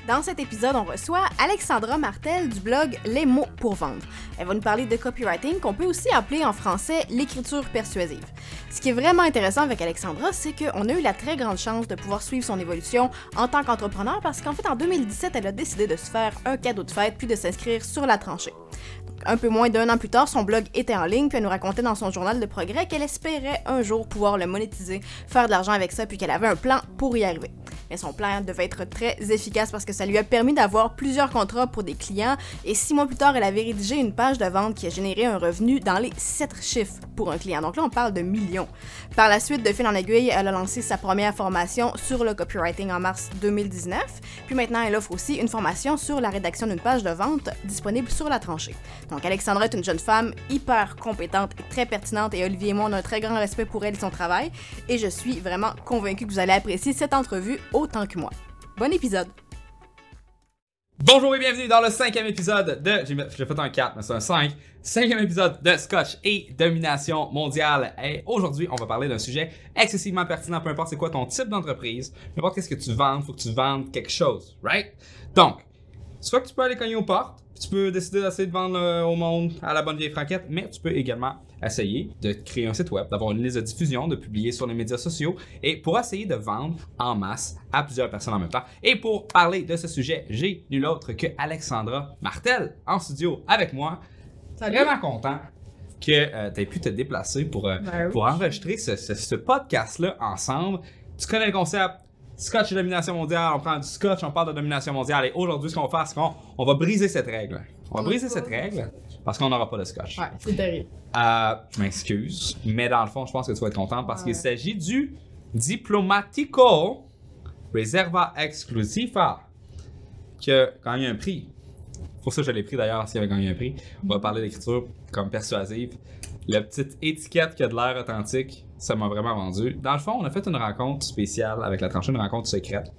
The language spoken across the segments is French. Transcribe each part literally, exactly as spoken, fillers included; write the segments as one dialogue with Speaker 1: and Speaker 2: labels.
Speaker 1: Dans cet épisode, on reçoit Alexandra Martel du blog Les mots pour vendre. Elle va nous parler de copywriting, qu'on peut aussi appeler en français l'écriture persuasive. Ce qui est vraiment intéressant avec Alexandra, c'est qu'on a eu la très grande chance de pouvoir suivre son évolution en tant qu'entrepreneur parce qu'en fait, en deux mille dix-sept, elle a décidé de se faire un cadeau de fête puis de s'inscrire sur la tranchée. Un peu moins d'un an plus tard, son blog était en ligne, puis elle nous racontait dans son journal de progrès qu'elle espérait un jour pouvoir le monétiser, faire de l'argent avec ça, puis qu'elle avait un plan pour y arriver. Mais son plan devait être très efficace parce que ça lui a permis d'avoir plusieurs contrats pour des clients, et six mois plus tard, elle avait rédigé une page de vente qui a généré un revenu dans les sept chiffres pour un client. Donc là, on parle de millions. Par la suite, de fil en aiguille, elle a lancé sa première formation sur le copywriting en mars deux mille dix-neuf, puis maintenant, elle offre aussi une formation sur la rédaction d'une page de vente disponible sur la tranchée. Donc, Alexandra est une jeune femme hyper compétente et très pertinente et Olivier et moi, on a un très grand respect pour elle et son travail et je suis vraiment convaincue que vous allez apprécier cette entrevue autant que moi. Bon épisode!
Speaker 2: Bonjour et bienvenue dans le cinquième épisode de... J'ai, j'ai fait un quatre, mais c'est un cinq. Cinquième épisode de Scotch et Domination mondiale. Et aujourd'hui, on va parler d'un sujet excessivement pertinent, peu importe c'est quoi ton type d'entreprise, peu importe qu'est-ce que tu vends, faut que tu vendes quelque chose, right? Donc, soit que tu peux aller cogner aux portes, tu peux décider d'essayer de vendre euh, au monde à la bonne vieille franquette, mais tu peux également essayer de créer un site web, d'avoir une liste de diffusion, de publier sur les médias sociaux et pour essayer de vendre en masse à plusieurs personnes en même temps. Et pour parler de ce sujet, j'ai nul autre que Alexandra Martel en studio avec moi.
Speaker 1: Salut.
Speaker 2: Vraiment content que euh, tu aies pu te déplacer pour, euh,
Speaker 1: ben oui.
Speaker 2: pour enregistrer ce, ce, ce podcast-là ensemble. Tu connais le concept. Scotch et domination mondiale, on prend du scotch, on parle de domination mondiale et aujourd'hui, ce qu'on va faire, c'est qu'on on va briser cette règle. On va briser cette règle parce qu'on n'aura pas de scotch.
Speaker 1: Ouais, c'est terrible.
Speaker 2: Euh, je m'excuse, mais dans le fond, je pense que tu vas être content parce ouais. qu'il s'agit du Diplomatico Reserva Exclusiva qui a gagné un prix. Pour ça, je l'ai pris d'ailleurs s'il avait gagné un prix. On va parler d'écriture comme persuasive. La petite étiquette qui a de l'air authentique, ça m'a vraiment vendu. Dans le fond, on a fait une rencontre spéciale avec la tranchée, une rencontre secrète.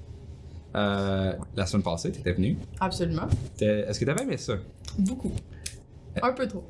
Speaker 2: Euh, la semaine passée, tu étais venu.
Speaker 1: Absolument.
Speaker 2: T'es... Est-ce que tu avais aimé ça?
Speaker 1: Beaucoup. Un peu trop.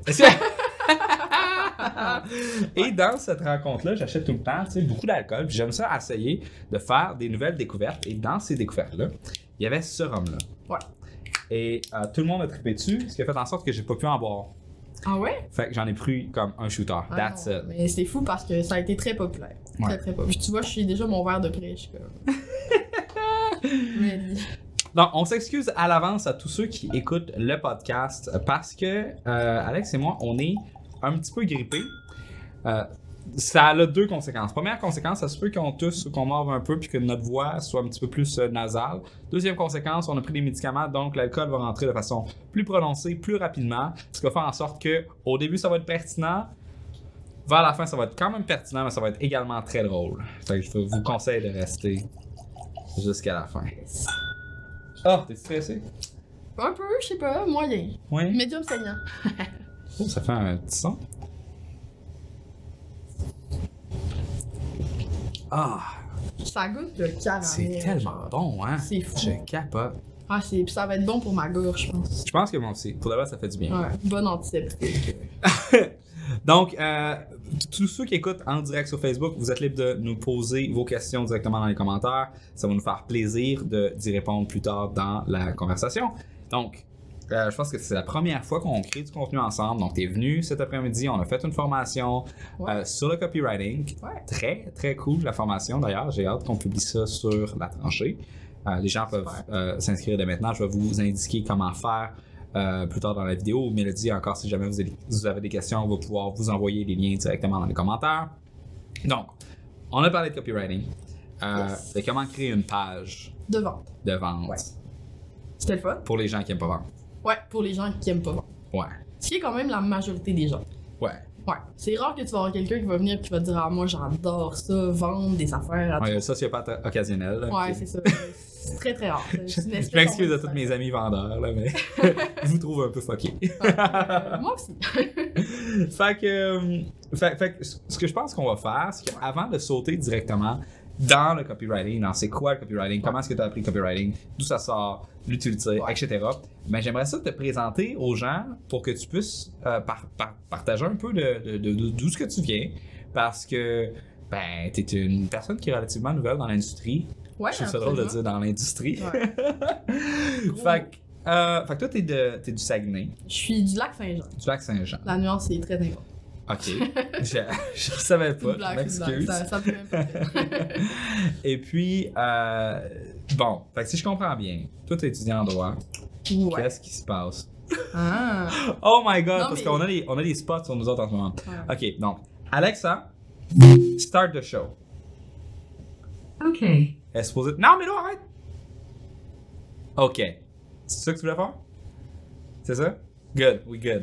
Speaker 2: Et dans cette rencontre-là, j'achète tout le temps beaucoup d'alcool. Puis j'aime ça essayer de faire des nouvelles découvertes. Et dans ces découvertes-là, il y avait ce rhum-là.
Speaker 1: Ouais. Et
Speaker 2: euh, tout le monde a trippé dessus, ce qui a fait en sorte que j'ai pas pu en boire.
Speaker 1: Ah ouais?
Speaker 2: Fait que j'en ai pris comme un shooter.
Speaker 1: Ah
Speaker 2: That's
Speaker 1: non,
Speaker 2: it.
Speaker 1: Mais c'est fou parce que ça a été très populaire.
Speaker 2: Ouais.
Speaker 1: Très très populaire. Tu vois, je suis déjà mon verre de près. Je suis comme. Ready.
Speaker 2: Donc, on s'excuse à l'avance à tous ceux qui écoutent le podcast parce que euh, Alex et moi, on est un petit peu grippés. Euh, ça a deux conséquences. Première conséquence, ça se peut qu'on tousse ou qu'on morve un peu puis que notre voix soit un petit peu plus euh, nasale. Deuxième conséquence, on a pris des médicaments, donc l'alcool va rentrer de façon plus prononcée, plus rapidement, ce qui va faire en sorte que au début, ça va être pertinent. Vers la fin, ça va être quand même pertinent, mais ça va être également très drôle. Fait que je vous conseille de rester jusqu'à la fin. Ah, oh, t'es stressé?
Speaker 1: Un peu, je sais pas, moyen.
Speaker 2: Oui.
Speaker 1: Médium saignant.
Speaker 2: Oh, ça fait un petit son. Ah!
Speaker 1: Ça goûte le caramel.
Speaker 2: C'est tellement
Speaker 1: genre.
Speaker 2: bon, hein?
Speaker 1: C'est fou.
Speaker 2: Je capote.
Speaker 1: Ah, c'est... Puis ça va être bon pour ma gorge, je pense.
Speaker 2: Je pense que moi aussi. Pour de vrai, ça fait du bien.
Speaker 1: Ouais, bon antiseptique.
Speaker 2: Donc, euh, tous ceux qui écoutent en direct sur Facebook, vous êtes libres de nous poser vos questions directement dans les commentaires. Ça va nous faire plaisir de, d'y répondre plus tard dans la conversation. Donc, euh, je pense que c'est la première fois qu'on crée du contenu ensemble. Donc, tu es venu cet après-midi, on a fait une formation ouais. euh, sur le copywriting.
Speaker 1: Ouais.
Speaker 2: Très, très cool la formation d'ailleurs. J'ai hâte qu'on publie ça sur la tranchée. Euh, les gens peuvent euh, s'inscrire dès maintenant. Je vais vous indiquer comment faire euh, plus tard dans la vidéo. Mélodie, encore, si jamais vous avez, vous avez des questions, on va pouvoir vous envoyer les liens directement dans les commentaires. Donc, on a parlé de copywriting. Euh, yes. De comment créer une page
Speaker 1: de vente.
Speaker 2: De vente.
Speaker 1: Ouais. C'était le fun.
Speaker 2: Pour les gens qui n'aiment pas vendre.
Speaker 1: Ouais, pour les gens qui aiment pas vendre.
Speaker 2: Ouais.
Speaker 1: Ce qui est quand même la majorité des gens.
Speaker 2: Ouais.
Speaker 1: Ouais. C'est rare que tu vas avoir quelqu'un qui va venir et qui va te dire ah, moi j'adore ça, vendre des affaires. À
Speaker 2: ouais, ça, c'est pas occasionnel. Là,
Speaker 1: ouais,
Speaker 2: puis...
Speaker 1: c'est ça. C'est très très rare.
Speaker 2: C'est je m'excuse à tous mes amis vendeurs, là, mais je vous trouve un peu fucké.
Speaker 1: Ouais, euh, moi aussi.
Speaker 2: fait que, euh, fait, fait, ce que je pense qu'on va faire, c'est qu'avant de sauter directement dans le copywriting, dans c'est quoi le copywriting, comment est-ce que tu as appris le copywriting, d'où ça sort, l'utilité, ouais. et cetera. Ben, j'aimerais ça te présenter aux gens pour que tu puisses euh, par, par, partager un peu de, de, de, de, d'où ce que tu viens, parce que ben, tu es une personne qui est relativement nouvelle dans l'industrie.
Speaker 1: Ouais,
Speaker 2: je trouve ça drôle de dire dans l'industrie.
Speaker 1: Ouais.
Speaker 2: fait, que, euh, fait que toi, t'es, de, t'es du Saguenay.
Speaker 1: Je suis du lac Saint-Jean.
Speaker 2: Du lac Saint-Jean.
Speaker 1: La nuance est très importante.
Speaker 2: Ok. je, je savais pas, je
Speaker 1: Blague,
Speaker 2: m'excuse.
Speaker 1: ça, ça peut même pas faire.
Speaker 2: Et puis, euh, bon, fait que si je comprends bien, toi, t'es étudiant en droit.
Speaker 1: Ouais.
Speaker 2: Qu'est-ce qui se passe?
Speaker 1: Ah.
Speaker 2: Oh my god,
Speaker 1: Non,
Speaker 2: parce
Speaker 1: mais-
Speaker 2: qu'on a des, on a des spots sur nous autres en ce moment.
Speaker 1: Ouais.
Speaker 2: Ok, donc, Alexa, start the show.
Speaker 3: Okay.
Speaker 2: Elle est supposée. Non, mais non, arrête! Ok. C'est ça que tu voulais faire? C'est ça? Good, we good.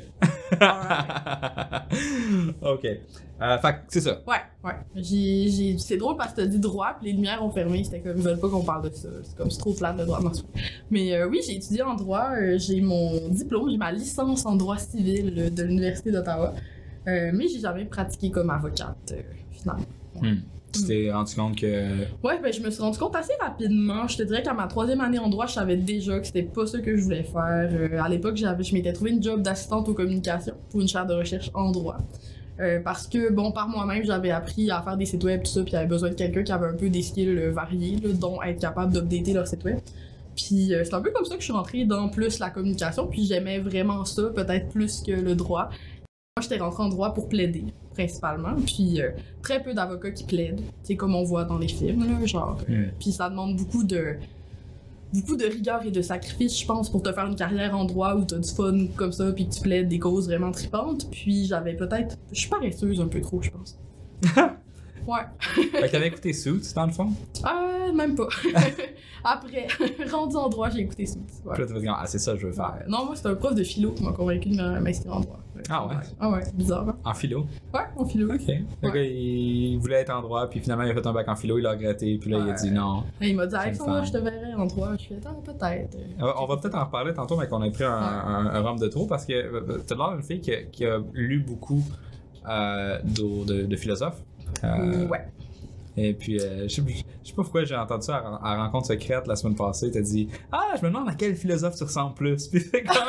Speaker 2: ok. Euh, fait que c'est ça.
Speaker 1: Ouais, ouais. J'ai, j'ai... C'est drôle parce que t'as dit droit, puis les lumières ont fermé. C'était comme, ils veulent pas qu'on parle de ça. C'est comme, c'est trop plate le droit. Non, c'est pas. Mais euh, oui, j'ai étudié en droit. euh, j'ai mon diplôme, j'ai ma licence en droit civil euh, de l'Université d'Ottawa. Euh, mais j'ai jamais pratiqué comme avocate, euh, finalement.
Speaker 2: Hmm. Tu t'es rendu compte que.
Speaker 1: Ouais, ben je me suis rendu compte assez rapidement. Je te dirais qu'à ma troisième année en droit, je savais déjà que c'était pas ça que je voulais faire. Euh, à l'époque, j'avais, je m'étais trouvé une job d'assistante aux communications pour une chaire de recherche en droit. Euh, parce que, bon, par moi-même, j'avais appris à faire des sites web, tout ça, puis j'avais besoin de quelqu'un qui avait un peu des skills euh, variés, là, dont être capable d'updater leur site web. Puis euh, c'est un peu comme ça que je suis rentrée dans plus la communication, puis j'aimais vraiment ça, peut-être plus que le droit. Moi, j'étais rentrée en droit pour plaider, principalement, puis euh, très peu d'avocats qui plaident, c'est comme on voit dans les films, là, genre. Euh,
Speaker 2: Mm.
Speaker 1: Puis ça demande beaucoup de beaucoup de rigueur et de sacrifice, je pense, pour te faire une carrière en droit où t'as du fun comme ça, puis que tu plaides des causes vraiment tripantes. Puis j'avais peut-être... Je suis paresseuse un peu trop, je pense. Ouais.
Speaker 2: Fait que t'avais écouté Suits, dans le fond?
Speaker 1: Euh, même pas. Après, rendu en droit, j'ai écouté Suits. Ouais.
Speaker 2: Puis là, t'as dit, ah, c'est ça que je veux faire.
Speaker 1: Ouais. Non, moi, c'était un prof de philo qui m'a convaincu de m'inscrire en droit.
Speaker 2: Ah ouais?
Speaker 1: Ah ouais, bizarre, hein?
Speaker 2: En philo?
Speaker 1: Ouais, en philo.
Speaker 2: Ok. Fait que il voulait être en droit, puis finalement, il a fait un bac en philo, il a regretté, puis là, il a
Speaker 1: Ouais.
Speaker 2: dit non.
Speaker 1: Et il m'a dit,
Speaker 2: C'est
Speaker 1: Alexandra,
Speaker 2: une
Speaker 1: je te verrai en droit. Je fais, ah, peut-être.
Speaker 2: Euh, On va peut-être en reparler tantôt, mais qu'on a pris un, un, un rhum de trop, parce que euh, t'as l'air d'une fille qui a, qui a lu beaucoup euh, de, de, de philosophes. Euh,
Speaker 1: Ouais.
Speaker 2: Et puis, euh, je sais je sais pas pourquoi j'ai entendu ça à, à Rencontre Secrète la semaine passée. T'as dit, ah, je me demande à quel philosophe tu ressembles plus. Puis c'est comme.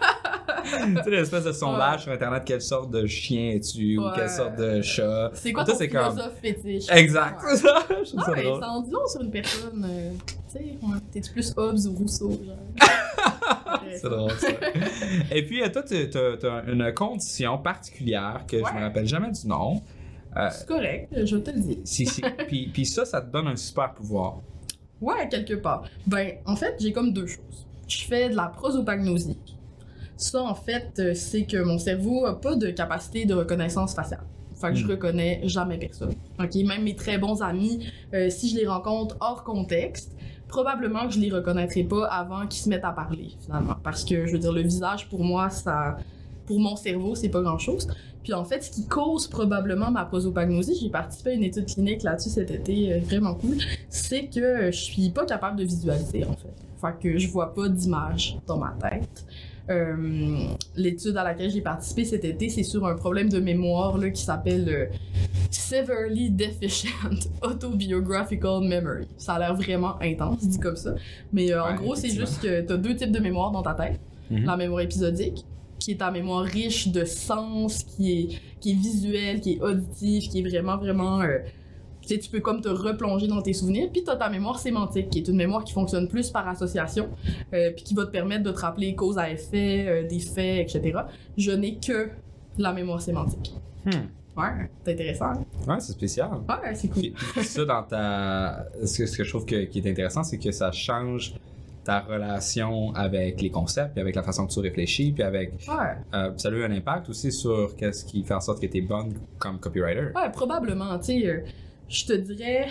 Speaker 2: Tu sais, l'espèce de sondage
Speaker 1: Ouais.
Speaker 2: sur Internet, quelle sorte de chien es-tu ou
Speaker 1: Ouais.
Speaker 2: quelle sorte de chat.
Speaker 1: C'est quoi
Speaker 2: Toi,
Speaker 1: ton
Speaker 2: c'est comme-
Speaker 1: philosophe fétiche?
Speaker 2: Exact,
Speaker 1: Ouais.
Speaker 2: c'est ça. Je trouve
Speaker 1: Ah,
Speaker 2: ça
Speaker 1: mais
Speaker 2: drôle.
Speaker 1: ça en dit long sur une personne. euh, tu sais, ouais, t'es-tu plus Hobbes ou Rousseau, genre?
Speaker 2: C'est drôle, ça. Et puis, euh, toi, tu as une condition particulière que je
Speaker 1: Ouais.
Speaker 2: me rappelle jamais du nom. Euh,
Speaker 1: C'est correct, je vais te le dire.
Speaker 2: si, si. Puis, puis ça, ça te donne un super pouvoir.
Speaker 1: Ouais, quelque part. Ben, en fait, j'ai comme deux choses. Je fais de la prosopagnosie. Ça, en fait, euh, c'est que mon cerveau a pas de capacité de reconnaissance faciale. Fait que je
Speaker 2: Hmm.
Speaker 1: reconnais jamais personne. OK? Même mes très bons amis, euh, si je les rencontre hors contexte, probablement que je les reconnaîtrai pas avant qu'ils se mettent à parler, finalement. Parce que, je veux dire, le visage, pour moi, ça... Pour mon cerveau, c'est pas grand-chose. Puis en fait, ce qui cause probablement ma prosopagnosie, j'ai participé à une étude clinique là-dessus cet été, euh, vraiment cool, c'est que je suis pas capable de visualiser, en fait. Fait que je vois pas d'image dans ma tête. Euh, l'étude à laquelle j'ai participé cet été, c'est sur un problème de mémoire là, qui s'appelle euh, Severely Deficient Autobiographical Memory. Ça a l'air vraiment intense, dit comme ça. Mais euh, en
Speaker 2: Ouais,
Speaker 1: gros, c'est
Speaker 2: effectivement.
Speaker 1: juste que t'as deux types de mémoire dans ta tête.
Speaker 2: Mhm.
Speaker 1: La mémoire épisodique, qui est ta mémoire riche de sens, qui est, qui est visuelle, qui est auditive, qui est vraiment, vraiment... euh, tu sais, tu peux comme te replonger dans tes souvenirs. Puis t'as ta mémoire sémantique, qui est une mémoire qui fonctionne plus par association, euh, puis qui va te permettre de te rappeler cause à effet, euh, des faits, et cetera. Je n'ai que la mémoire sémantique.
Speaker 2: Hmm.
Speaker 1: Ouais, c'est intéressant. hein?
Speaker 2: Ouais, c'est spécial.
Speaker 1: Ouais, c'est cool.
Speaker 2: Puis, puis ça, dans ta. Ce que, ce que je trouve que- qui est intéressant, c'est que ça change ta relation avec les concepts, puis avec la façon que tu réfléchis, puis avec.
Speaker 1: Ouais.
Speaker 2: Euh, ça a eu un impact aussi sur qu'est-ce qui fait en sorte que tu es bonne comme copywriter.
Speaker 1: Ouais, probablement. Tu sais, euh, je te dirais.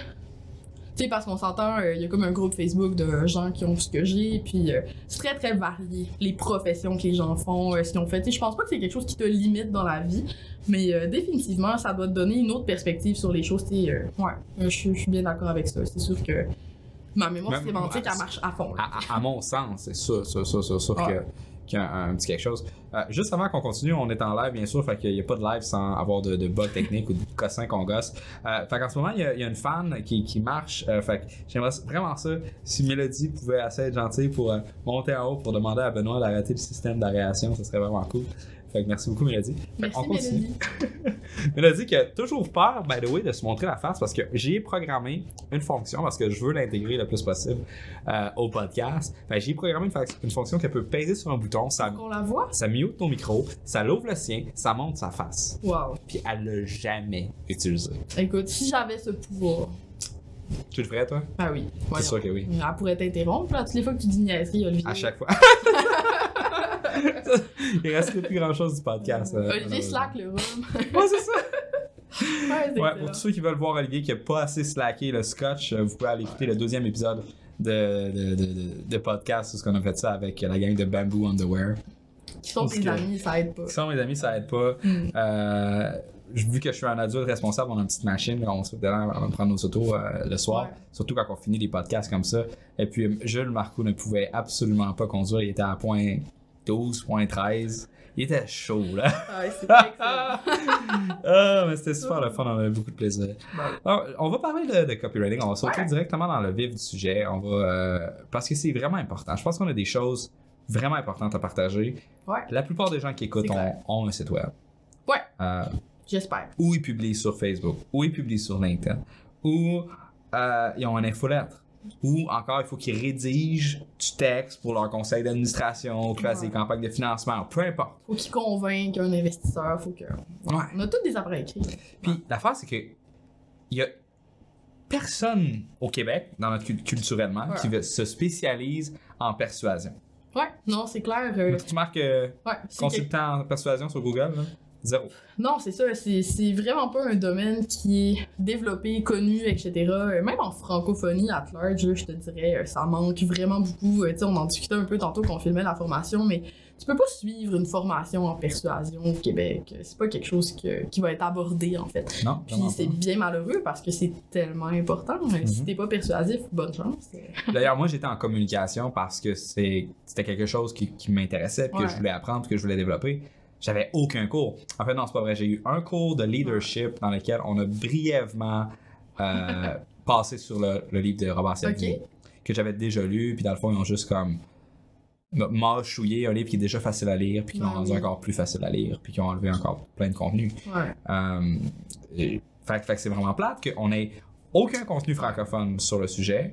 Speaker 1: Tu sais, parce qu'on s'entend, il y a comme un groupe Facebook de gens qui ont ce que j'ai, puis euh, c'est très très varié, les professions que les gens font, euh, ce qu'ils ont fait. Tu sais, je pense pas que c'est quelque chose qui te limite dans la vie, mais euh, définitivement, ça doit te donner une autre perspective sur les choses. Tu sais, euh, ouais, euh, je suis- je suis bien d'accord avec ça. C'est sûr que ma mémoire
Speaker 2: Même-
Speaker 1: sémantique,
Speaker 2: ouais,
Speaker 1: elle marche à fond. là.
Speaker 2: À, à- à mon sens, c'est sûr, sûr, sûr, sûr, sûr
Speaker 1: Ouais.
Speaker 2: que qu'il y a un, un petit quelque chose. Euh, juste avant qu'on continue, on est en live, bien sûr, fait qu'il n'y a pas de live sans avoir de, de bugs techniques ou de cossins qu'on gosse. Euh, fait qu'en ce moment, il y, a, il y a une fan qui, qui marche. Euh, fait que j'aimerais vraiment ça. Si Mélodie pouvait assez être gentille pour euh, monter en haut pour demander à Benoît d'arrêter le système d'aération, ça serait vraiment cool. Fait que merci beaucoup, Mélodie. Fait
Speaker 1: Merci,
Speaker 2: on continue.
Speaker 1: Mélodie.
Speaker 2: Mélodie qui a toujours peur, by the way, de se montrer la face parce que j'ai programmé une fonction parce que je veux l'intégrer le plus possible euh, au podcast. Fait que j'ai programmé une, fa- une fonction qu'elle peut peser sur un bouton, ça,
Speaker 1: On la voit?
Speaker 2: ça mute ton micro, ça l'ouvre le sien, ça monte sa face.
Speaker 1: Wow.
Speaker 2: Puis elle l'a jamais utilisé.
Speaker 1: Écoute, si j'avais ce pouvoir.
Speaker 2: Tu le ferais, toi?
Speaker 1: Ah oui.
Speaker 2: C'est
Speaker 1: voyons.
Speaker 2: sûr que oui.
Speaker 1: Elle pourrait t'interrompre, là, toutes les fois que tu dis niaiserie, Olivier.
Speaker 2: À chaque fois. Il reste plus grand chose du podcast. euh,
Speaker 1: Olivier slack le rhum.
Speaker 2: Ouais, c'est ça.
Speaker 1: Ouais, c'est
Speaker 2: Ouais,
Speaker 1: excellent.
Speaker 2: pour tous ceux qui veulent voir Olivier qui a pas assez slacké le scotch, euh, vous pouvez aller écouter le deuxième épisode de, de, de, de, de podcast où on a fait ça avec la gang de Bamboo Underwear.
Speaker 1: Qui sont
Speaker 2: Parce
Speaker 1: tes
Speaker 2: que-
Speaker 1: amis, ça aide pas.
Speaker 2: Qui sont mes amis, ça aide pas.
Speaker 1: Mm.
Speaker 2: Euh, vu que je suis un adulte responsable, on a une petite machine, on se fait dedans avant de prendre nos autos euh, le soir,
Speaker 1: Ouais.
Speaker 2: surtout quand on finit des podcasts comme ça. Et puis Jules Marcoux ne pouvait absolument pas conduire, il était à point douze, point treize. Il était chaud là.
Speaker 1: Ah ouais, c'est pas excellent.
Speaker 2: Ah, mais c'était super le fun, on avait beaucoup de plaisir.
Speaker 1: Bon.
Speaker 2: Alors, on va parler de, de copywriting, on va sauter
Speaker 1: Ouais.
Speaker 2: directement dans le vif du sujet. On va euh, parce que c'est vraiment important. Je pense qu'on a des choses vraiment importantes à partager.
Speaker 1: Ouais.
Speaker 2: La plupart des gens qui écoutent
Speaker 1: C'est clair.
Speaker 2: ont, ont un site web.
Speaker 1: Ouais.
Speaker 2: Euh,
Speaker 1: J'espère.
Speaker 2: ou ils publient sur Facebook, ou ils publient sur LinkedIn, ou euh, ils ont une infolettre, ou encore il faut qu'ils rédigent du texte pour leur conseil d'administration, qu'ils fassent
Speaker 1: Ouais.
Speaker 2: des campagnes de financement, peu importe.
Speaker 1: Faut qu'il convainque un investisseur, faut que.
Speaker 2: Ouais.
Speaker 1: On a tous des appareils écrits.
Speaker 2: Puis l'affaire, c'est que il y a personne au Québec, dans notre cul- culturellement,
Speaker 1: Ouais.
Speaker 2: qui veut- se spécialise en persuasion.
Speaker 1: Ouais, non, c'est clair. euh,
Speaker 2: Tu marques euh,
Speaker 1: ouais, c'est que-
Speaker 2: consultant en persuasion sur Google, là? Zéro.
Speaker 1: Non, c'est ça, c'est c'est vraiment pas un domaine qui est développé, connu, et cetera. Euh, Même en francophonie, at large, là, je te dirais, euh, ça manque vraiment beaucoup. Euh, tu sais, on en discutait un peu tantôt qu'on filmait la formation, mais tu peux pas suivre une formation en persuasion au Québec. Euh, C'est pas quelque chose que- qui va être abordé, en fait.
Speaker 2: Non?
Speaker 1: Puis
Speaker 2: vraiment
Speaker 1: c'est
Speaker 2: pas.
Speaker 1: bien malheureux parce que c'est tellement important. Euh, Si
Speaker 2: Mhm.
Speaker 1: t'es pas persuasif, bonne chance.
Speaker 2: D'ailleurs, moi, j'étais en communication parce que c'est- c'était quelque chose qui, qui m'intéressait, puis
Speaker 1: Ouais.
Speaker 2: que je voulais apprendre, puis que je voulais développer. J'avais aucun cours. En fait, non, c'est pas vrai. J'ai eu un cours de leadership dans lequel on a brièvement euh, passé sur le, le livre de Robert Cialdini,
Speaker 1: Ok.
Speaker 2: que j'avais déjà lu, puis dans le fond, ils ont juste comme mâchouillé un livre qui est déjà facile à lire, puis qui l'ont
Speaker 1: Ouais,
Speaker 2: rendu
Speaker 1: oui.
Speaker 2: encore plus facile à lire, puis qui ont enlevé encore plein de contenu.
Speaker 1: Ouais.
Speaker 2: Euh, et- fait, fait que c'est vraiment plate qu'on ait aucun contenu francophone sur le sujet.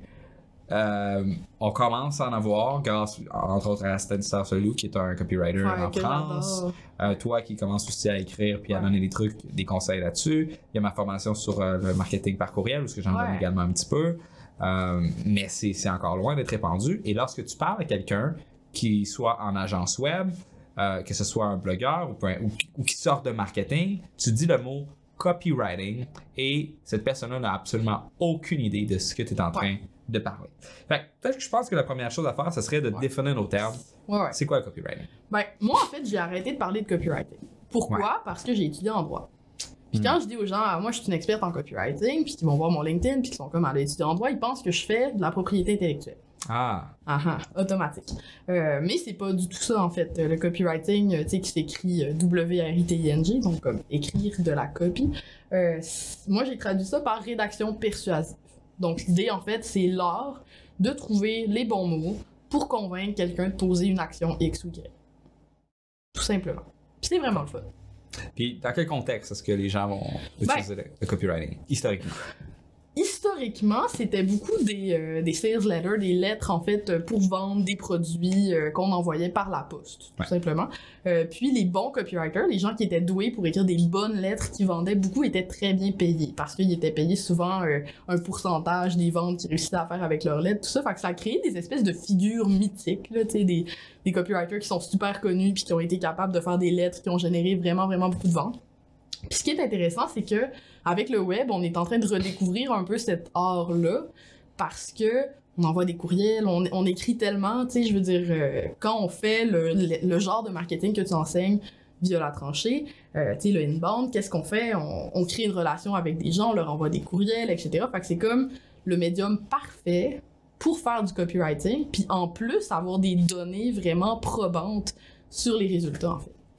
Speaker 2: Euh, on commence à en avoir grâce, entre autres, à Stanislas Solou, qui est un copywriter
Speaker 1: Ouais,
Speaker 2: en
Speaker 1: que
Speaker 2: France.
Speaker 1: j'adore.
Speaker 2: Euh, toi qui commences aussi à écrire puis à
Speaker 1: Ouais.
Speaker 2: donner des trucs, des conseils là-dessus. Il y a ma formation sur euh, le marketing par courriel, où ce que j'en donne
Speaker 1: Ouais.
Speaker 2: également un petit peu. Euh, mais c'est c'est encore loin d'être répandu. Et lorsque tu parles à quelqu'un qui soit en agence web, euh, que ce soit un blogueur ou, peu- ou, ou qui sort de marketing, tu dis le mot copywriting et cette personne-là n'a absolument aucune idée de ce que tu es en train de parler. Fait que, peut-être que je pense que la première chose à faire, ce serait de
Speaker 1: Ouais.
Speaker 2: définir nos termes.
Speaker 1: Ouais, ouais.
Speaker 2: C'est quoi le copywriting?
Speaker 1: Ben, moi, en fait, j'ai arrêté de parler de copywriting. Pourquoi?
Speaker 2: Ouais.
Speaker 1: Parce que j'ai étudié en droit. Puis
Speaker 2: Hmm.
Speaker 1: quand je dis aux gens, ah, moi, je suis une experte en copywriting, puis qu'ils vont voir mon LinkedIn, puis qu'ils sont comme, elle a étudié en droit, ils pensent que je fais de la propriété intellectuelle.
Speaker 2: Ah,
Speaker 1: Ah ah, automatique. Euh, mais c'est pas du tout ça, en fait. Euh, Le copywriting, euh, tu sais, qui s'écrit euh, W R I T I N G, donc comme écrire de la copie. Euh, c- moi, j'ai traduit ça par rédaction persuasive. Donc, l'idée, en fait, c'est l'art de trouver les bons mots pour convaincre quelqu'un de poser une action X ou Y. Tout simplement. Puis c'est vraiment le fun.
Speaker 2: puis dans quel contexte est-ce que les gens vont utiliser le, le copywriting, historiquement?
Speaker 1: Historiquement, c'était beaucoup des, euh, des sales letters, des lettres en fait euh, pour vendre des produits euh, qu'on envoyait par la poste, tout
Speaker 2: Ouais.
Speaker 1: simplement. Euh, puis les bons copywriters, les gens qui étaient doués pour écrire des bonnes lettres qui vendaient beaucoup, étaient très bien payés parce qu'ils étaient payés souvent euh, un pourcentage des ventes qu'ils réussissaient à faire avec leurs lettres, tout ça. Fait que ça a créé des espèces de figures mythiques, là, tu sais, des, des copywriters qui sont super connus puis qui ont été capables de faire des lettres qui ont généré vraiment, vraiment beaucoup de ventes. Puis ce qui est intéressant, c'est que avec le web, on est en train de redécouvrir un peu cet art-là parce que on envoie des courriels, on, on écrit tellement, tu sais, je veux dire, euh, quand on fait le, le, le genre de marketing que tu enseignes via la tranchée, euh, tu sais, le inbound, qu'est-ce qu'on fait? On, on crée une relation avec des gens, on leur envoie des courriels, et cetera. Fait que c'est comme le médium parfait pour faire du copywriting, puis en plus avoir des données vraiment probantes sur les résultats, en fait.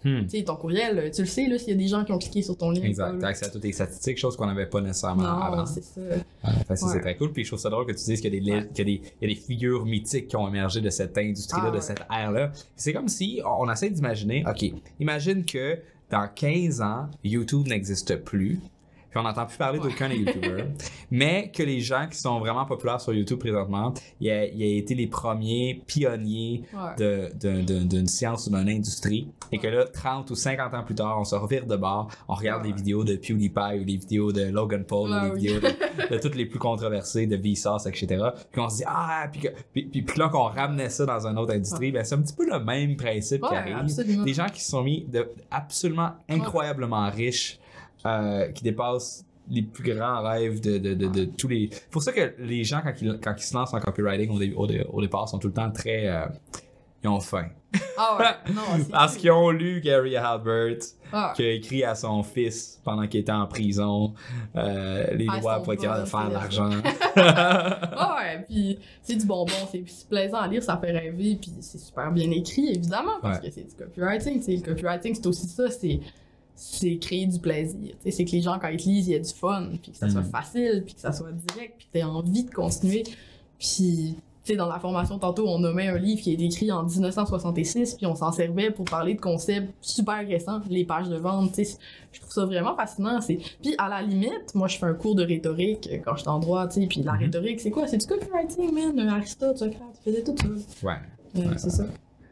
Speaker 2: Hmm.
Speaker 3: Tu sais, ton courriel, tu le sais, là, s'il y a des gens qui ont cliqué sur ton lien.
Speaker 2: Exact.
Speaker 3: Pas,
Speaker 2: T'as accès à toutes les statistiques, chose qu'on n'avait pas nécessairement
Speaker 3: non,
Speaker 2: avant.
Speaker 3: c'est ça.
Speaker 2: Ouais, fait, ça,
Speaker 3: Ouais.
Speaker 2: c'est très cool. Puis je trouve ça drôle que tu dises qu'il y a des,
Speaker 3: Ouais.
Speaker 2: qu'il y a des, il y a des figures mythiques qui ont émergé de cette industrie-là,
Speaker 3: Ah,
Speaker 2: de
Speaker 3: ouais.
Speaker 2: cette ère-là. C'est comme si on essaie d'imaginer, OK, imagine que dans quinze ans, YouTube n'existe plus. Puis on n'entend plus parler
Speaker 3: Ouais.
Speaker 2: d'aucun des YouTubers. Mais que les gens qui sont vraiment populaires sur YouTube présentement, il a, il a été les premiers pionniers
Speaker 3: Ouais.
Speaker 2: de, de, de- d'une science ou d'une industrie. Et que là, trente ou cinquante ans plus tard, on se revire de bord, on regarde
Speaker 3: Ouais.
Speaker 2: des vidéos de PewDiePie ou des vidéos de Logan Paul
Speaker 3: Ouais,
Speaker 2: ou des
Speaker 3: oui.
Speaker 2: vidéos de, de toutes les plus controversées, de Vsauce, et cetera. Puis on se dit, ah, puis, que, puis, puis, puis là qu'on ramenait ça dans une autre industrie, ben c'est un petit peu le même principe qui
Speaker 3: Ouais,
Speaker 2: arrive.
Speaker 3: absolument.
Speaker 2: Des gens qui se sont mis de, absolument incroyablement riches, euh, qui dépassent les plus grands rêves de, de, de, de tous les... C'est pour ça que les gens, quand ils, quand ils se lancent en copywriting au, dé, au, dé, au départ, sont tout le temps très... Euh, ils ont faim.
Speaker 3: Ah ouais, non, c'est
Speaker 2: Parce
Speaker 3: sûr.
Speaker 2: qu'ils ont lu Gary Halbert,
Speaker 3: Ah.
Speaker 2: qui a écrit à son fils pendant qu'il était en prison euh, les
Speaker 3: Ah,
Speaker 2: lois
Speaker 3: ils
Speaker 2: pour être
Speaker 3: sont
Speaker 2: capable de faire de
Speaker 3: bons,
Speaker 2: l'argent.
Speaker 3: Ah ouais, puis c'est du bonbon, c'est c'est plaisant à lire, ça fait rêver, puis c'est super bien écrit, évidemment, parce
Speaker 2: Ouais.
Speaker 3: que c'est du copywriting. Tu sais, le copywriting, c'est aussi ça, c'est c'est créer du plaisir. Tu sais, c'est que les gens, quand ils te lisent, il y a du fun, puis que ça soit
Speaker 2: Mm.
Speaker 3: facile, puis que ça soit direct, puis que t'aies envie de continuer. Puis, tu sais, dans la formation, tantôt, on nommait un livre qui a été écrit en dix-neuf cent soixante-six, puis on s'en servait pour parler de concepts super récents, les pages de vente, tu sais. Je trouve ça vraiment fascinant. C'est... Puis, à la limite, moi, je fais un cours de rhétorique euh, quand je suis en droit, tu sais, puis la
Speaker 2: Mhm.
Speaker 3: rhétorique, c'est quoi? C'est du copywriting, man. Aristote, Socrate, tu faisais tout ça.
Speaker 2: Ouais.
Speaker 3: Euh,
Speaker 2: Ouais.
Speaker 3: c'est ça.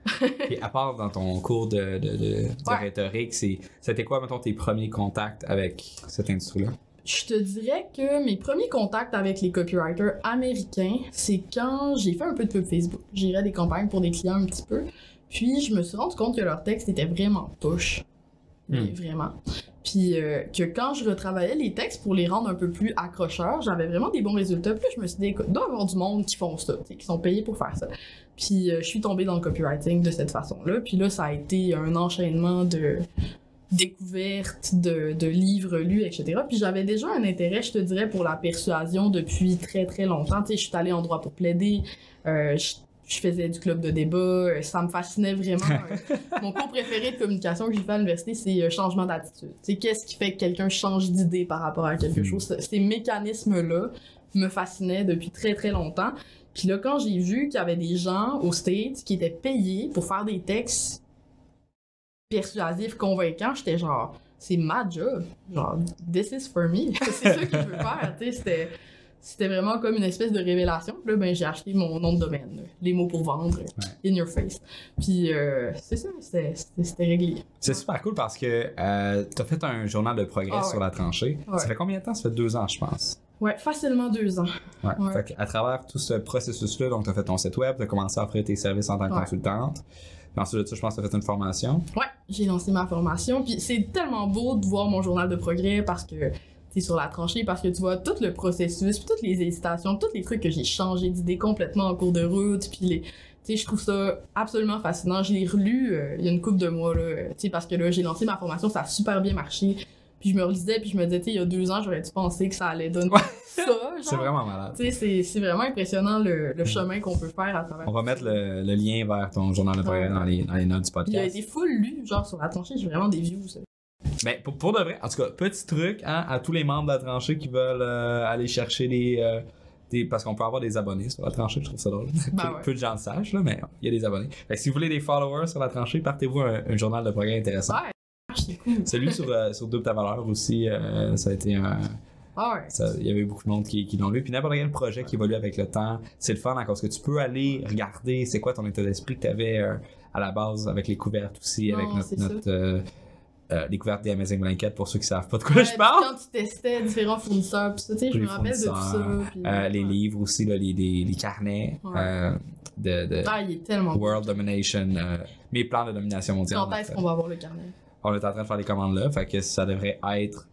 Speaker 2: Et à part dans ton cours de, de, de, de
Speaker 3: Ouais.
Speaker 2: rhétorique, c'est, c'était quoi, mettons, tes premiers contacts avec cette industrie-là?
Speaker 3: Je te dirais que mes premiers contacts avec les copywriters américains, c'est quand j'ai fait un peu de pub Facebook. J'ai géré des campagnes pour des clients un petit peu. Puis je me suis rendu compte que leur texte était vraiment push. Mais
Speaker 2: Hmm.
Speaker 3: vraiment. Puis euh, que quand je retravaillais les textes pour les rendre un peu plus accrocheurs, j'avais vraiment des bons résultats. Puis là, je me suis dit, écoute, il doit y avoir du monde qui font ça, tu sais, qui sont payés pour faire ça. Puis euh, je suis tombée dans le copywriting de cette façon-là. Puis là, ça a été un enchaînement de découvertes, de, de livres lus, et cetera. Puis j'avais déjà un intérêt, je te dirais, pour la persuasion depuis très très longtemps. Tu sais, je suis allée en droit pour plaider, euh, je, je faisais du club de débat, euh, ça me fascinait vraiment. Euh, mon cours préféré de communication que j'ai fait à l'université, c'est euh, changement d'attitude. Tu sais, qu'est-ce qui fait que quelqu'un change d'idée par rapport à quelque
Speaker 2: Mm.
Speaker 3: chose? Ce- Ces mécanismes-là me fascinaient depuis très très longtemps. Puis là, quand j'ai vu qu'il y avait des gens aux States qui étaient payés pour faire des textes persuasif, convaincant, j'étais genre, c'est ma job. Genre, this is for me. C'est ça que je veux faire, tu sais. C'était, c'était vraiment comme une espèce de révélation. Puis là, ben, j'ai acheté mon nom de domaine, là. Les mots pour vendre, in your face. Puis, euh, c'est ça, c'était, c'était, c'était réglé.
Speaker 2: C'est super cool parce que euh, t'as fait un journal de progrès
Speaker 3: Ah ouais.
Speaker 2: sur la tranchée.
Speaker 3: Ouais.
Speaker 2: Ça fait combien de temps? Ça fait deux ans, je pense.
Speaker 3: Ouais, facilement deux ans.
Speaker 2: Ouais.
Speaker 3: Ouais.
Speaker 2: Fait qu'à travers tout ce processus-là, donc t'as fait ton site web, t'as commencé à offrir tes services en tant que
Speaker 3: Ouais.
Speaker 2: consultante. Puis ensuite de ça, je pense que t'as fait une formation.
Speaker 3: Ouais, j'ai lancé ma formation. Puis c'est tellement beau de voir mon journal de progrès parce que t'es sur la tranchée, parce que tu vois tout le processus, puis toutes les hésitations, tous les trucs que j'ai changé d'idée complètement en cours de route, puis les... Tu sais, je trouve ça absolument fascinant. Je l'ai relu euh, il y a une couple de mois, là, euh, tu sais, parce que là, j'ai lancé ma formation, ça a super bien marché. Puis je me relisais, puis je me disais, tu sais, il y a deux ans, j'aurais dû penser que ça allait donner ça, genre.
Speaker 2: C'est vraiment malade.
Speaker 3: Tu sais, c'est, c'est vraiment impressionnant le, le chemin qu'on peut faire à travers
Speaker 2: On va
Speaker 3: tout
Speaker 2: mettre
Speaker 3: ça.
Speaker 2: le, le lien vers ton journal de progrès
Speaker 3: Ouais.
Speaker 2: dans les, dans les notes du
Speaker 3: Il a
Speaker 2: podcast.
Speaker 3: été full lu, genre, sur la tranchée, j'ai vraiment des views, ça.
Speaker 2: Mais pour, pour de vrai, en tout cas, petit truc hein, à tous les membres de la tranchée qui veulent euh, aller chercher des, euh, des. Parce qu'on peut avoir des abonnés sur la tranchée, je trouve ça drôle.
Speaker 3: Ben
Speaker 2: peu,
Speaker 3: ouais.
Speaker 2: peu de gens le sachent, là, mais il y a des abonnés. Fait que si vous voulez des followers sur la tranchée, partez-vous un, un journal de progrès intéressant.
Speaker 3: Ouais, c'est cool.
Speaker 2: Celui sur, euh, sur Double ta valeur aussi, euh, ça a été un.
Speaker 3: Ah ouais.
Speaker 2: ça- Il y avait beaucoup de monde qui, qui l'ont lu. Puis n'importe quel projet qui évolue avec le temps, c'est le fun à cause que tu peux aller regarder c'est quoi ton état d'esprit que tu avais euh, à la base avec les couvertes aussi,
Speaker 3: Non,
Speaker 2: avec notre,
Speaker 3: c'est ça.
Speaker 2: notre euh, euh, les couvertes des Amazing Blanket pour ceux qui savent pas de quoi
Speaker 3: Ouais,
Speaker 2: je
Speaker 3: puis
Speaker 2: parle.
Speaker 3: Quand tu testais différents fournisseurs, pis ça, tu sais, je
Speaker 2: Les
Speaker 3: me rappelle de tout ça.
Speaker 2: fournisseurs,
Speaker 3: Puis,
Speaker 2: euh, les
Speaker 3: ouais.
Speaker 2: livres aussi, là, les, les, les carnets
Speaker 3: Ouais.
Speaker 2: euh, de, de
Speaker 3: Ah, il est tellement beau.
Speaker 2: World Domination, euh, mes plans de domination mondiale.
Speaker 3: Quand est-ce qu'on va avoir le carnet?
Speaker 2: On est en train de faire les commandes là, fait que ça devrait être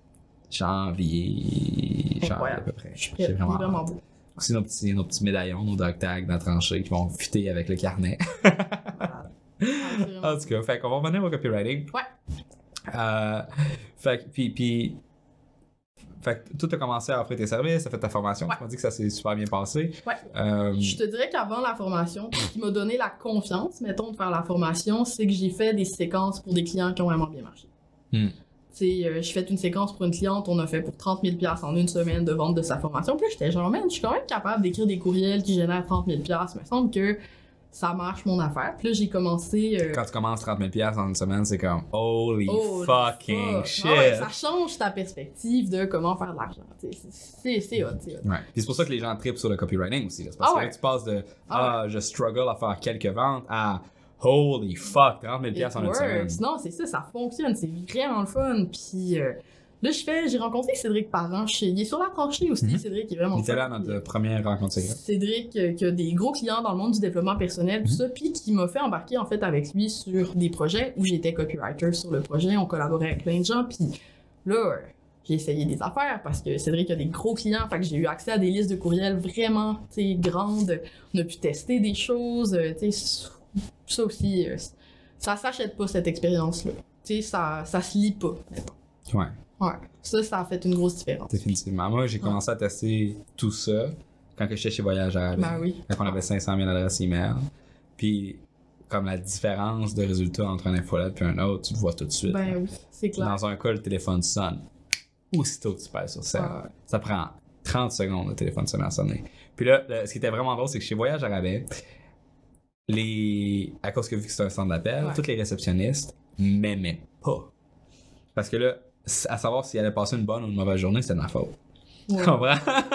Speaker 2: janvier, janvier à
Speaker 3: Incroyable.
Speaker 2: peu près.
Speaker 3: Je suis
Speaker 2: J'ai
Speaker 3: prête, il est vraiment beau.
Speaker 2: Aussi nos petits, nos petits médaillons, nos dog tags dans la tranchée qui vont fitter avec le carnet.
Speaker 3: Malade. Ah, c'est vraiment
Speaker 2: En tout cas, fait qu'on va revenir au copywriting.
Speaker 3: Ouais.
Speaker 2: Euh, fait que, puis, puis, Fait que toi, t'as commencé à offrir tes services, t'as fait ta formation,
Speaker 3: Ouais.
Speaker 2: tu m'as dit que ça s'est super bien passé.
Speaker 3: Ouais.
Speaker 2: Euh,
Speaker 3: Je te dirais qu'avant la formation, ce qui m'a donné la confiance, mettons, de faire la formation, c'est que j'ai fait des séquences pour des clients qui ont vraiment bien marché.
Speaker 2: Hmm.
Speaker 3: Tu sais, euh, j'ai fait une séquence pour une cliente, on a fait pour trente mille dollars en une semaine de vente de sa formation. Puis là, j'étais genre, man, je suis quand même capable d'écrire des courriels qui génèrent trente mille dollars. Il me semble que ça marche mon affaire. Puis là, j'ai commencé. Euh,
Speaker 2: Quand tu commences trente mille dollars en une semaine, c'est comme holy,
Speaker 3: Holy
Speaker 2: fucking
Speaker 3: fuck.
Speaker 2: shit.
Speaker 3: Ah ouais, ça change ta perspective de comment faire de l'argent. Tu sais, C'est c'est hot, c'est hot.
Speaker 2: Ouais. Puis c'est pour ça que les gens trippent sur le copywriting aussi. Là. C'est parce
Speaker 3: Ah
Speaker 2: que
Speaker 3: ouais.
Speaker 2: là, tu passes de
Speaker 3: Ah
Speaker 2: ah, je struggle à faire quelques ventes à holy fuck, trente mille dollars en une
Speaker 3: It
Speaker 2: semaine.
Speaker 3: works. Non, c'est ça, ça fonctionne. C'est vraiment le fun. Puis euh, là, je fais, j'ai rencontré Cédric Parent. Chez, il est sur la tranchée aussi.
Speaker 2: Mhm.
Speaker 3: Cédric il est vraiment
Speaker 2: Il était là à
Speaker 3: fun.
Speaker 2: notre première rencontre. c'est vrai.
Speaker 3: Cédric, euh, qui a des gros clients dans le monde du développement personnel, tout
Speaker 2: Mhm.
Speaker 3: ça, puis qui m'a fait embarquer en fait avec lui sur des projets où j'étais copywriter sur le projet. On collaborait avec plein de gens. Puis là, euh, j'ai essayé des affaires parce que Cédric a des gros clients. Fait que j'ai eu accès à des listes de courriels vraiment, tu sais, grandes. On a pu tester des choses. euh, Tu sais, ça aussi. euh, Ça s'achète pas, cette expérience-là. Tu sais, ça, ça se lit pas, mettons.
Speaker 2: Ouais,
Speaker 3: Ouais. Ça, ça a fait une grosse différence.
Speaker 2: définitivement. Moi, j'ai commencé à tester tout ça quand que j'étais chez Voyage Arabe.
Speaker 3: Ben oui.
Speaker 2: Quand on avait cinq cent mille adresses email. Puis, comme la différence de résultats entre un infolette et un autre, tu le vois tout de suite.
Speaker 3: Ben oui, c'est clair.
Speaker 2: Dans un cas, le téléphone sonne. Aussitôt que tu passes sur ça,
Speaker 3: Ouais.
Speaker 2: ça prend trente secondes le téléphone sonne à sonner. Puis là, le- ce qui était vraiment drôle, c'est que chez Voyage Arabe, les... à cause que vu que c'est un centre d'appel,
Speaker 3: Ouais.
Speaker 2: toutes les réceptionnistes m'aimaient pas. Parce que là, à savoir si elle allait passer une bonne ou une mauvaise journée, c'était de ma faute.
Speaker 3: Ouais.
Speaker 2: Tu comprends?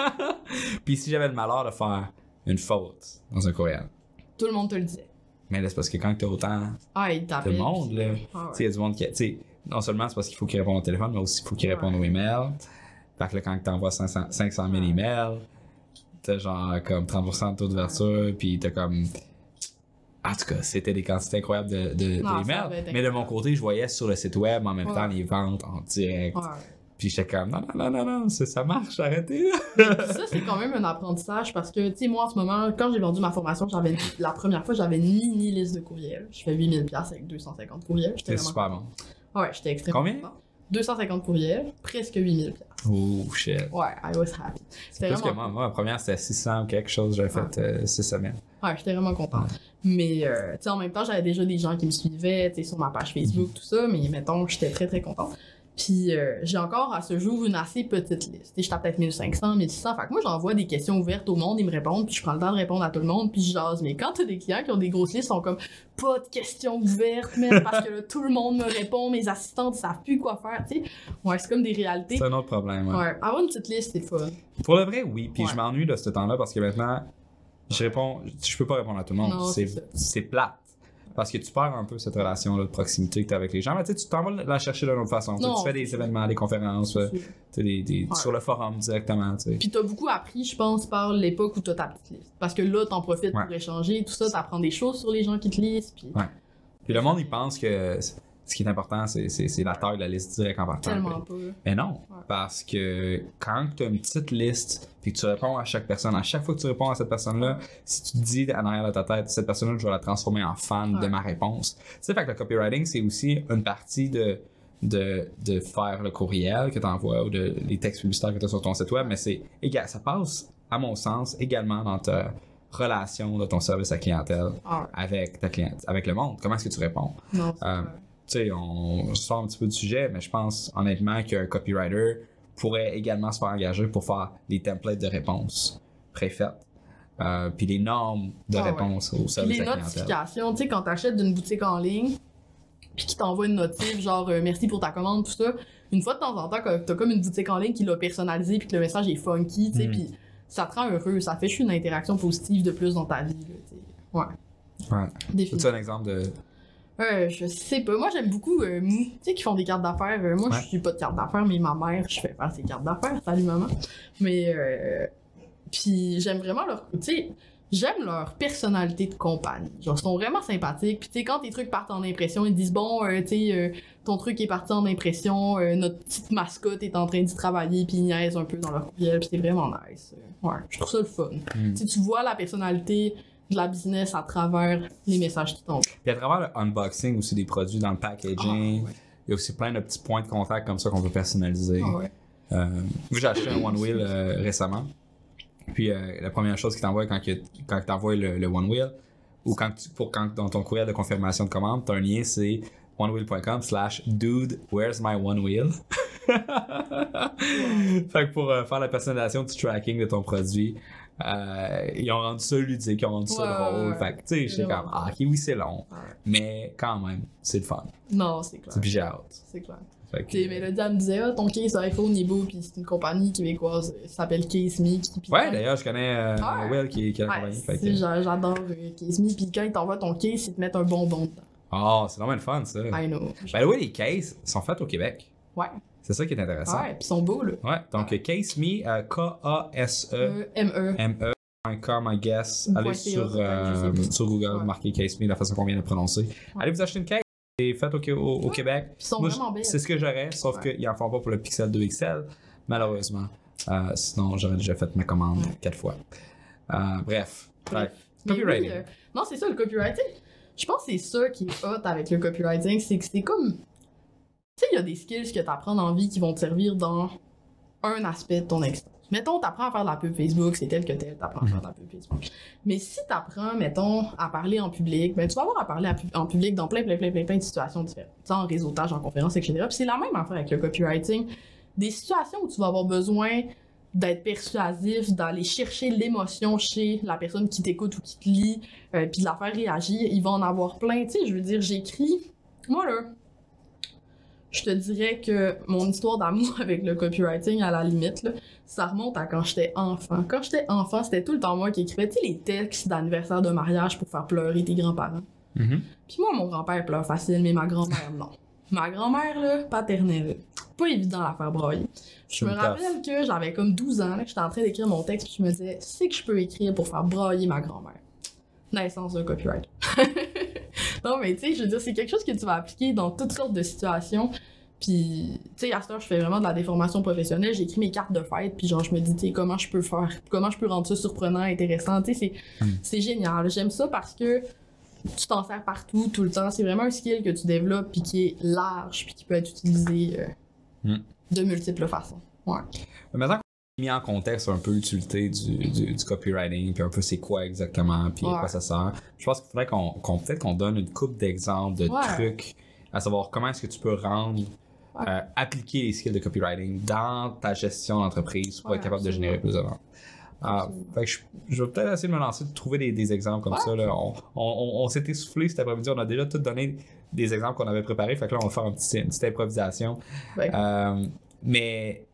Speaker 2: Puis si j'avais le malheur de faire une faute dans un courriel,
Speaker 3: Tout le monde te le disait.
Speaker 2: mais là, c'est parce que quand t'as autant
Speaker 3: Ah, il
Speaker 2: de
Speaker 3: t'appelle.
Speaker 2: monde,
Speaker 3: puis-
Speaker 2: là,
Speaker 3: Ah,
Speaker 2: tu sais, il y a du monde qui. Tu sais, non seulement c'est parce qu'il faut qu'il réponde au téléphone, mais aussi il faut qu'il
Speaker 3: Ouais.
Speaker 2: réponde aux emails. Fait que là, quand t'envoies cinq cents cinq cent mille emails, t'as genre comme trente pour cent de taux d'ouverture, puis t'as comme. En tout cas, c'était des quantités incroyables de, de,
Speaker 3: Non, ça
Speaker 2: d'emails.
Speaker 3: devait être
Speaker 2: Mais de mon
Speaker 3: incroyable.
Speaker 2: côté, je voyais sur le site web en même
Speaker 3: Ouais.
Speaker 2: temps les ventes en direct.
Speaker 3: Ouais.
Speaker 2: Puis j'étais comme, non, non, non, non, non, ça, ça marche, arrêtez là.
Speaker 3: Puis ça, c'est quand même un apprentissage parce que, tu sais, moi, en ce moment, quand j'ai vendu ma formation, j'avais la première fois, j'avais une mini liste de courriels. Je fais huit mille dollars avec deux cent cinquante courriels. J'étais
Speaker 2: C'était
Speaker 3: vraiment...
Speaker 2: super bon.
Speaker 3: Ouais, j'étais extrêmement
Speaker 2: Combien?
Speaker 3: content. deux cent cinquante courriels, presque huit mille dollars.
Speaker 2: Oh shit.
Speaker 3: Ouais, I was happy. C'était
Speaker 2: Plus que
Speaker 3: vraiment
Speaker 2: moi, moi, la première c'était six cents ou quelque chose, j'avais fait euh, six semaines.
Speaker 3: Ouais, j'étais vraiment contente. Mais, euh, tu sais, en même temps, j'avais déjà des gens qui me suivaient, tu sais, sur ma page Facebook, tout ça, mais mettons, j'étais très, très contente. Puis, euh, j'ai encore à ce jour une assez petite liste. Tu sais, je tape peut-être mille cinq cents, mille six cents. Fait que moi, j'envoie des questions ouvertes au monde, ils me répondent, puis je prends le temps de répondre à tout le monde, puis je jase. Mais quand t'as des clients qui ont des grosses listes, ils sont comme, pas de questions ouvertes, même, parce que là, tout le monde me répond, mes assistantes, ils savent plus quoi faire, tu sais. Ouais, c'est comme des réalités.
Speaker 2: C'est un autre problème. Ouais.
Speaker 3: Ouais, avoir une petite liste, c'est le fun.
Speaker 2: Pour le vrai, oui. Puis
Speaker 3: Ouais.
Speaker 2: je m'ennuie de ce temps-là parce que maintenant, je réponds, je peux pas répondre à tout le monde.
Speaker 3: Non,
Speaker 2: c'est,
Speaker 3: c'est ça.
Speaker 2: c'est plate. Parce que tu perds un peu cette relation-là de proximité que tu as avec les gens. Mais tu sais, tu t'en vas la chercher d'une autre façon. Tu sais,
Speaker 3: Non,
Speaker 2: tu fais des
Speaker 3: c'est
Speaker 2: événements, des conférences, euh, tu sais, des, des,
Speaker 3: Ouais.
Speaker 2: sur le forum directement. Tu sais.
Speaker 3: Puis t'as beaucoup appris, je pense, par l'époque où t'as ta petite liste. Parce que là, t'en profites
Speaker 2: Ouais.
Speaker 3: pour échanger, tout ça, t'apprends des choses sur les gens qui te lisent, puis
Speaker 2: Ouais. Puis le monde, il pense que ce qui est important, c'est, c'est, c'est la taille de la liste directe en partant.
Speaker 3: tellement pas.
Speaker 2: Mais non,
Speaker 3: Ouais.
Speaker 2: parce que quand tu as une petite liste puis que tu réponds à chaque personne, à chaque fois que tu réponds à cette personne-là, si tu te dis en arrière de ta tête, cette personne-là, je vais la transformer en fan
Speaker 3: Ouais.
Speaker 2: de ma réponse. Tu sais, fait que le copywriting, c'est aussi une partie de, de, de faire le courriel que tu envoies ou de, les textes publicitaires que tu as sur ton site web, mais c'est égal, ça passe, à mon sens, également dans ta relation de ton service à clientèle
Speaker 3: Ah ouais.
Speaker 2: avec ta cliente, avec le monde. Comment est-ce que tu réponds?
Speaker 3: Non, c'est
Speaker 2: Euh,
Speaker 3: vrai.
Speaker 2: Tu sais, on sort un petit peu du sujet, mais je pense honnêtement qu'un copywriter pourrait également se faire engager pour faire les templates de réponses préfaites, euh, puis les normes de
Speaker 3: Ah ouais.
Speaker 2: réponse au
Speaker 3: Puis
Speaker 2: service
Speaker 3: les
Speaker 2: à la clientèle.
Speaker 3: notifications, tu sais, quand t'achètes d'une boutique en ligne, puis qui t'envoie une notif, genre euh, merci pour ta commande, tout ça, une fois de temps en temps, quand t'as comme une boutique en ligne qui l'a personnalisé, puis que le message est funky, tu sais,
Speaker 2: Mm.
Speaker 3: puis ça te rend heureux, ça fait juste une interaction positive de plus dans ta vie, là, tu sais. Ouais,
Speaker 2: Ouais. C'est
Speaker 3: définitivement.
Speaker 2: un exemple de.
Speaker 3: Euh, je sais pas. Moi, j'aime beaucoup euh, Mou. Tu sais, qui font des cartes d'affaires. Euh, moi,
Speaker 2: Ouais.
Speaker 3: je suis pas de carte d'affaires, mais ma mère, je fais faire ses cartes d'affaires. Salut, maman. Mais, euh, puis j'aime vraiment leur. Tu sais, j'aime leur personnalité de compagnie. Genre, ils sont vraiment sympathiques. Puis, tu sais, quand tes trucs partent en impression, ils disent bon, euh, tu sais, euh, ton truc est parti en impression, euh, notre petite mascotte est en train d'y travailler, puis ils niaisent un peu dans leur courriel. Puis, c'est vraiment nice. Euh, Ouais, je trouve ça le fun.
Speaker 2: Mm.
Speaker 3: Tu sais, tu vois la personnalité de la business à travers les messages qui tombent.
Speaker 2: Puis à travers le unboxing aussi des produits dans le packaging,
Speaker 3: Ah, ouais.
Speaker 2: il y a aussi plein de petits points de contact comme ça qu'on peut personnaliser.
Speaker 3: Ah ouais.
Speaker 2: Euh, j'ai acheté un One Wheel euh, récemment. Puis euh, la première chose qu'il t'envoie quand, que, quand tu envoies le, le One Wheel, ou quand tu, pour quand dans ton courriel de confirmation de commande, tu as un lien, c'est onewheel.com slash dude, where's my One Wheel? Fait que pour euh, faire la personnalisation du tracking de ton produit, euh, ils ont rendu ça ludique, ils ont rendu ça
Speaker 3: Ouais,
Speaker 2: drôle.
Speaker 3: ouais,
Speaker 2: Fait que tu sais, j'étais comme, ah, ok, oui, c'est long,
Speaker 3: Ouais.
Speaker 2: mais quand même, c'est le fun.
Speaker 3: Non, c'est clair.
Speaker 2: C'est puis j'ai hâte.
Speaker 3: C'est clair.
Speaker 2: Fait que,
Speaker 3: T'sais, Mélodie, elle me disait, ah, ton case iPhone est beau, pis c'est une compagnie québécoise, ça s'appelle Case Me. Pis
Speaker 2: ouais,
Speaker 3: quand-
Speaker 2: d'ailleurs, je connais euh,
Speaker 3: Ouais.
Speaker 2: Will qui, qui a la
Speaker 3: Ouais,
Speaker 2: compagnie. Fait
Speaker 3: c'est-
Speaker 2: que...
Speaker 3: j'a- j'adore euh, Case Me, pis quand ils t'envoient ton case, ils te mettent un bonbon dedans.
Speaker 2: Oh, c'est vraiment le fun, ça.
Speaker 3: I know.
Speaker 2: Ben oui, les cases sont faites au Québec.
Speaker 3: Ouais.
Speaker 2: C'est ça qui est intéressant.
Speaker 3: Ouais, pis ils sont beaux, là.
Speaker 2: Ouais, donc
Speaker 3: Ouais.
Speaker 2: Case Me, euh, K A S E
Speaker 3: Euh, M E.
Speaker 2: M E point com, I guess.
Speaker 3: Ou
Speaker 2: Allez
Speaker 3: point C A,
Speaker 2: sur, euh,
Speaker 3: je sais pas.
Speaker 2: sur Google,
Speaker 3: Ouais.
Speaker 2: marquez Case Me, la façon qu'on vient de le prononcer. Allez vous acheter une case. C'est fait au, au, au Québec.
Speaker 3: Pis ils sont
Speaker 2: Moi,
Speaker 3: vraiment
Speaker 2: je-
Speaker 3: belles.
Speaker 2: c'est ce que j'aurais, sauf
Speaker 3: Ouais.
Speaker 2: qu'ils en font pas pour le Pixel deux X L, malheureusement. Euh, sinon, j'aurais déjà fait ma commande
Speaker 3: Ouais.
Speaker 2: quatre fois. Euh, bref.
Speaker 3: Bref.
Speaker 2: Fait,
Speaker 3: Mais
Speaker 2: copywriting.
Speaker 3: oui, euh, non, c'est ça, le copywriting. Je pense que c'est ça qui est hot avec le copywriting, c'est que c'est comme... Tu sais, il y a des skills que tu apprends dans la vie qui vont te servir dans un aspect de ton existence. Mettons, t'apprends à faire de la pub Facebook, c'est tel que tel, t'apprends à faire de la pub Facebook. Mais si t'apprends, mettons, à parler en public, ben tu vas avoir à parler à pu- en public dans plein, plein, plein, plein, plein de situations différentes. Tu sais, en réseautage, en conférence, et cetera. Puis c'est la même affaire avec le copywriting. Des situations où tu vas avoir besoin d'être persuasif, d'aller chercher l'émotion chez la personne qui t'écoute ou qui te lit, euh, puis de la faire réagir, il va en avoir plein. Tu sais, je veux dire, j'écris... Moi, là, je te dirais que mon histoire d'amour avec le copywriting, à la limite, là, ça remonte à quand j'étais enfant. Quand j'étais enfant, c'était tout le temps moi qui écrivais, tu sais, les textes d'anniversaire de mariage pour faire pleurer tes grands-parents.
Speaker 2: Mhm.
Speaker 3: Puis moi, mon grand-père pleure facile, mais ma grand-mère, non. Ma grand-mère, là, paternelle, pas évident à la faire broyer. Je
Speaker 2: C'est
Speaker 3: me
Speaker 2: tough.
Speaker 3: rappelle que j'avais comme douze ans, là, que j'étais en train d'écrire mon texte, puis je me disais, c'est que je peux écrire pour faire broyer ma grand-mère. Naissance d'un copyright. Non, mais tu sais, je veux dire, c'est quelque chose que tu vas appliquer dans toutes sortes de situations. Puis, tu sais, à ce temps, je fais vraiment de la déformation professionnelle. J'écris mes cartes de fête, puis genre, je me dis, tu sais, comment je peux faire, comment je peux rendre ça surprenant, intéressant. Tu sais, c'est,
Speaker 2: Mm.
Speaker 3: c'est génial. J'aime ça parce que tu t'en sers partout, tout le temps. C'est vraiment un skill que tu développes, puis qui est large, puis qui peut être utilisé euh,
Speaker 2: Mm.
Speaker 3: de multiples façons. Ouais.
Speaker 2: Mais maintenant qu'on a mis en contexte un peu l'utilité du, du, du copywriting, puis un peu c'est quoi exactement, puis à
Speaker 3: Ouais.
Speaker 2: quoi ça sert, je pense qu'il faudrait qu'on, qu'on peut-être qu'on donne une couple d'exemples de
Speaker 3: Ouais.
Speaker 2: trucs, à savoir comment est-ce que tu peux rendre,
Speaker 3: Ouais.
Speaker 2: euh, appliquer les skills de copywriting dans ta gestion d'entreprise pour
Speaker 3: Ouais,
Speaker 2: être capable de
Speaker 3: absolument.
Speaker 2: générer plus de ventes. Ah,
Speaker 3: Absolument.
Speaker 2: fait que je, je vais peut-être essayer de me lancer, de trouver des, des exemples comme
Speaker 3: Ouais.
Speaker 2: ça. Là. On, on, on, on s'est essoufflé cet après-midi, on a déjà tout donné des exemples qu'on avait préparés, fait que là on va faire un petit- une petite improvisation.
Speaker 3: Ouais.
Speaker 2: Euh, mais,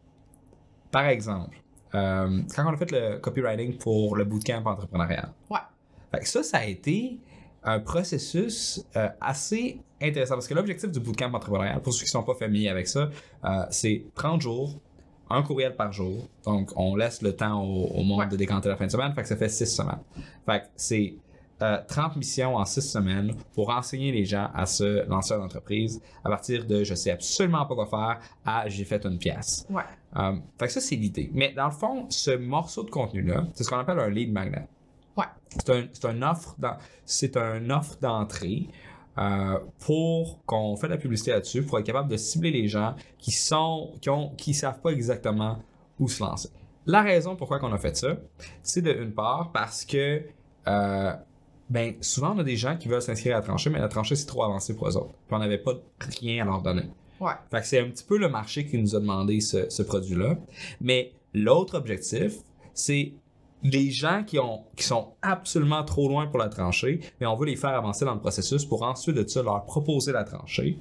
Speaker 2: par exemple, euh, quand on a fait le copywriting pour le bootcamp entrepreneurial,
Speaker 3: Ouais.
Speaker 2: fait que ça, ça a été un processus euh, assez intéressant parce que l'objectif du bootcamp entrepreneurial, pour ceux qui ne sont pas familiers avec ça, euh, c'est trente jours, un courriel par jour. Donc, on laisse le temps au, au monde
Speaker 3: Ouais.
Speaker 2: de décanter la fin de semaine, fait que ça fait six semaines. Fait que c'est euh, trente missions en six semaines pour enseigner les gens à se lancer en entreprise à partir de je sais absolument pas quoi faire à j'ai fait une pièce.
Speaker 3: Ouais.
Speaker 2: Euh, fait que ça, c'est l'idée. Mais dans le fond, ce morceau de contenu-là, c'est ce qu'on appelle un lead magnet.
Speaker 3: Ouais.
Speaker 2: C'est un, c'est un offre d'en- c'est un offre d'entrée euh, pour qu'on fait de la publicité là-dessus, pour être capable de cibler les gens qui sont qui ont qui savent pas exactement où se lancer. La raison pourquoi on a fait ça, c'est de une part parce que euh, ben souvent on a des gens qui veulent s'inscrire à la tranchée, mais la tranchée c'est trop avancé pour eux autres. Puis on n'avait pas rien à leur donner.
Speaker 3: Ouais.
Speaker 2: Fait que c'est un petit peu le marché qui nous a demandé ce, ce produit-là. Mais l'autre objectif, c'est les gens qui, ont, qui sont absolument trop loin pour la tranchée, mais on veut les faire avancer dans le processus pour ensuite de ça leur proposer la tranchée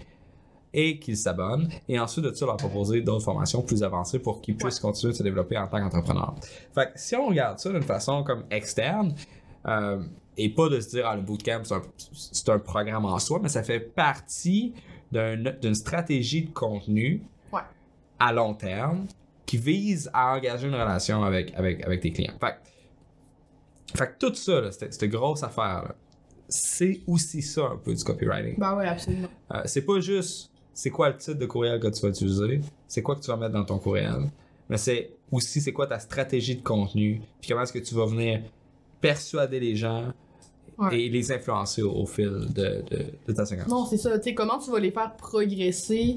Speaker 2: et qu'ils s'abonnent, et ensuite de ça leur proposer d'autres formations plus avancées pour qu'ils puissent continuer de se développer en tant qu'entrepreneurs. Fait que si on regarde ça d'une façon comme externe, euh, et pas de se dire ah, le bootcamp c'est un, c'est un programme en soi, mais ça fait partie d'un, d'une stratégie de contenu
Speaker 3: Ouais.
Speaker 2: à long terme qui vise à engager une relation avec, avec, avec tes clients. Fait, que- fait que tout ça, là, cette, cette grosse affaire, c'est aussi ça un peu du copywriting.
Speaker 3: Ben ouais, absolument.
Speaker 2: Euh, c'est pas juste c'est quoi le titre de courriel que tu vas utiliser, c'est quoi que tu vas mettre dans ton courriel, mais c'est aussi c'est quoi ta stratégie de contenu, puis comment est-ce que tu vas venir persuader les gens
Speaker 3: Ouais.
Speaker 2: et les influencer au, au fil de, de, de ta séquence.
Speaker 3: Non, c'est ça. Tu sais, comment tu vas les faire progresser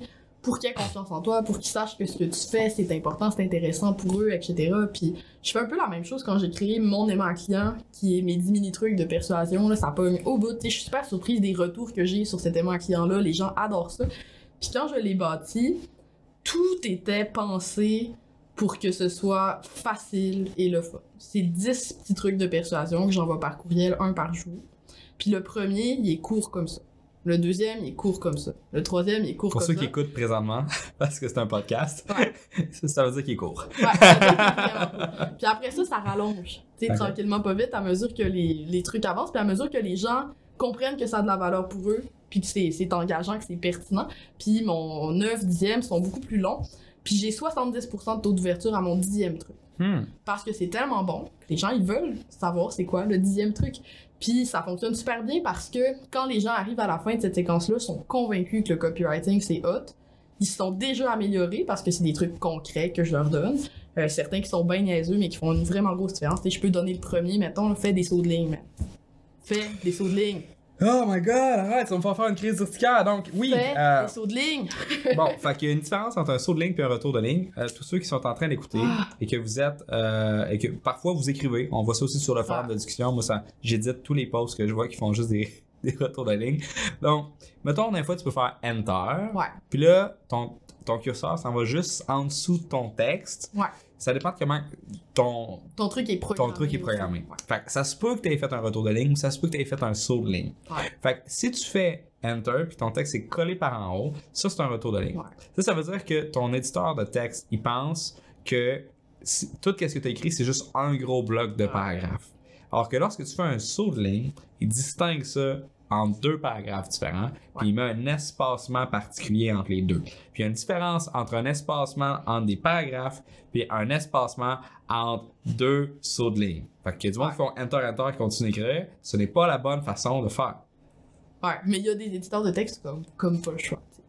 Speaker 3: pour qu'ils aient confiance en toi, pour qu'ils sachent que ce que tu fais, c'est important, c'est intéressant pour eux, et cetera. Puis je fais un peu la même chose quand j'ai créé mon aimant client, qui est mes dix mini-trucs de persuasion, là, ça pogne au bout. Je suis super surprise des retours que j'ai sur cet aimant client-là, les gens adorent ça. Puis quand je l'ai bâti, tout était pensé pour que ce soit facile et le fun. C'est dix petits trucs de persuasion que j'envoie par courriel, un par jour. Puis le premier, il est court comme ça. Le deuxième, il est court comme ça. Le troisième, il est court
Speaker 2: Pour
Speaker 3: comme
Speaker 2: ceux
Speaker 3: ça.
Speaker 2: qui écoutent présentement, parce que c'est un podcast,
Speaker 3: Ouais.
Speaker 2: ça, ça veut dire qu'il est court.
Speaker 3: Ouais, ça veut dire qu'il est vraiment court. Puis après ça, ça rallonge. Tu sais,
Speaker 2: Okay.
Speaker 3: tranquillement, pas vite, à mesure que les, les trucs avancent, puis à mesure que les gens comprennent que ça a de la valeur pour eux, puis que c'est, c'est engageant, que c'est pertinent. Puis mon neuf dixième sont beaucoup plus longs. Puis j'ai soixante-dix pour cent de taux d'ouverture à mon dixième truc.
Speaker 2: Hmm.
Speaker 3: Parce que c'est tellement bon que les gens, ils veulent savoir c'est quoi le dixième truc. Puis ça fonctionne super bien parce que quand les gens arrivent à la fin de cette séquence-là, sont convaincus que le copywriting, c'est hot. Ils se sont déjà améliorés parce que c'est des trucs concrets que je leur donne. Euh, certains qui sont bien niaiseux, mais qui font une vraiment grosse différence. Et je peux donner le premier, mettons, là, fais des sauts de ligne, man. Fais des sauts de ligne.
Speaker 2: Oh my god, arrête, ça va me faire faire une crise urticaire. Donc, oui.
Speaker 3: Fais
Speaker 2: euh,
Speaker 3: des sauts de ligne.
Speaker 2: Bon, fait qu'il y a une différence entre un saut de ligne et un retour de ligne. Euh, tous ceux qui sont en train d'écouter
Speaker 3: Ah.
Speaker 2: et que vous êtes euh, et que parfois vous écrivez, on voit ça aussi sur le forum
Speaker 3: Ah.
Speaker 2: de discussion. Moi, ça, j'édite tous les posts que je vois qui font juste des, des retours de ligne. Donc, mettons, des fois, tu peux faire Enter.
Speaker 3: Ouais.
Speaker 2: Puis là, ton, ton curseur s'en va juste en dessous de ton texte.
Speaker 3: Ouais.
Speaker 2: Ça dépend de comment ton,
Speaker 3: Ton truc est programmé.
Speaker 2: ton truc est programmé.
Speaker 3: Ouais.
Speaker 2: Fait que ça se peut que tu aies fait un retour de ligne ou ça se peut que tu aies fait un saut de ligne.
Speaker 3: Ouais.
Speaker 2: Fait que si tu fais Enter puis ton texte est collé par en haut, ça c'est un retour de ligne.
Speaker 3: Ouais.
Speaker 2: Ça, ça veut dire que ton éditeur de texte, il pense que si- tout ce que tu as écrit, c'est juste un gros bloc de
Speaker 3: Ouais.
Speaker 2: paragraphes. Alors que lorsque tu fais un saut de ligne, il distingue ça en deux paragraphes différents, puis il met un espacement particulier entre les deux. Puis il y a une différence entre un espacement entre des paragraphes puis un espacement entre deux sauts de ligne. Fait qu'il y a du monde qui font Enter, Enter, qui continuent d'écrire. Ce n'est pas la bonne façon de faire.
Speaker 3: Ouais, mais il y a des éditeurs de texte comme, comme pas le choix. T'sais.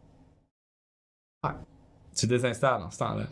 Speaker 2: Tu désinstalles dans ce temps-là.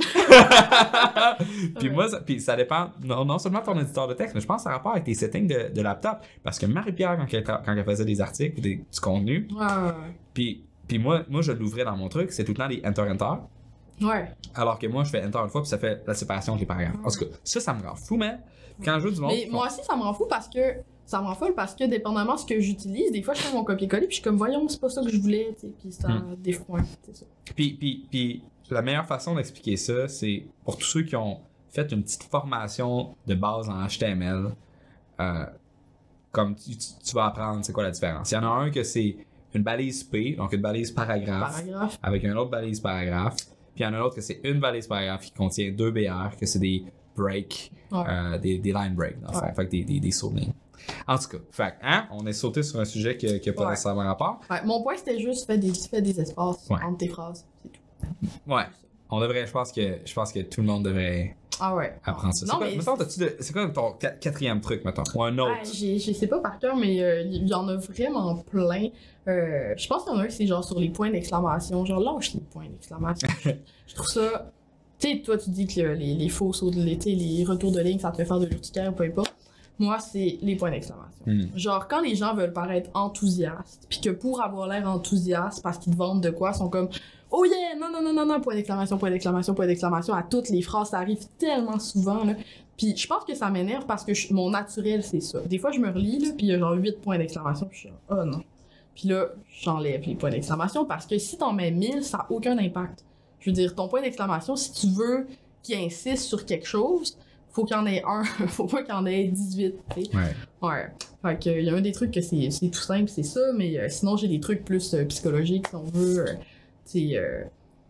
Speaker 2: puis
Speaker 3: Ouais.
Speaker 2: moi, ça, puis ça dépend non, non seulement de ton éditeur de texte, mais je pense que ça a rapport avec tes settings de, de laptop. Parce que Marie-Pierre, quand elle, tra- quand elle faisait des articles ou des, du contenu,
Speaker 3: Ouais, ouais,
Speaker 2: puis, puis moi, moi, je l'ouvrais dans mon truc, c'est tout le temps des Enter, Enter.
Speaker 3: ouais. Ouais.
Speaker 2: Alors que moi, je fais Enter une fois, puis ça fait la séparation entre les paragraphes. En tout cas, ça, ça me rend fou, mais quand je veux du monde.
Speaker 3: Mais
Speaker 2: qui
Speaker 3: moi
Speaker 2: font-
Speaker 3: aussi, ça me rend fou parce que. Ça me rend folle parce que, dépendamment de ce que j'utilise, des fois, je fais mon copier-coller, puis je suis comme, voyons, c'est pas ça que je voulais, tu sais, puis ça
Speaker 2: Hmm.
Speaker 3: défoule, c'est ça.
Speaker 2: Puis, puis, puis la meilleure façon d'expliquer ça, c'est pour tous ceux qui ont fait une petite formation de base en H T M L, euh, comme tu, tu- tu vas apprendre c'est quoi la différence. Il y en a un que c'est une balise P, donc une balise paragraphe,
Speaker 3: Paragraphe.
Speaker 2: avec une autre balise paragraphe. Puis il y en a un autre que c'est une balise paragraphe qui contient deux B R, que c'est des breaks,
Speaker 3: Ouais.
Speaker 2: euh, des, des line breaks, dans le fond.
Speaker 3: Ouais.
Speaker 2: Fait que des, des, des sauts de ligne. En tout cas, fait que, hein, on est sauté sur un sujet qui n'a pas
Speaker 3: Ouais.
Speaker 2: nécessairement rapport.
Speaker 3: Ouais, mon point, c'était juste, fais des, fais des espaces
Speaker 2: Ouais.
Speaker 3: entre tes phrases, c'est tout.
Speaker 2: Ouais. On devrait, je pense que, je pense que tout le monde devrait
Speaker 3: Ah ouais.
Speaker 2: apprendre ça.
Speaker 3: Non,
Speaker 2: c'est quoi,
Speaker 3: mais
Speaker 2: mettons, t'as-tu de- c'est quoi ton qua- quatrième truc, mettons? Ou un autre?
Speaker 3: Ouais, j'ai- je sais pas par cœur, mais euh, il y en a vraiment plein. Euh, je pense qu'il y en a un, c'est genre sur les points d'exclamation. Genre, lâche les points d'exclamation. Je trouve ça. Tu sais, toi, tu dis que les, les faux sauts de l'été, les retours de ligne, ça te fait faire de l'urticaire, peu importe. Moi, c'est les points d'exclamation.
Speaker 2: Hmm.
Speaker 3: Genre, quand les gens veulent paraître enthousiastes, puis que pour avoir l'air enthousiaste parce qu'ils te vendent de quoi, sont comme oh yeah, non, non, non, non, non, point d'exclamation, point d'exclamation, point d'exclamation, à toutes les phrases, ça arrive tellement souvent, là. Puis je pense que ça m'énerve parce que je- mon naturel, c'est ça. Des fois, je me relis, là, puis il y a genre huit points d'exclamation, puis je suis genre, oh non. Puis là, j'enlève les points d'exclamation parce que si t'en mets mille, ça n'a aucun impact. Je veux dire, ton point d'exclamation, si tu veux qu'il insiste sur quelque chose, faut qu'il y en ait un, faut pas qu'il y en ait dix-huit, tu sais.
Speaker 2: Ouais.
Speaker 3: Ouais. Fait que, il y a un des trucs que c'est c'est tout simple, c'est ça, mais euh, sinon, j'ai des trucs plus euh, psychologiques, si on veut, euh, tu sais, euh,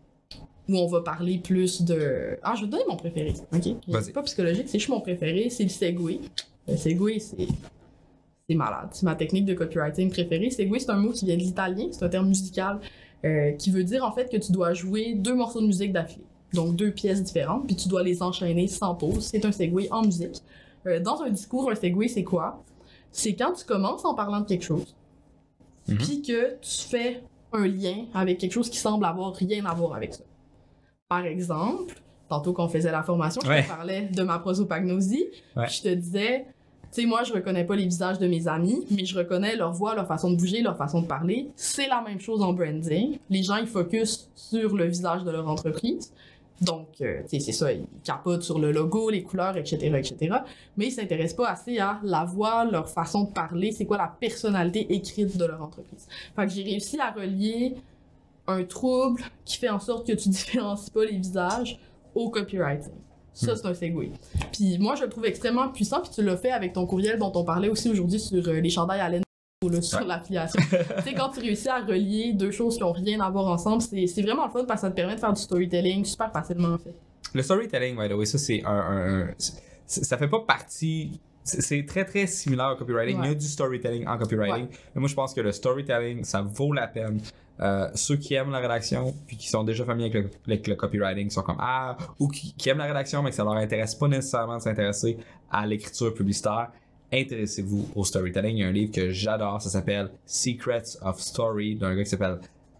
Speaker 3: où on va parler plus de... Ah, je vais te donner mon préféré, ok?
Speaker 2: Vas-y.
Speaker 3: C'est pas psychologique, c'est juste mon préféré, c'est le segway. Le segway, c'est... C'est malade. C'est ma technique de copywriting préférée. Segway, c'est un mot qui vient de l'italien, c'est un terme musical euh, qui veut dire en fait que tu dois jouer deux morceaux de musique d'affilée. Donc deux pièces différentes, puis tu dois les enchaîner sans pause. C'est un segway en musique. Euh, dans un discours, un segway, c'est quoi? C'est quand tu commences en parlant de quelque chose,
Speaker 2: Mhm.
Speaker 3: puis que tu fais un lien avec quelque chose qui semble avoir rien à voir avec ça. Par exemple, tantôt qu'on faisait la formation, je
Speaker 2: Ouais.
Speaker 3: te parlais de ma prosopagnosie,
Speaker 2: Ouais.
Speaker 3: puis je te disais, sais, moi, je reconnais pas les visages de mes amis, mais je reconnais leur voix, leur façon de bouger, leur façon de parler. C'est la même chose en branding. Les gens, ils focusent sur le visage de leur entreprise. Donc, euh, tu sais, c'est ça, ils capotent sur le logo, les couleurs, et cetera, et cetera. Mais ils s'intéressent pas assez à la voix, leur façon de parler, c'est quoi la personnalité écrite de leur entreprise. Fait que j'ai réussi à relier un trouble qui fait en sorte que tu différencies pas les visages au copywriting. Ça, c'est un segue. Puis moi, je le trouve extrêmement puissant, puis tu l'as fait avec ton courriel dont on parlait aussi aujourd'hui sur euh, les chandails à laine, là, sur ouais. l'affiliation. Tu sais, quand tu réussis à relier deux choses qui n'ont rien à voir ensemble, c'est, c'est vraiment le fun parce que ça te permet de faire du storytelling super facilement, en fait.
Speaker 2: Le storytelling, by the way, ça, c'est un... un, un c'est, ça fait pas partie... C'est, c'est très, très similaire au copywriting. Ouais. Il y a du storytelling en copywriting. Ouais. Mais moi, je pense que le storytelling, ça vaut la peine. Euh, ceux qui aiment la rédaction puis qui sont déjà familiers avec le, avec le copywriting sont comme ah ou qui, qui aiment la rédaction mais que ça leur intéresse pas nécessairement de s'intéresser à l'écriture publicitaire, intéressez-vous au storytelling. Il y a un livre que j'adore, ça s'appelle Secrets of Story d'un gars qui s'appelle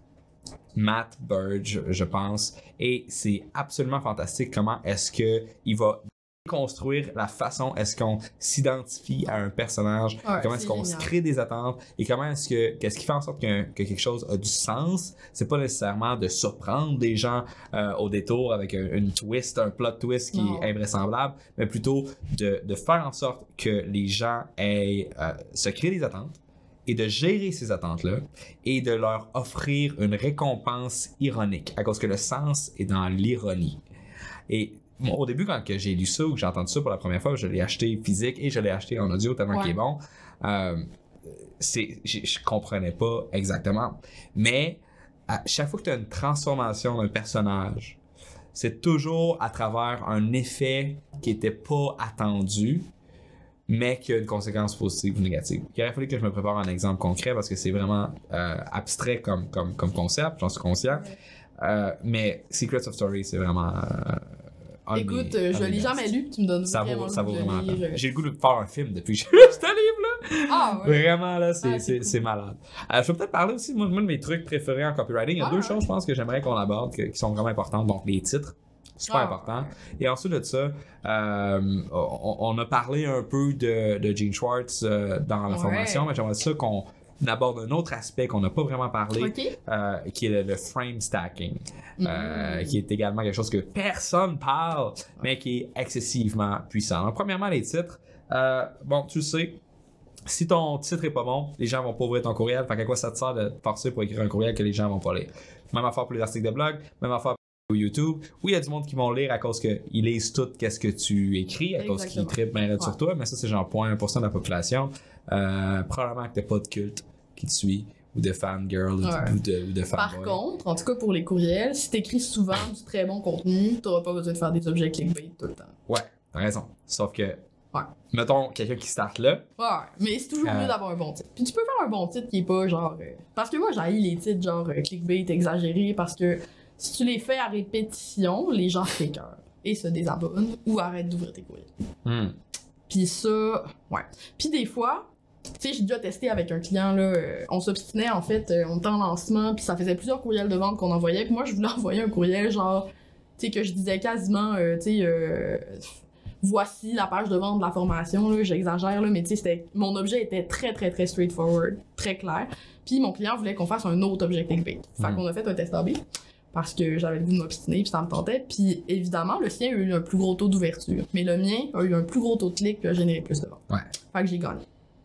Speaker 2: Matt Burge, je pense, et c'est absolument fantastique comment est-ce que il va construire la façon est-ce qu'on s'identifie à un personnage, ouais, comment est-ce qu'on génial. se crée des attentes et comment est-ce que qu'est-ce qui fait en sorte que, que quelque chose a du sens. C'est pas nécessairement de surprendre des gens euh, au détour avec un, une twist, un plot twist qui non. est invraisemblable, mais plutôt de, de faire en sorte que les gens aient euh, se créent des attentes et de gérer ces attentes-là et de leur offrir une récompense ironique à cause que le sens est dans l'ironie. Et bon, au début, quand que j'ai lu ça ou que j'ai entendu ça pour la première fois, je l'ai acheté physique et je l'ai acheté en audio tellement ouais. qu'il est bon. Euh, c'est, je, je comprenais pas exactement. Mais à chaque fois que tu as une transformation d'un personnage, c'est toujours à travers un effet qui était pas attendu, mais qui a une conséquence positive ou négative. Il aurait fallu que je me prépare un exemple concret parce que c'est vraiment euh, abstrait comme, comme, comme concept, j'en suis conscient. Euh, mais Secrets of Story, c'est vraiment... Euh,
Speaker 3: Un Écoute, mes, je l'ai jamais lu, tu me donnes
Speaker 2: ça
Speaker 3: vraiment
Speaker 2: vaut, ça vaut vraiment la peine. J'ai le goût de faire un film depuis que j'ai
Speaker 3: lu
Speaker 2: ce livre-là.
Speaker 3: Ah ouais.
Speaker 2: Vraiment, là, c'est,
Speaker 3: ah,
Speaker 2: c'est,
Speaker 3: cool.
Speaker 2: c'est malade. Euh, je peux peut-être parler aussi, moi, moi, de mes trucs préférés en copywriting. Il y a ah, deux ouais. choses, je pense, que j'aimerais qu'on aborde, que, qui sont vraiment importantes. Donc, les titres, super ah, important. Ouais. Et ensuite de ça, euh, on, on a parlé un peu de, de Gene Schwartz euh, dans la ouais. formation, mais j'aimerais ça qu'on aborde un autre aspect qu'on n'a pas vraiment parlé,
Speaker 3: okay.
Speaker 2: euh, qui est le, le frame stacking, mm-hmm. euh, qui est également quelque chose que personne parle, mais qui est excessivement puissant. Donc, premièrement, les titres. Euh, bon, tu le sais, si ton titre est pas bon, les gens vont pas ouvrir ton courriel. Fait qu'à quoi ça te sert de te forcer pour écrire un courriel que les gens vont pas lire? Même affaire pour les articles de blog, même affaire pour YouTube. Oui, il y a du monde qui vont lire à cause qu'ils lisent tout qu'est-ce que tu écris, à Exactement. cause qu'ils trippent bien ouais. sur toi, mais ça, c'est genre zéro virgule un pour cent de la population. Euh, probablement que t'as pas de culte qui te suit, ou de fangirl, ouais. ou de, ou de fanboy.
Speaker 3: Par contre, en tout cas pour les courriels, si t'écris souvent du très bon contenu, t'auras pas besoin de faire des objets clickbait tout le temps.
Speaker 2: Ouais, t'as raison. Sauf que,
Speaker 3: ouais.
Speaker 2: mettons quelqu'un qui start là.
Speaker 3: Ouais, mais c'est toujours euh... mieux d'avoir un bon titre. Puis tu peux faire un bon titre qui est pas genre... Euh... Parce que moi, j'haïs les titres genre euh, clickbait exagérés, parce que si tu les fais à répétition, les gens s'écœurent et se désabonnent ou arrêtent d'ouvrir tes courriels.
Speaker 2: Mm.
Speaker 3: Puis ça, ouais. Puis des fois... Tu sais, j'ai déjà testé avec un client, là, euh, on s'obstinait, en fait, euh, on était en lancement, puis ça faisait plusieurs courriels de vente qu'on envoyait, puis moi, je voulais envoyer un courriel, genre, tu sais, que je disais quasiment, euh, tu sais, euh, voici la page de vente de la formation, là, j'exagère, là, mais tu sais, c'était, mon objet était très, très, très straightforward, très clair, puis mon client voulait qu'on fasse un autre objet clickbait. Fait mmh. qu'on a fait un test A B, parce que j'avais le goût de m'obstiner, puis ça me tentait, puis évidemment, le sien a eu un plus gros taux d'ouverture, mais le mien a eu un plus gros tau de clic, puis a généré plus de ventes.
Speaker 2: Ouais.
Speaker 3: Fait que j'ai gagné.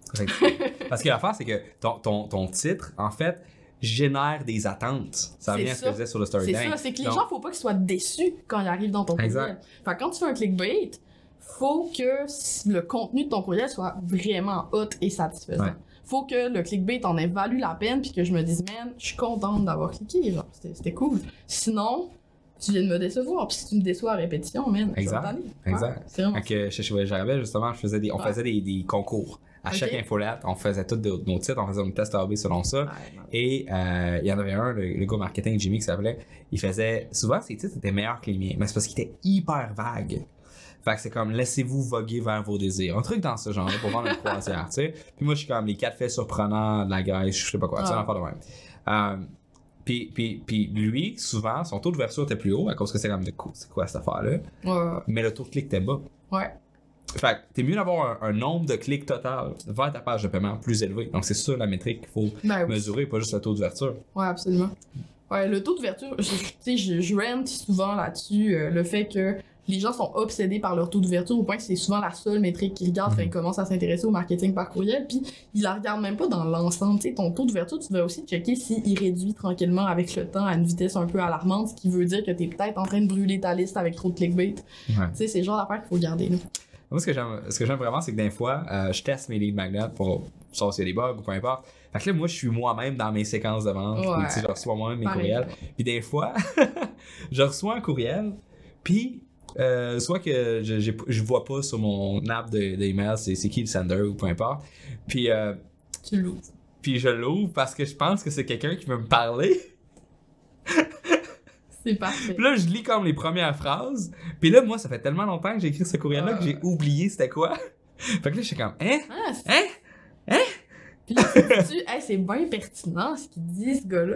Speaker 2: Parce que l'affaire, c'est que ton, ton, ton titre, en fait, génère des attentes. Ça revient à ce que je disais sur le storytelling.
Speaker 3: C'est ça, c'est que les Donc... gens, faut pas qu'ils soient déçus quand ils arrivent dans ton courriel. Exact. Fait que quand tu fais un clickbait, faut que le contenu de ton courriel soit vraiment hot et satisfaisant. Ouais. Faut que le clickbait en ait valu la peine puis que je me dise, man, je suis contente d'avoir cliqué, genre, c'était, c'était cool. Sinon, tu viens de me décevoir, puis si tu me déçois à répétition, man,
Speaker 2: exact.
Speaker 3: Ouais,
Speaker 2: exact.
Speaker 3: C'est vraiment
Speaker 2: que chez j'arrivais, justement, je faisais des, on ouais. faisait des, des concours. À okay. chaque infolette, on faisait tous nos titres, on faisait un test A B selon ça. Ouais, et euh, il y en avait un, le, le gars marketing, Jimmy, qui s'appelait, il faisait... Souvent, ses titres étaient meilleurs que les miens, mais c'est parce qu'il était hyper vague. Fait que c'est comme, laissez-vous voguer vers vos désirs. Un truc dans ce genre-là pour vendre une croisière, tu sais. Puis moi, je suis comme, les quatre faits surprenants de la Grèce, je sais pas quoi, tu sais, l'enfant de même. Euh, Puis, puis, puis lui, souvent, son taux d'ouverture était plus haut à cause que c'est comme de quoi, c'est quoi cette affaire-là.
Speaker 3: Ouais.
Speaker 2: Mais le taux de clic était bas.
Speaker 3: Ouais.
Speaker 2: Fait que t'es mieux d'avoir un, un nombre de clics total vers ta page de paiement plus élevé. Donc c'est ça la métrique qu'il faut
Speaker 3: Ben oui.
Speaker 2: mesurer, pas juste le taux d'ouverture.
Speaker 3: Ouais, absolument. Ouais, le taux d'ouverture, je- tu sais, je, je rant souvent là-dessus, euh, le fait que les gens sont obsédés par leur taux d'ouverture au point que c'est souvent la seule métrique qu'ils regardent quand ils commencent à s'intéresser au marketing par courriel, puis ils la regardent même pas dans l'ensemble. Tu sais, ton taux d'ouverture, tu dois aussi checker s'il réduit tranquillement avec le temps à une vitesse un peu alarmante, ce qui veut dire que t'es peut-être en train de brûler ta liste avec trop de clickbait.
Speaker 2: Ouais.
Speaker 3: Tu sais, c'est le genre d'affaires qu'il faut garder, là.
Speaker 2: Moi, ce que j'aime, ce que j'aime vraiment, c'est que des fois, euh, je teste mes lead magnets pour savoir s'il y a des bugs ou peu importe. Fait que là, moi, je suis moi-même dans mes séquences de vente.
Speaker 3: Ouais.
Speaker 2: Tu sais, je reçois moi-même mes
Speaker 3: Pareil.
Speaker 2: courriels. Puis des fois, je reçois un courriel, puis euh, soit que je, j'ai- je vois pas sur mon app de, d'email c'est, c'est qui le sender ou peu importe. Puis, euh,
Speaker 3: Tu l'ouvres.
Speaker 2: puis je l'ouvre parce que je pense que c'est quelqu'un qui veut me parler.
Speaker 3: C'est parfait.
Speaker 2: Puis là, je lis comme les premières phrases. Puis là, moi, ça fait tellement longtemps que j'ai écrit ce courriel-là que j'ai oublié c'était quoi. Fait que là, je suis comme, hein?
Speaker 3: Ah, c'est...
Speaker 2: Hein?
Speaker 3: Puis là, tu te dis, hey, c'est bien pertinent ce qu'il dit, ce gars-là.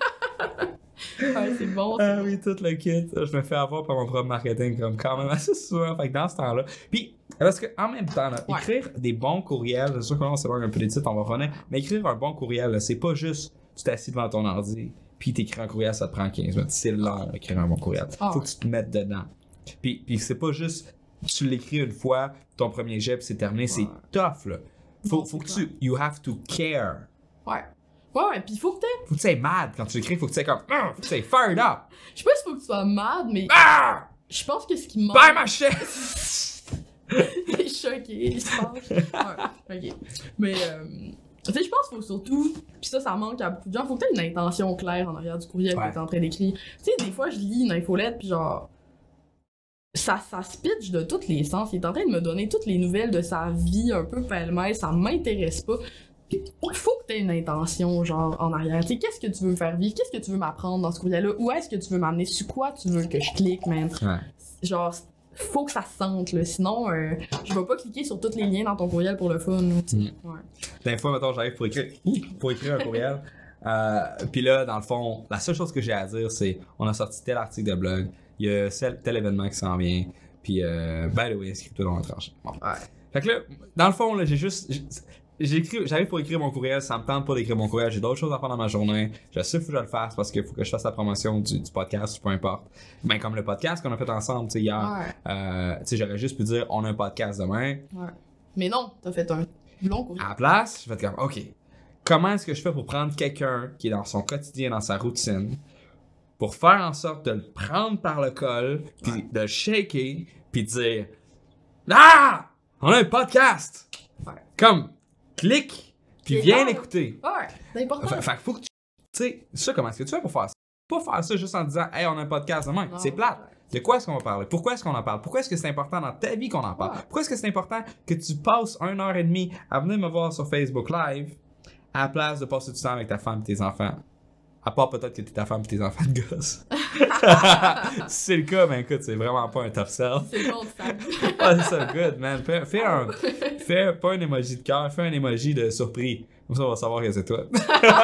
Speaker 3: Ouais, c'est bon. c'est
Speaker 2: Ah
Speaker 3: bon.
Speaker 2: oui, tout le kit. Je me fais avoir par mon propre marketing comme quand même assez souvent. Fait que dans ce temps-là. Puis, parce qu'en même temps, là,
Speaker 3: Ouais.
Speaker 2: écrire des bons courriels, c'est sûr que là, on s'éloigne un peu des titres, on va revenir. Mais écrire un bon courriel, là, c'est pas juste tu t'assis devant ton ordi, puis t'écris un courriel, ça te prend quinze minutes. C'est l'heure d'écrire un bon courriel.
Speaker 3: Ah
Speaker 2: Faut
Speaker 3: ouais.
Speaker 2: que tu te mettes dedans. Puis, puis c'est pas juste tu l'écris une fois, ton premier jet, puis c'est terminé. C'est tough, là. Faut,
Speaker 3: Non,
Speaker 2: faut que
Speaker 3: c'est
Speaker 2: tu. You have to care.
Speaker 3: Ouais. Ouais, ouais, pis faut que t'aies.
Speaker 2: Faut que tu sois mad quand tu l'écris. Faut que tu sois comme. Ah! Faut que tu sois fired up.
Speaker 3: Je sais pas s'il faut que tu sois mad, mais
Speaker 2: Ah!
Speaker 3: je pense que ce qui manque.
Speaker 2: Bye ma chaise!
Speaker 3: Il est choqué, il se fâche. Ouais, ok. Mais, euh, tu sais, je pense qu'il faut surtout, pis ça, ça manque à beaucoup de gens, faut que t'aies une intention claire en arrière du courriel
Speaker 2: Ouais.
Speaker 3: que t'es en train d'écrire. Tu sais, des fois, je lis une infolette, pis genre, ça, ça se pitch de tous les sens. Il est en train de me donner toutes les nouvelles de sa vie, un peu pêle-mêle, ça m'intéresse pas. Il faut que t'aies une intention, genre, en arrière. Tu sais, qu'est-ce que tu veux me faire vivre? Qu'est-ce que tu veux m'apprendre dans ce courriel-là? Où est-ce que tu veux m'amener? Sur quoi tu veux que je clique, man?
Speaker 2: Ouais.
Speaker 3: Genre, faut que ça se sente, là. Sinon, euh, je vais pas cliquer sur tous les liens dans ton courriel pour le fun. là, tu sais.
Speaker 2: Mm.
Speaker 3: Ouais.
Speaker 2: Des fois, mettons, j'arrive pour écrire, pour écrire un courriel. Euh, Puis là, dans le fond, la seule chose que j'ai à dire, c'est on a sorti tel article de blog, il y a tel, tel événement qui s'en vient, puis euh, by the way, inscris-toi dans la tranche. Bon.
Speaker 3: Ouais.
Speaker 2: Fait que là, dans le fond, là, j'ai juste. j'ai- J'écris, j'arrive pour écrire mon courriel, ça me tente pas d'écrire mon courriel, j'ai d'autres choses à faire dans ma journée. Je sais qu'il faut que je le fasse parce qu'il faut que je fasse la promotion du, du podcast, peu importe. Ben, comme le podcast qu'on a fait ensemble, tu sais, hier.
Speaker 3: Ouais.
Speaker 2: Euh, tu sais, j'aurais juste pu dire on a un podcast demain.
Speaker 3: Ouais. Mais non, t'as fait un long courriel.
Speaker 2: À la place, je vais être comme, OK, comment est-ce que je fais pour prendre quelqu'un qui est dans son quotidien, dans sa routine, pour faire en sorte de le prendre par le col, puis
Speaker 3: Ouais.
Speaker 2: de le shaker, puis de dire, ah, on a un podcast!
Speaker 3: Ouais.
Speaker 2: Comme, clique, puis
Speaker 3: Et
Speaker 2: viens
Speaker 3: là-
Speaker 2: l'écouter.
Speaker 3: Ouais, c'est important.
Speaker 2: Fait, fait que faut que tu. Tu sais, ça, comment est-ce que tu fais pour faire ça? Pas faire ça juste en disant, hey, on a un podcast demain.
Speaker 3: Non.
Speaker 2: C'est plate. De quoi est-ce qu'on va parler? Pourquoi est-ce qu'on en parle? Pourquoi est-ce que c'est important dans ta vie qu'on en parle?
Speaker 3: Ouais.
Speaker 2: Pourquoi est-ce que c'est important que tu passes une heure et demie à venir me voir sur Facebook Live à la place de passer du temps avec ta femme et tes enfants? À part peut-être que t'es ta femme et tes enfants de gosse. Si c'est le cas, ben écoute, c'est vraiment pas un top sell.
Speaker 3: C'est bon, ça.
Speaker 2: Ah, c'est ça, good, man. Fais, fais un. Fais pas un emoji de cœur, fais un emoji de surpris. Comme ça, on va savoir que c'est toi.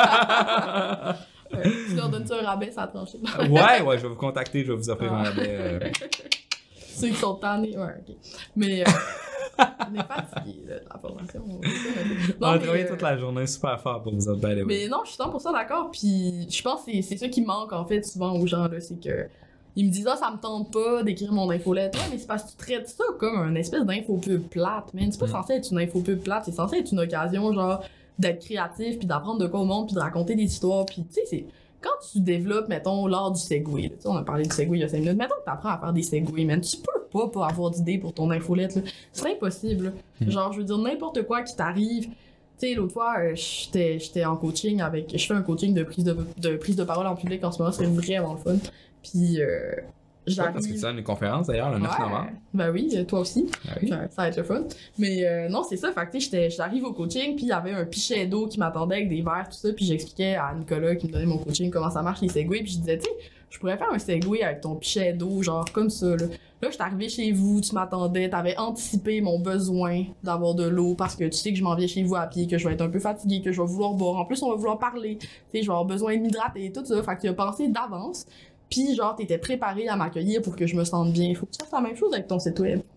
Speaker 3: Ouais. Tu leur donnes-tu un rabais, ça a tranché.
Speaker 2: Ouais, ouais, je vais vous contacter, je vais vous offrir un rabais. euh,
Speaker 3: Ceux qui sont tannés, ouais, ok. Mais, euh, on est fatigués, là, de la formation. on est ça, mais-
Speaker 2: On a
Speaker 3: mais,
Speaker 2: travaillé
Speaker 3: euh,
Speaker 2: toute la journée super fort pour vous autres, by the way.
Speaker 3: Mais non, je suis cent pour cent d'accord, puis je pense que c'est- c'est ça qui manque en fait souvent aux gens, là, c'est que ils me disent ah ça me tente pas d'écrire mon infolette. Ouais, mais c'est parce que tu traites ça comme une espèce d'infopub plate, man. C'est pas
Speaker 2: Mm.
Speaker 3: censé être une infopub plate, c'est censé être une occasion genre d'être créatif puis d'apprendre de quoi au monde puis de raconter des histoires puis tu sais c'est quand tu développes mettons l'art du segway, là, tu sais, on a parlé du segway il y a cinq minutes, mettons que t'apprends à faire des segways, man, tu peux pas pas avoir d'idée pour ton infolette là. C'est impossible. là.
Speaker 2: Mm.
Speaker 3: Genre je veux dire n'importe quoi qui t'arrive. Tu sais, l'autre fois, euh, j'étais j'étais en coaching avec. Je fais un coaching de prise de, de prise de parole en public en ce moment, c'est vraiment le fun. Puis, euh,
Speaker 2: Ouais,
Speaker 3: j'arrive.
Speaker 2: parce que tu donnes une conférence d'ailleurs le neuf
Speaker 3: Ouais.
Speaker 2: novembre.
Speaker 3: Ben oui, euh, toi aussi.
Speaker 2: Ah oui.
Speaker 3: Euh, Ça va être le fun. Mais euh, non, c'est ça. Fait que tu sais, j'étais- j'arrive au coaching, puis il y avait un pichet d'eau qui m'attendait avec des verres, tout ça. Puis j'expliquais à Nicolas qui me donnait mon coaching comment ça marche les segways. Puis je disais, tu sais, je pourrais faire un segway avec ton pichet d'eau, genre comme ça. Là, là j'étais arrivée chez vous, tu m'attendais, t'avais anticipé mon besoin d'avoir de l'eau parce que tu sais que je m'en viens chez vous à pied, que je vais être un peu fatiguée, que je vais vouloir boire. En plus, on va vouloir parler. Tu sais, je vais avoir besoin de m'hydrater et tout ça. Fait que tu as pensé d'avance. Puis genre, t'étais préparé à m'accueillir pour que je me sente bien. Faut que tu fasses la même chose avec ton site web.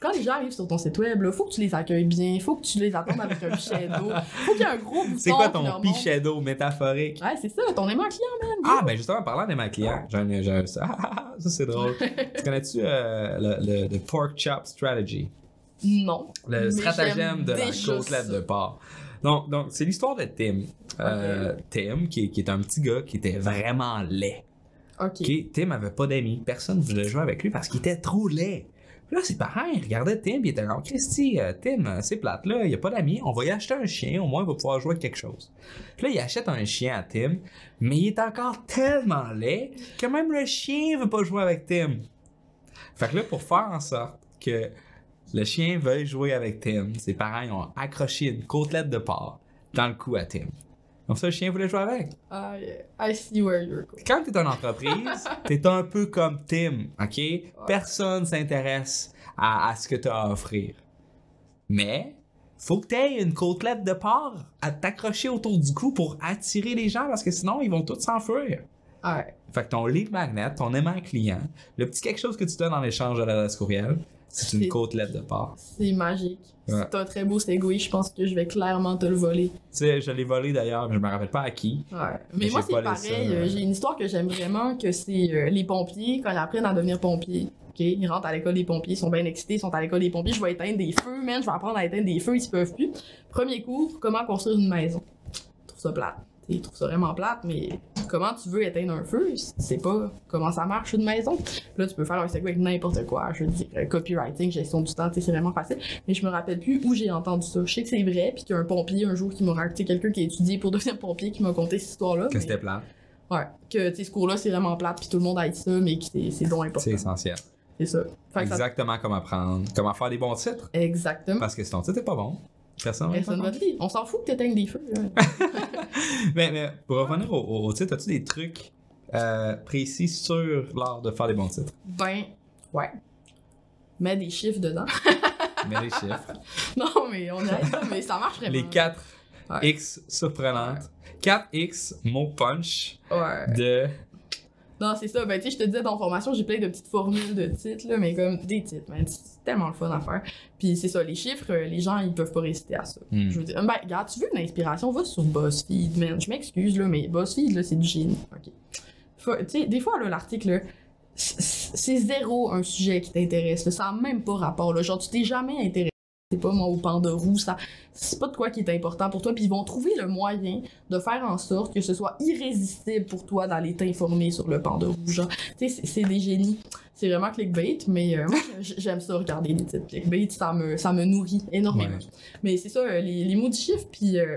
Speaker 3: quand les gens arrivent sur ton site web, là, faut que tu les accueilles bien, faut que tu les attendes avec un pichet d'eau, faut qu'il y ait un gros bouton.
Speaker 2: C'est quoi
Speaker 3: qui
Speaker 2: ton
Speaker 3: leur
Speaker 2: pichet d'eau métaphorique?
Speaker 3: montre. Ouais, c'est ça, ton aimant client, man.
Speaker 2: Ah, ben justement, en parlant d'aimant client, j'ai un, j'ai un- ça, ça c'est drôle. Tu connais-tu euh, le, le, le pork chop strategy?
Speaker 3: Non.
Speaker 2: Le
Speaker 3: Mais
Speaker 2: stratagème
Speaker 3: j'aime
Speaker 2: de la
Speaker 3: déjà
Speaker 2: côtelette
Speaker 3: ça.
Speaker 2: de porc. Donc, donc c'est l'histoire de Tim. Euh, Tim, qui, est- qui est un petit gars qui était vraiment laid.
Speaker 3: Ok.
Speaker 2: Ok, Tim avait pas d'amis. Personne ne voulait jouer avec lui parce qu'il était trop laid. Puis là, ses parents, ils regardaient Tim, ils étaient comme Christy, euh, Tim, euh, c'est plate, là, il n'y a pas d'amis, on va y acheter un chien, au moins il va pouvoir jouer avec quelque chose. Puis là, il achète un chien à Tim, mais il est encore tellement laid que même le chien veut pas jouer avec Tim. Fait que là, pour faire en sorte que le chien veuille jouer avec Tim, ses parents ils ont accroché une côtelette de porc dans le cou à Tim. Comme ça, le chien voulait jouer avec.
Speaker 3: Ah, yeah. I see where you're going.
Speaker 2: Quand t'es une entreprise, t'es un peu comme Tim, OK? Personne s'intéresse à, à ce que t'as à offrir. Mais, faut que t'aies une côtelette de porc à t'accrocher autour du cou pour attirer les gens parce que sinon, ils vont tous s'enfuir.
Speaker 3: Ouais.
Speaker 2: Fait que ton lead magnet, ton aimant client, le petit quelque chose que tu donnes en échange de l'adresse courriel, c'est une
Speaker 3: C'est-
Speaker 2: côtelette de porc.
Speaker 3: C'est magique.
Speaker 2: Ouais.
Speaker 3: C'est un très beau segway, je pense que je vais clairement te le voler.
Speaker 2: Tu sais, je l'ai volé d'ailleurs, mais je me rappelle pas à qui.
Speaker 3: Ouais.
Speaker 2: Mais
Speaker 3: Mais moi,
Speaker 2: j'ai
Speaker 3: c'est
Speaker 2: volé
Speaker 3: pareil.
Speaker 2: ça,
Speaker 3: euh,
Speaker 2: euh,
Speaker 3: J'ai une histoire que j'aime vraiment, que c'est euh, les pompiers, quand ils apprennent à devenir pompiers. OK? Ils rentrent à l'école des pompiers, ils sont bien excités, ils sont à l'école des pompiers. Je vais éteindre des feux, man. Je vais apprendre à éteindre des feux, ils se peuvent plus. Premier cours, comment construire une maison. Je trouve ça plate. T'sais, ils trouvent ça vraiment plate, mais comment tu veux éteindre un feu? C'est pas comment ça marche une maison. Puis là, tu peux faire un segway avec n'importe quoi. Je veux dire, euh, copywriting, gestion du temps, t'sais, c'est vraiment facile. Mais je me rappelle plus où j'ai entendu ça. Je sais que c'est vrai, puis qu'il y a un pompier un jour qui m'a raconté, quelqu'un qui a étudié pour devenir pompier qui m'a conté cette histoire-là.
Speaker 2: Que
Speaker 3: mais-
Speaker 2: c'était plat.
Speaker 3: Ouais, que tu sais, ce cours-là, c'est vraiment plate, puis tout le monde aille ça, mais que c'est, c'est donc important.
Speaker 2: C'est essentiel.
Speaker 3: C'est ça. Fait que ça-
Speaker 2: Exactement comment apprendre, comment faire des bons titres.
Speaker 3: Exactement.
Speaker 2: Parce que si ton titre est pas bon, personne va
Speaker 3: Personne va te lire. On s'en fout que t'éteignes des feux. là.
Speaker 2: mais, mais pour revenir au, au, au titre, as-tu des trucs euh, précis sur l'art de faire des bons titres?
Speaker 3: Ben, ouais. Mets des chiffres dedans.
Speaker 2: Mets les chiffres.
Speaker 3: non, mais on aide ça, mais ça marche vraiment.
Speaker 2: Les quatre
Speaker 3: Ouais.
Speaker 2: X surprenantes. quatre X mots punch
Speaker 3: Ouais.
Speaker 2: de...
Speaker 3: Non, c'est ça. Ben, tu sais, je te disais dans formation, j'ai plein de petites formules de titres, là, mais comme des titres, man. C'est tellement le fun à faire. Puis c'est ça, les chiffres, euh, les gens, ils peuvent pas résister à ça.
Speaker 2: Hmm.
Speaker 3: Je veux dire, ben, regarde, tu veux une inspiration, va sur BuzzFeed, man. Je m'excuse, là, mais BuzzFeed, là, c'est du génie. OK. Faut- Tu sais, des fois, là, l'article, là, c- c- c'est zéro un sujet qui t'intéresse, là. Ça n'a même pas rapport, là. Genre, tu t'es jamais intéressé, c'est pas moi, au Pandarou, ça. C'est pas de quoi qui est important pour toi, puis ils vont trouver le moyen de faire en sorte que ce soit irrésistible pour toi d'aller t'informer sur le Pandarou. Genre, tu sais, c'est- c'est des génies. C'est vraiment clickbait, mais euh, moi, j- j'aime ça regarder les titres clickbait, ça me, ça me nourrit énormément.
Speaker 2: Ouais.
Speaker 3: Mais c'est ça, euh, les, les mots du chiffre, puis euh,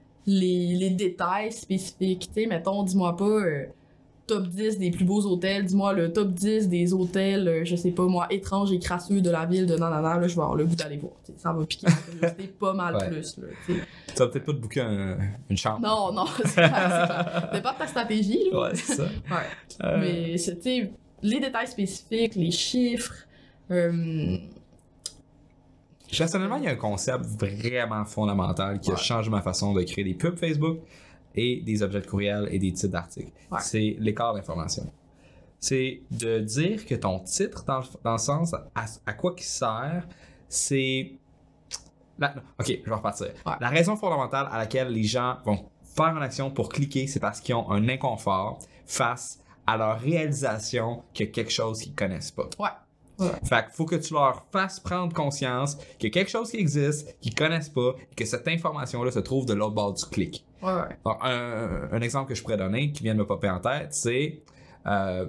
Speaker 3: les, les détails spécifiques. Tu sais, mettons, dis-moi pas euh, top dix des plus beaux hôtels, dis-moi le top dix des hôtels, euh, je sais pas moi, étranges et crasseux de la ville de nanana, là, je vais avoir le goût d'aller voir. Tu sais, ça va piquer ma curiosité pas mal
Speaker 2: Ouais.
Speaker 3: plus, là, tu sais.
Speaker 2: Tu vas peut-être pas te booker un- une chambre.
Speaker 3: Non, non, c'est clair, c'est clair. Dépend de ta stratégie, là.
Speaker 2: Ouais, c'est ça.
Speaker 3: Ouais.
Speaker 2: Euh,
Speaker 3: Mais, c'est, tu sais, les détails spécifiques, les chiffres, euh,
Speaker 2: Personnellement, il y a un concept vraiment fondamental qui a
Speaker 3: Ouais.
Speaker 2: changé ma façon de créer des pubs Facebook et des objets de courriel et des titres d'articles.
Speaker 3: Ouais.
Speaker 2: C'est l'écart d'information. C'est de dire que ton titre, dans le, dans le sens à, à quoi il sert, c'est... La- ok, je vais repartir.
Speaker 3: Ouais.
Speaker 2: La raison fondamentale à laquelle les gens vont faire une action pour cliquer, c'est parce qu'ils ont un inconfort face à leur réalisation qu'il y a quelque chose qu'ils connaissent pas.
Speaker 3: ouais. Ouais.
Speaker 2: Fait qu'il faut que tu leur fasses prendre conscience qu'il y a quelque chose qui existe, qu'ils connaissent pas, et que cette information-là se trouve de l'autre bord du clic.
Speaker 3: Ouais, ouais.
Speaker 2: Alors, un, un exemple que je pourrais donner, qui vient de me popper en tête, c'est euh,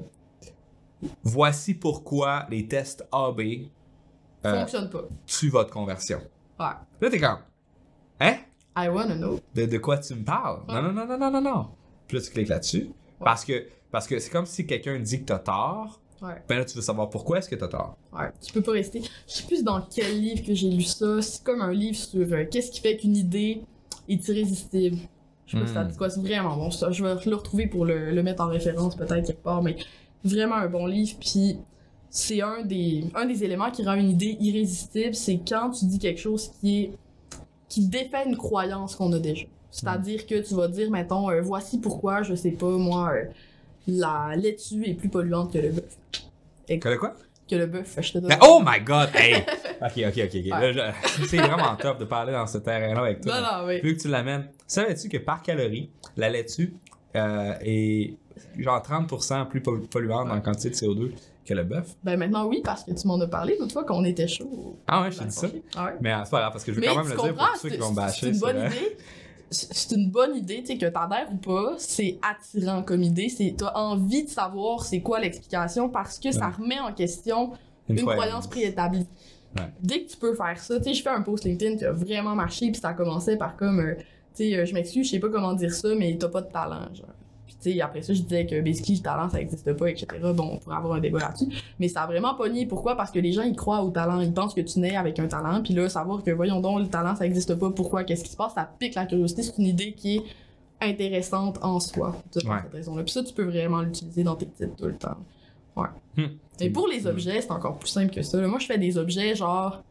Speaker 2: voici pourquoi les tests A B euh,
Speaker 3: Fonctionne pas.
Speaker 2: tuent votre conversion.
Speaker 3: Ouais.
Speaker 2: Là, t'es comme, hein?
Speaker 3: I wanna know.
Speaker 2: De, de quoi tu me parles?
Speaker 3: Ouais.
Speaker 2: Non, non, non, non, non, non, non. Puis là, tu cliques là-dessus.
Speaker 3: Ouais.
Speaker 2: Parce que parce que c'est comme si quelqu'un dit que t'as tort.
Speaker 3: Ouais.
Speaker 2: Ben là, tu veux savoir pourquoi est-ce que t'as tort.
Speaker 3: Ouais, tu peux pas rester. Je sais plus dans quel livre que j'ai lu ça. C'est comme un livre sur euh, qu'est-ce qui fait qu'une idée est irrésistible. Je sais pas si ça
Speaker 2: Mm.
Speaker 3: dit quoi, c'est vraiment bon. Ça, je vais le retrouver pour le, le mettre en référence peut-être quelque part, mais vraiment un bon livre. Puis c'est un des, un des éléments qui rend une idée irrésistible, c'est quand tu dis quelque chose qui est qui défait une croyance qu'on a déjà. C'est-à-dire que tu vas dire, mettons, euh, voici pourquoi, je sais pas, moi, euh, la laitue est plus polluante que le bœuf.
Speaker 2: Que le quoi?
Speaker 3: Que le bœuf, je te donne.
Speaker 2: Ben, oh my god! Hey! Ok, ok, ok. ok. Là, je- c'est vraiment top de parler dans ce terrain-là avec toi.
Speaker 3: Non, non, oui.
Speaker 2: Vu que tu l'amènes, savais-tu que par calorie, la laitue euh, est genre trente pour cent plus pollu- polluante
Speaker 3: Ouais.
Speaker 2: en quantité de C O deux que le bœuf?
Speaker 3: Ben maintenant, oui, parce que tu m'en as parlé l'autre fois qu'on était chaud.
Speaker 2: Ah ouais, je t'ai dit ça.
Speaker 3: Ah ouais.
Speaker 2: Mais euh, c'est pas grave, parce que je veux
Speaker 3: Mais
Speaker 2: quand même
Speaker 3: tu
Speaker 2: le dire
Speaker 3: comprends,
Speaker 2: pour ceux qui
Speaker 3: c'est-
Speaker 2: vont
Speaker 3: c'est
Speaker 2: bâcher.
Speaker 3: une bonne
Speaker 2: ça.
Speaker 3: idée. C'est c'est une bonne idée, tu sais, que t'adhères ou pas, c'est attirant comme idée. C'est, t'as envie de savoir c'est quoi l'explication parce que ça remet en question une,
Speaker 2: fois,
Speaker 3: croyance préétablie.
Speaker 2: Ouais.
Speaker 3: Dès que tu peux faire ça, tu sais, je fais un post LinkedIn qui a vraiment marché, puis ça commençait par comme, euh, tu sais, euh, je m'excuse, je sais pas comment dire ça, mais t'as pas de talent, genre. Puis tu sais, après ça, je disais que basically, le talent, ça existe pas, et cetera. Bon, on pourrait avoir un débat là-dessus. Mais ça a vraiment pogné. Pourquoi? Parce que les gens, ils croient au talent. Ils pensent que tu nais avec un talent. Puis là, savoir que, voyons donc, le talent, ça existe pas. Pourquoi? Qu'est-ce qui se passe? Ça pique la curiosité. C'est une idée qui est intéressante en soi, de par
Speaker 2: Ouais.
Speaker 3: cette raison-là. Puis ça, tu peux vraiment l'utiliser dans tes titres tout le temps. Ouais.
Speaker 2: Hmm.
Speaker 3: Et pour les objets, c'est encore plus simple que ça. là. Moi, je fais des objets genre...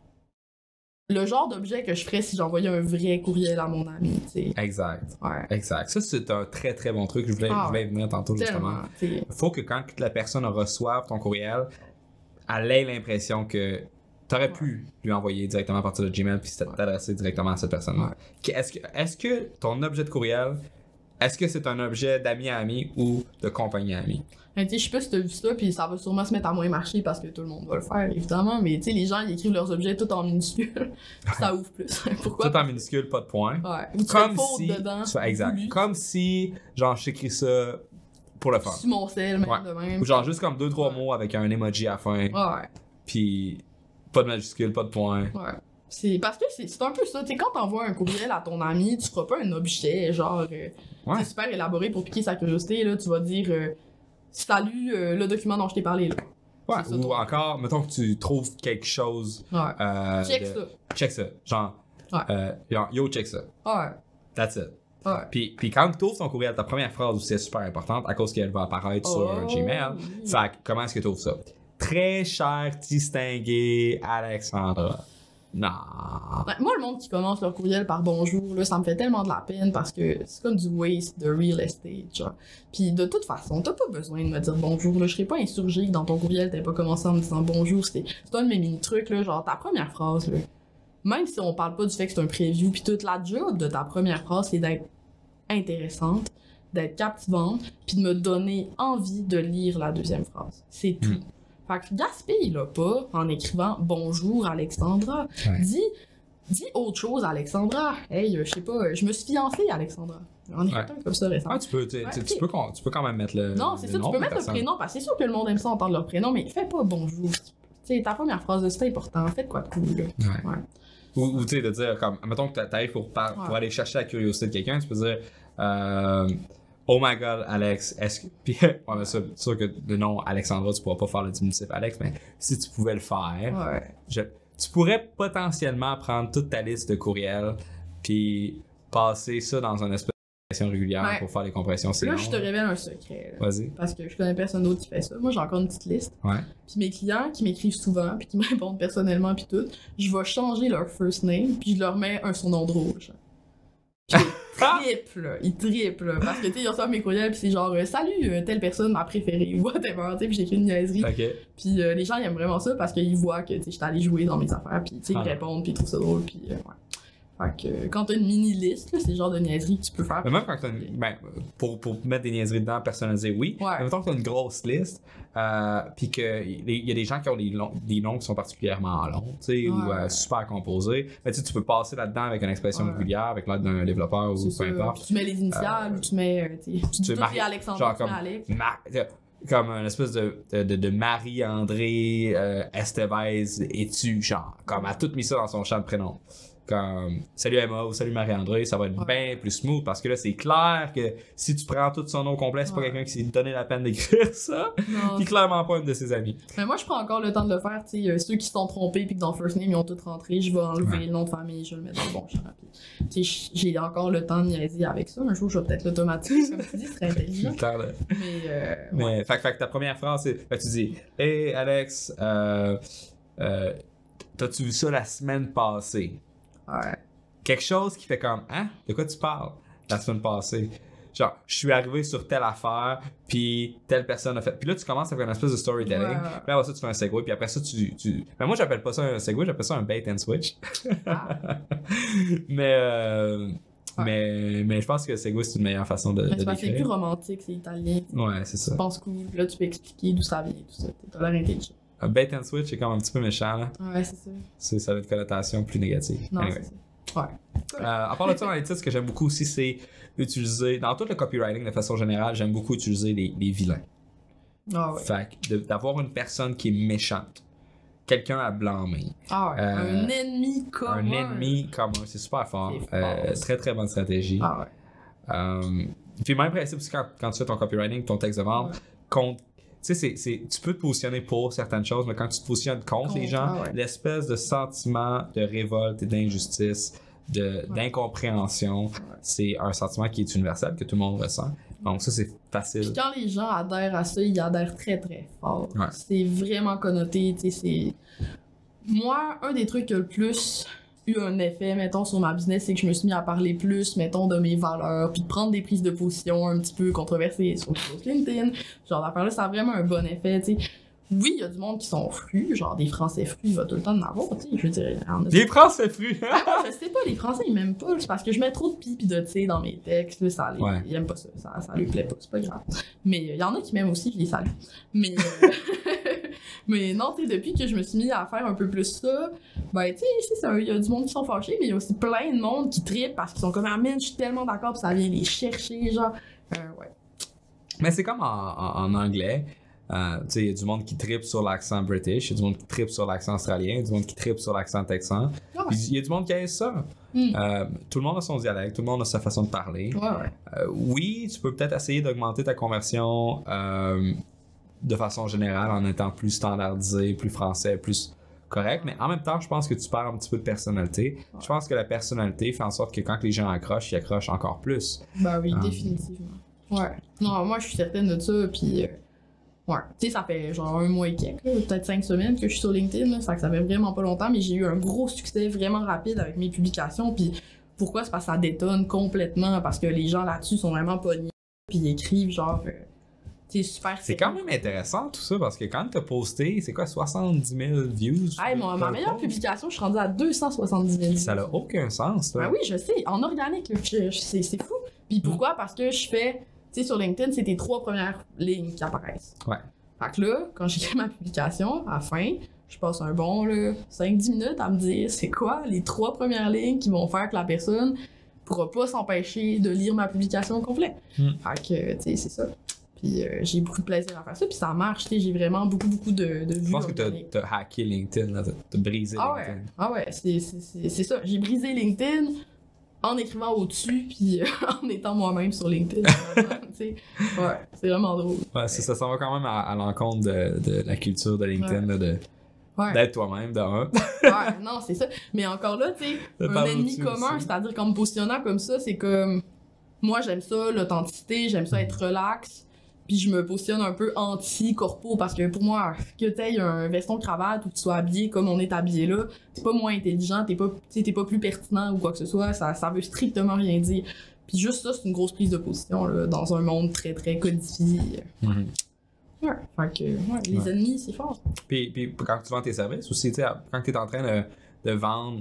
Speaker 3: Le genre d'objet que je ferais si j'envoyais un vrai courriel à mon ami, tu sais.
Speaker 2: Exact.
Speaker 3: Ouais.
Speaker 2: Exact. Ça, c'est un très très bon truc. Je voulais,
Speaker 3: Ah
Speaker 2: je voulais y venir tantôt justement.
Speaker 3: Tellement, tu sais.
Speaker 2: Faut que quand la personne reçoive ton courriel, elle ait l'impression que t'aurais pu lui envoyer directement à partir de Gmail puis t'adresser directement à cette personne-là.
Speaker 3: Ouais.
Speaker 2: Est-ce que, est-ce que ton objet de courriel, est-ce que c'est un objet d'ami à ami ou de compagnie à ami?
Speaker 3: Mais tu sais, je sais pas si t'as vu ça, puis ça va sûrement se mettre à moins marcher parce que tout le monde va le faire, évidemment, mais tu sais, les gens, ils écrivent leurs objets tout en minuscules, puis ça ouvre plus. Pourquoi?
Speaker 2: Tout en minuscule, pas de point.
Speaker 3: Ouais. Ou tu fais
Speaker 2: Comme
Speaker 3: faute
Speaker 2: si,
Speaker 3: dedans.
Speaker 2: tu fais- exact.
Speaker 3: voulu,
Speaker 2: Comme si, genre, j'écris ça pour le fun.
Speaker 3: sur mon sel, même
Speaker 2: Ouais.
Speaker 3: de même.
Speaker 2: Ou genre juste comme deux trois
Speaker 3: Ouais.
Speaker 2: mots avec un emoji à la fin,
Speaker 3: Ouais,
Speaker 2: puis pas de majuscule, pas de point.
Speaker 3: ouais. C'est parce que c'est c'est un peu ça, tu sais, quand t'envoies un courriel à ton ami, tu feras pas un objet, genre, euh,
Speaker 2: Ouais.
Speaker 3: c'est super élaboré pour piquer sa curiosité, là, tu vas dire, euh, salut, euh, le document dont je t'ai parlé, là.
Speaker 2: Ouais,
Speaker 3: C'est ça,
Speaker 2: ou
Speaker 3: ton-
Speaker 2: encore, mettons que tu trouves quelque chose.
Speaker 3: Ouais.
Speaker 2: Euh,
Speaker 3: Check
Speaker 2: de-
Speaker 3: ça.
Speaker 2: Check ça. Genre,
Speaker 3: Ouais.
Speaker 2: euh, genre, yo, check ça.
Speaker 3: Ouais.
Speaker 2: That's it.
Speaker 3: Ouais.
Speaker 2: Puis, puis quand tu ouvres ton courriel, ta première phrase aussi est super importante à cause qu'elle va apparaître sur
Speaker 3: Oh,
Speaker 2: Gmail.
Speaker 3: oui.
Speaker 2: Fait que comment est-ce que tu ouvres ça? Très cher, distingué Alexandra. Non.
Speaker 3: Ouais, moi, le monde qui commence leur courriel par bonjour, là, ça me fait tellement de la peine parce que c'est comme du waste de real estate, genre. Puis de toute façon, t'as pas besoin de me dire bonjour, là. Je serais pas insurgée que dans ton courriel, t'aies pas commencé en me disant bonjour. C'est c'est un de mes mini-trucs, là, genre ta première phrase, là. Même si on parle pas du fait que c'est un preview, puis toute la job de ta première phrase, c'est d'être intéressante, d'être captivante, puis de me donner envie de lire la deuxième phrase. C'est tout.
Speaker 2: Mm.
Speaker 3: Fait que gaspille-là pas en écrivant bonjour Alexandra.
Speaker 2: Ouais.
Speaker 3: Dis, dis autre chose Alexandra. Hey, euh, je sais pas, euh, je me suis fiancée Alexandra. On est
Speaker 2: Ouais.
Speaker 3: fait un comme ça récemment.
Speaker 2: Ah, tu peux, tu,
Speaker 3: Ouais,
Speaker 2: tu-
Speaker 3: ok.
Speaker 2: tu peux, con- tu peux quand même mettre le.
Speaker 3: Non, c'est
Speaker 2: le
Speaker 3: ça,
Speaker 2: nom
Speaker 3: tu peux
Speaker 2: de
Speaker 3: mettre le
Speaker 2: personne.
Speaker 3: prénom parce que c'est sûr que le monde aime ça entendre leur prénom, mais fais pas bonjour. Tu sais, ta première phrase, c'est important. Fais de quoi de cool, là.
Speaker 2: Ouais.
Speaker 3: Ouais.
Speaker 2: Ou, ou tu sais, de dire, comme, mettons que t'arrives pour, par- pour
Speaker 3: Ouais.
Speaker 2: aller chercher la curiosité de quelqu'un, tu peux dire, euh, oh my god, Alex, est-ce que. Puis, ouais, mais ça, c'est sûr que le nom Alexandra, tu pourras pas faire le diminutif Alex, mais si tu pouvais le faire,
Speaker 3: Ouais.
Speaker 2: je- tu pourrais potentiellement prendre toute ta liste de courriels, puis passer ça dans une espèce de compression régulière
Speaker 3: Ouais.
Speaker 2: pour faire les compressions. C'est
Speaker 3: Là,
Speaker 2: long,
Speaker 3: je te
Speaker 2: là.
Speaker 3: révèle un secret. là.
Speaker 2: Vas-y.
Speaker 3: Parce que je connais personne d'autre qui fait ça. Moi, j'ai encore une petite liste.
Speaker 2: Ouais.
Speaker 3: Puis mes clients qui m'écrivent souvent, puis qui me répondent personnellement, puis tout, je vais changer leur first name, puis je leur mets un surnom drôle. genre. Puis ils trippent, là. Ils trippent, là. Parce que, tu sais, ils reçoivent mes courriels, puis c'est genre, euh, salut, euh, telle personne, ma préférée, ou whatever, tu sais, puis j'écris une niaiserie.
Speaker 2: Ok.
Speaker 3: Puis euh, les gens, ils aiment vraiment ça parce qu'ils voient que, tu sais, j'étais allée jouer dans mes affaires, puis, tu sais, ils
Speaker 2: Ah.
Speaker 3: me répondent, puis ils trouvent ça drôle, puis, euh, ouais. Fait que euh, quand t'as une mini-liste, là, c'est le genre de niaiserie que tu peux faire.
Speaker 2: Mais même quand t'as une. Ben, pour, pour mettre des niaiseries dedans, personnalisées, oui.
Speaker 3: Ouais.
Speaker 2: Mais mettons que t'as une grosse liste, euh, puis qu'il y a des gens qui ont des, long- des noms qui sont particulièrement longs, tu sais, ou
Speaker 3: Ouais.
Speaker 2: euh, super composés. Mais tu sais, tu peux passer là-dedans avec une expression
Speaker 3: Ouais.
Speaker 2: régulière, avec l'aide d'un développeur ou
Speaker 3: C'est
Speaker 2: peu
Speaker 3: ça.
Speaker 2: importe.
Speaker 3: Puis tu mets les initiales, ou tu mets, euh, tu sais, tu dis
Speaker 2: Tu
Speaker 3: tout
Speaker 2: maries-
Speaker 3: les Alexandre,
Speaker 2: genre
Speaker 3: tu mets
Speaker 2: comme-
Speaker 3: Alex.
Speaker 2: Ma- euh, comme une espèce de, de, de, de Marie-André euh, Estevez et-tu, genre, comme elle a tout mis ça dans son champ de prénom. Comme salut Emma ou salut Marie-André, ça va être
Speaker 3: Ouais.
Speaker 2: bien plus smooth parce que là, c'est clair que si tu prends tout son nom complet, c'est pas
Speaker 3: Ouais.
Speaker 2: quelqu'un qui s'est donné la peine d'écrire ça,
Speaker 3: Non,
Speaker 2: puis clairement pas une de ses amis.
Speaker 3: mais moi, je prends encore le temps de le faire, tu sais, euh, ceux qui se sont trompés puis que dans le first name, ils ont tout rentré, je vais enlever
Speaker 2: Ouais.
Speaker 3: le nom de famille, je vais le mettre dans le bon champ. Puis, tu sais, j'ai encore le temps de niaiser avec ça. Un jour, je vais peut-être l'automatiser, comme tu dis, ce serait intelligent.
Speaker 2: Le temps de-
Speaker 3: Mais, euh, ouais.
Speaker 2: Mais, fait, que- fait que ta première phrase, c'est, fait que tu dis, hey Alex, euh, euh, t'as-tu vu ça la semaine passée?
Speaker 3: Ouais.
Speaker 2: Quelque chose qui fait comme, hein, de quoi tu parles la semaine passée? genre, je suis arrivé sur telle affaire, puis telle personne a fait. Puis là, tu commences avec une espèce de storytelling.
Speaker 3: Ouais.
Speaker 2: Puis après ça, tu fais un segue, puis après ça, tu. tu... Ben, moi, j'appelle pas ça un segue, j'appelle ça un bait and switch.
Speaker 3: Ah.
Speaker 2: mais, euh,
Speaker 3: Ouais.
Speaker 2: mais. Mais je pense que segue, c'est une meilleure façon de.
Speaker 3: Mais
Speaker 2: de
Speaker 3: c'est parce que c'est plus
Speaker 2: décrire.
Speaker 3: romantique, c'est italien.
Speaker 2: Ouais, c'est ça.
Speaker 3: Tu penses cool, là tu peux expliquer d'où ça vient, tout ça. T'as l'air intelligent.
Speaker 2: Un bait and switch, c'est comme un petit peu méchant, là.
Speaker 3: Ouais, c'est ça.
Speaker 2: C'est, ça a une connotation plus négative.
Speaker 3: Non,
Speaker 2: Anyway.
Speaker 3: c'est ça. Ouais.
Speaker 2: Euh, à part de ça, dans les titres, ce que j'aime beaucoup aussi, c'est utiliser. Dans tout le copywriting, de façon générale, j'aime beaucoup utiliser les, les vilains.
Speaker 3: Ah ouais.
Speaker 2: Fait que de- d'avoir une personne qui est méchante, quelqu'un à blâmer,
Speaker 3: Ah ouais.
Speaker 2: Euh,
Speaker 3: un ennemi commun.
Speaker 2: un ennemi commun, c'est super fort.
Speaker 3: C'est fort,
Speaker 2: Euh,
Speaker 3: ça.
Speaker 2: très très bonne stratégie.
Speaker 3: Ah ouais.
Speaker 2: Euh, puis même principe aussi quand, quand tu fais ton copywriting, ton texte de vente,
Speaker 3: Ouais.
Speaker 2: contre. Tu sais, c'est, c'est, tu peux te positionner pour certaines choses, mais quand tu te positionnes contre,
Speaker 3: Contre,
Speaker 2: les gens,
Speaker 3: ah ouais.
Speaker 2: l'espèce de sentiment de révolte et d'injustice, de, d'incompréhension, c'est un sentiment qui est universel, que tout le monde ressent. Donc ça, c'est facile.
Speaker 3: Puis quand les gens adhèrent à ça, ils adhèrent très très fort.
Speaker 2: Ouais.
Speaker 3: C'est vraiment connoté, tu sais, c'est... Moi, un des trucs qui a le plus eu un effet, mettons, sur ma business, c'est que je me suis mis à parler plus, mettons, de mes valeurs, puis de prendre des prises de position un petit peu controversées sur le post LinkedIn. Genre, d'affaires-là, ça a vraiment un bon effet, tu sais. Oui, il y a du monde qui sont frus, genre des Français frus, il va tout le temps en avoir, tu sais, je veux dire... il y en a-
Speaker 2: Les Français frus!
Speaker 3: Ah, je sais pas, les Français, ils m'aiment pas. C'est parce que je mets trop de pis pis de thé dans mes textes. Là, ça les...
Speaker 2: Ouais.
Speaker 3: Ils aiment pas ça. Ça, ça leur plaît pas. C'est pas grave. Mais il y en a qui m'aiment aussi, je les salue. Mais, euh, mais non, tu sais, depuis que je me suis mis à faire un peu plus ça, ben, tu sais, c'est ça. Il y a du monde qui sont fâchés, mais il y a aussi plein de monde qui trippent parce qu'ils sont comme, ah, man, je suis tellement d'accord, pis ça vient les chercher, genre. Euh, ouais.
Speaker 2: Mais c'est comme en, en, en anglais. Euh, tu sais, il y a du monde qui tripe sur l'accent british, il y a du monde qui tripe sur l'accent australien, il y a du monde qui tripe sur l'accent texan.
Speaker 3: Ouais.
Speaker 2: Puis il y a du monde qui aime ça.
Speaker 3: Mm.
Speaker 2: Euh, tout le monde a son dialecte, tout le monde a sa façon de parler.
Speaker 3: Ouais, ouais.
Speaker 2: Euh, oui, tu peux peut-être essayer d'augmenter ta conversion euh, de façon générale en étant plus standardisé, plus français, plus correct, mais en même temps, je pense que tu perds un petit peu de personnalité.
Speaker 3: Ouais.
Speaker 2: Je pense que la personnalité fait en sorte que quand les gens accrochent, ils accrochent encore plus.
Speaker 3: Ben oui,
Speaker 2: Ah.
Speaker 3: définitivement. Ouais. Non, moi, je suis certaine de ça, puis... euh, ouais. Tu sais, ça fait genre un mois et quelques, là, peut-être cinq semaines que je suis sur LinkedIn, là, ça fait que ça fait vraiment pas longtemps, mais j'ai eu un gros succès vraiment rapide avec mes publications, puis pourquoi? C'est parce que ça détonne complètement, parce que les gens là-dessus sont vraiment pognés, puis ils écrivent genre... euh, c'est super...
Speaker 2: C'est quand même intéressant tout ça parce que quand t'as posté, c'est quoi, soixante-dix mille views?
Speaker 3: Hey, mon- ma
Speaker 2: per
Speaker 3: meilleure
Speaker 2: post?
Speaker 3: publication, je suis rendue à deux cent soixante-dix mille.
Speaker 2: Ça n'a aucun sens, toi.
Speaker 3: Ben oui, je sais, en organique, là, je- je- c'est c'est fou. Puis pourquoi? Parce que je fais, tu sais, sur LinkedIn, c'est tes trois premières lignes qui apparaissent.
Speaker 2: Ouais.
Speaker 3: Fait que là, quand j'écris ma publication, à la fin, je passe un bon là, cinq dix minutes à me dire c'est quoi les trois premières lignes qui vont faire que la personne pourra pas s'empêcher de lire ma publication au complet.
Speaker 2: Hmm.
Speaker 3: Fait que, tu sais, c'est ça. Puis euh, j'ai beaucoup de plaisir à faire ça, puis ça marche, tu sais, j'ai vraiment beaucoup, beaucoup de, de vues.
Speaker 2: Je pense que t'as,
Speaker 3: organiques.
Speaker 2: t'as hacké LinkedIn, là, t'as, t'as brisé
Speaker 3: Ah ouais,
Speaker 2: LinkedIn.
Speaker 3: ah ouais, c'est, c'est, c'est, c'est ça. J'ai brisé LinkedIn en écrivant au-dessus, puis euh, en étant moi-même sur LinkedIn. Vraiment, tu sais. Ouais, c'est vraiment drôle.
Speaker 2: Ouais, c'est ça, ça va quand même à, à l'encontre de, de la culture de LinkedIn,
Speaker 3: Ouais.
Speaker 2: là, de,
Speaker 3: Ouais.
Speaker 2: d'être toi-même, de un.
Speaker 3: Ouais, non, c'est ça. Mais encore là, tu sais,
Speaker 2: De
Speaker 3: un
Speaker 2: parler
Speaker 3: ennemi
Speaker 2: au-dessus
Speaker 3: commun,
Speaker 2: aussi.
Speaker 3: c'est-à-dire qu'en me positionnant comme ça, c'est comme... Moi, j'aime ça, l'authenticité, j'aime ça être relax, puis je me positionne un peu anti-corpo, parce que pour moi, que t'aies un veston-cravate ou que tu sois habillé comme on est habillé là, t'es pas moins intelligent, t'es pas, tu sais, t'es pas plus pertinent ou quoi que ce soit, ça, ça veut strictement rien dire. Puis juste ça, c'est une grosse prise de position, là, dans un monde très, très codifié.
Speaker 2: Mhm.
Speaker 3: Ouais, fait que, ouais, les
Speaker 2: Ouais.
Speaker 3: ennemis, c'est fort.
Speaker 2: Puis, puis quand tu vends tes services aussi, tu sais, quand tu es en train de, de vendre.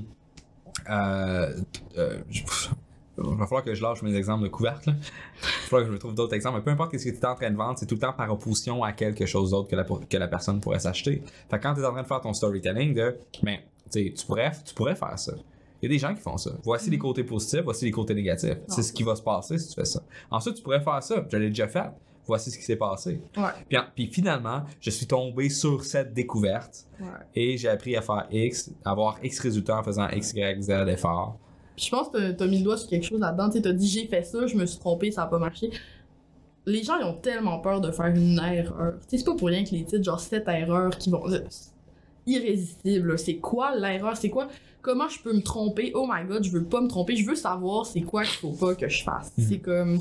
Speaker 2: Euh, euh, je- il va falloir que je lâche mes exemples de couvercle. Il va falloir que je me trouve d'autres exemples. Mais peu importe ce que tu es en train de vendre, c'est tout le temps par opposition à quelque chose d'autre que la, que la personne pourrait s'acheter. Fait que quand tu es en train de faire ton storytelling, de, ben, tu sais, tu pourrais, tu pourrais faire ça. Il y a des gens qui font ça. Voici les côtés positifs, voici les côtés négatifs. C'est ce qui va se passer si tu fais ça. Ensuite, tu pourrais faire ça. Je l'ai déjà fait. Voici ce qui s'est passé.
Speaker 3: Ouais.
Speaker 2: Puis, en- puis finalement, je suis tombé sur cette découverte
Speaker 3: Ouais.
Speaker 2: et j'ai appris à faire X, à avoir X résultats en faisant X, Y, Z efforts.
Speaker 3: Puis je pense que t'as mis le doigt sur quelque chose là-dedans. Tu sais, t'as dit j'ai fait ça, je me suis trompé, ça a pas marché. Les gens, ils ont tellement peur de faire une erreur. Tu sais, c'est pas pour rien que les titres, genre cette erreur qui vont. C'est irrésistible, là. C'est quoi l'erreur? C'est quoi? Comment je peux me tromper? Oh my god, je veux pas me tromper. Je veux savoir c'est quoi qu'il faut pas que je fasse.
Speaker 2: Mhm.
Speaker 3: C'est comme.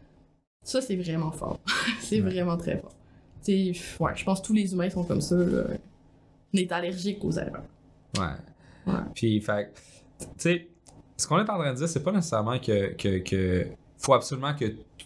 Speaker 3: Ça, c'est vraiment fort. c'est
Speaker 2: Ouais.
Speaker 3: vraiment très fort. Tu sais, ouais, je pense que tous les humains sont comme ça, là. On est allergique aux erreurs.
Speaker 2: Ouais.
Speaker 3: Ouais.
Speaker 2: Puis, fait que, tu sais, ce qu'on est en train de dire, c'est pas nécessairement que, que, que faut absolument que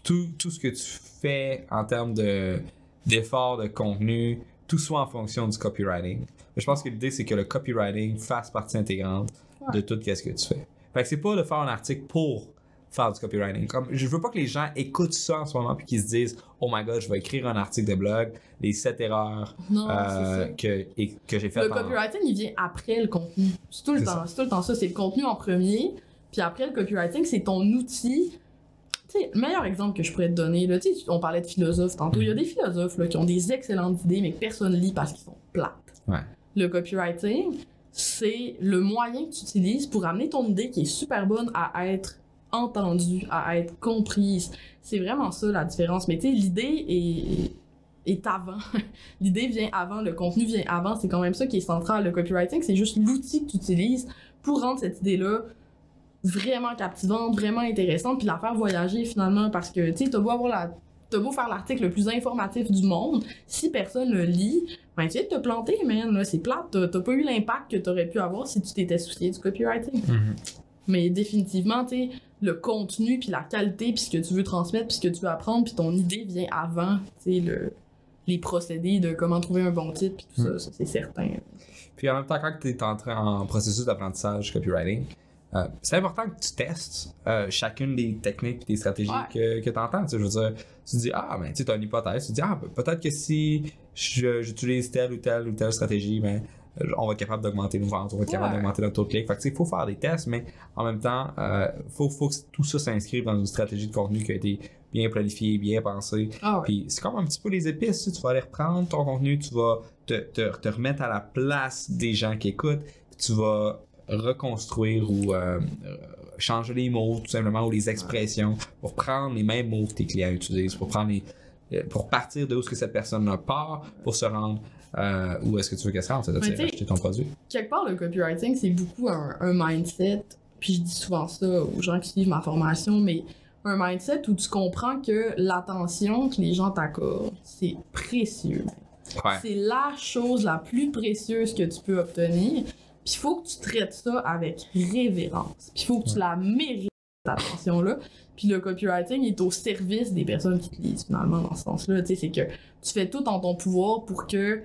Speaker 2: tout, tout ce que tu fais en termes de, d'effort, de contenu, tout soit en fonction du copywriting. Mais je pense que l'idée, c'est que le copywriting fasse partie intégrante ouais. de tout ce que tu fais. Fait que c'est pas de faire un article pour faire du copywriting. Comme, je veux pas que les gens écoutent ça en ce moment puis qu'ils se disent « Oh my God, je vais écrire un article de blog, les sept erreurs
Speaker 3: non,
Speaker 2: euh, que, et, que j'ai faites. »
Speaker 3: Le en... copywriting, il vient après le contenu. C'est tout le, temps, c'est tout le temps ça. C'est le contenu en premier, puis après le copywriting, c'est ton outil. Tu sais, le meilleur exemple que je pourrais te donner, là, tu sais, on parlait de philosophes tantôt. Il y a des philosophes là, qui ont des excellentes idées, mais que personne lit parce qu'ils sont plates.
Speaker 2: Ouais.
Speaker 3: Le copywriting, c'est le moyen que tu utilises pour amener ton idée qui est super bonne à être entendue, à être comprise. C'est vraiment ça la différence. Mais tu sais, l'idée est, est avant. L'idée vient avant, le contenu vient avant. C'est quand même ça qui est central. Le copywriting, c'est juste l'outil que tu utilises pour rendre cette idée-là vraiment captivante, vraiment intéressante, puis la faire voyager finalement. Parce que, tu sais, t'as beau avoir la... T'as beau faire l'article le plus informatif du monde, si personne le lit, ben tu viens de te planter, man, là, c'est plate. T'as, t'as pas eu l'impact que t'aurais pu avoir si tu t'étais soucié du copywriting.
Speaker 2: Mm-hmm.
Speaker 3: Mais définitivement, tu sais, le contenu, puis la qualité, puis ce que tu veux transmettre, puis ce que tu veux apprendre, puis ton idée vient avant, tu sais, le, les procédés de comment trouver un bon titre, puis tout mm. ça, ça, c'est certain.
Speaker 2: Puis en même temps, quand tu es en, en processus d'apprentissage copywriting, euh, c'est important que tu testes euh, chacune des techniques et des stratégies ouais. que, que tu entends. Je veux dire, tu te dis, ah, ben, tu as une hypothèse, tu te dis, ah, peut-être que si je, j'utilise telle ou telle ou telle stratégie, ben, on va être capable d'augmenter nos ventes, on va être ouais. capable d'augmenter notre taux de clic. Fait que, il faut faire des tests, mais en même temps, il euh, faut, faut que tout ça s'inscrive dans une stratégie de contenu qui a été bien planifiée, bien pensée.
Speaker 3: Ah ouais.
Speaker 2: Puis c'est comme un petit peu les épices, tu vas aller reprendre ton contenu, tu vas te, te, te remettre à la place des gens qui écoutent, puis tu vas reconstruire ou euh, changer les mots tout simplement ou les expressions pour prendre les mêmes mots que tes clients utilisent, pour prendre les, pour partir de où est-ce que cette personne-là part pour se rendre euh, où est-ce que tu veux qu'elle se rende, c'est-à-dire acheter ton produit.
Speaker 3: Quelque part, le copywriting, c'est beaucoup un, un mindset, puis je dis souvent ça aux gens qui suivent ma formation, mais un mindset où tu comprends que l'attention que les gens t'accordent, c'est précieux.
Speaker 2: Ouais.
Speaker 3: C'est la chose la plus précieuse que tu peux obtenir. Puis il faut que tu traites ça avec révérence. Puis il faut que tu la mérites, cette attention-là. Puis le copywriting est au service des personnes qui te lisent, finalement, dans ce sens-là. Tu sais, c'est que tu fais tout en ton pouvoir pour que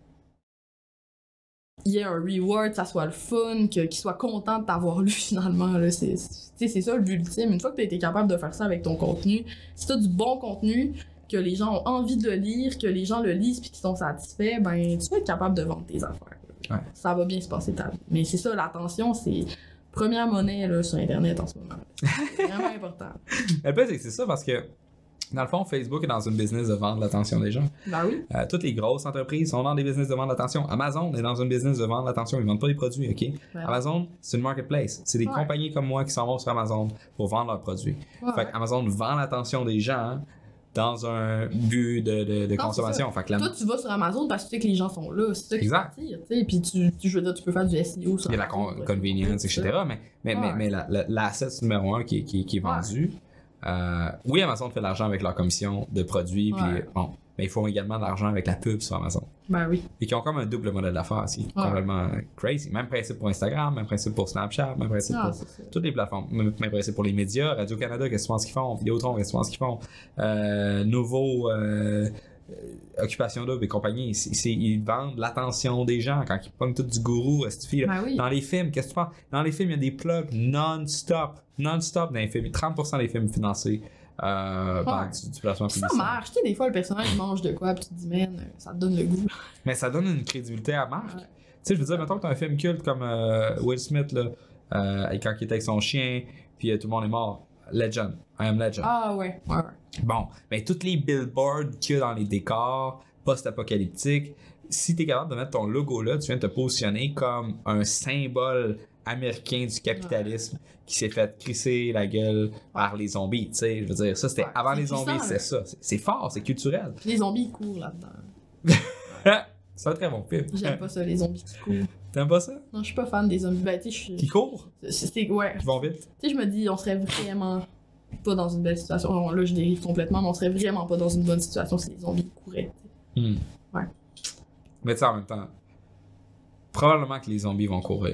Speaker 3: il y ait un reward, ça soit le fun, que, qu'ils soient contents de t'avoir lu, finalement. Là. C'est, c'est, c'est ça le but ultime. Une fois que tu as été capable de faire ça avec ton contenu, si tu as du bon contenu, que les gens ont envie de le lire, que les gens le lisent puis qu'ils sont satisfaits, ben tu vas être capable de vendre tes affaires.
Speaker 2: Ouais.
Speaker 3: Ça va bien se passer ta vie. Mais c'est ça, l'attention, c'est première monnaie là, sur Internet en ce moment. C'est vraiment important.
Speaker 2: Le pire, c'est que c'est ça parce que, dans le fond, Facebook est dans une business de vendre l'attention des gens.
Speaker 3: Ben oui.
Speaker 2: Euh, toutes les grosses entreprises sont dans des business de vendre l'attention. Amazon est dans une business de vendre l'attention. Ils ne vendent pas des produits, OK? Ben Amazon, c'est une marketplace. C'est des ouais. compagnies comme moi qui s'en vont sur Amazon pour vendre leurs produits. Ouais, fait qu'Amazon vend l'attention des gens dans un but de, de, de non, consommation. Fait que la...
Speaker 3: Toi, tu vas sur Amazon parce que tu sais que les gens sont là. C'est ça qui t'attire. Puis tu, tu, je veux dire, tu peux faire du S E O sur
Speaker 2: il y a la con- convenience, et cetera. Mais, mais, ouais. mais, mais la, la, l'asset numéro un qui, qui, qui est vendu, ouais. euh, oui, Amazon fait de l'argent avec leur commission de produits, puis ouais. bon, mais ils font également de l'argent avec la pub sur Amazon.
Speaker 3: Ben oui.
Speaker 2: Et qui ont comme un double modèle d'affaires aussi. Ouais. Complètement crazy. Même principe pour Instagram, même principe pour Snapchat, même principe ah, pour toutes les plateformes. Même, même principe pour les médias. Radio-Canada, qu'est-ce que tu penses qu'ils font? Vidéotron, qu'est-ce que tu penses qu'ils font? Euh, Nouveau, euh, Occupation Double et compagnie. C'est, c'est, ils vendent l'attention des gens quand ils pognent tout du gourou.
Speaker 3: Ben oui.
Speaker 2: Dans les films, qu'est-ce que tu penses? Dans les films, il y a des plugs non-stop. Non-stop dans les films. trente pour cent des films financés. Euh, ouais. du, du placement publicitaire.
Speaker 3: Ça marche, tu sais, des fois le personnage mange de quoi, puis tu te dis, man, ça te donne le goût.
Speaker 2: Mais ça donne une crédibilité à marque.
Speaker 3: Ouais.
Speaker 2: Tu sais, je veux dire, mettons que t'as un film culte comme euh, Will Smith, là, euh, quand il était avec son chien, puis euh, tout le monde est mort. Legend. I am Legend.
Speaker 3: Ah ouais, ouais, ouais.
Speaker 2: Bon, ben, tous les billboards qu'il y a dans les décors post-apocalyptiques, si t'es capable de mettre ton logo là, tu viens de te positionner comme un symbole américain du capitalisme ouais. qui s'est fait crisser la gueule par les zombies, tu sais, je veux dire, ça c'était ouais, avant les zombies, c'est ça, c'est, c'est fort, c'est culturel.
Speaker 3: Les zombies ils courent là-dedans.
Speaker 2: C'est un très bon film.
Speaker 3: J'aime pas ça, les zombies qui courent.
Speaker 2: T'aimes pas ça?
Speaker 3: Non, je suis pas fan des zombies, ben tu sais, je suis...
Speaker 2: Qui courent?
Speaker 3: C'est, c'est, ouais.
Speaker 2: Qui vont vite?
Speaker 3: Tu sais, je me dis, on serait vraiment pas dans une belle situation, là je dérive complètement, mais on serait vraiment pas dans une bonne situation si les zombies couraient.
Speaker 2: Hmm.
Speaker 3: Ouais.
Speaker 2: Mais tu sais, en même temps, probablement que les zombies vont courir.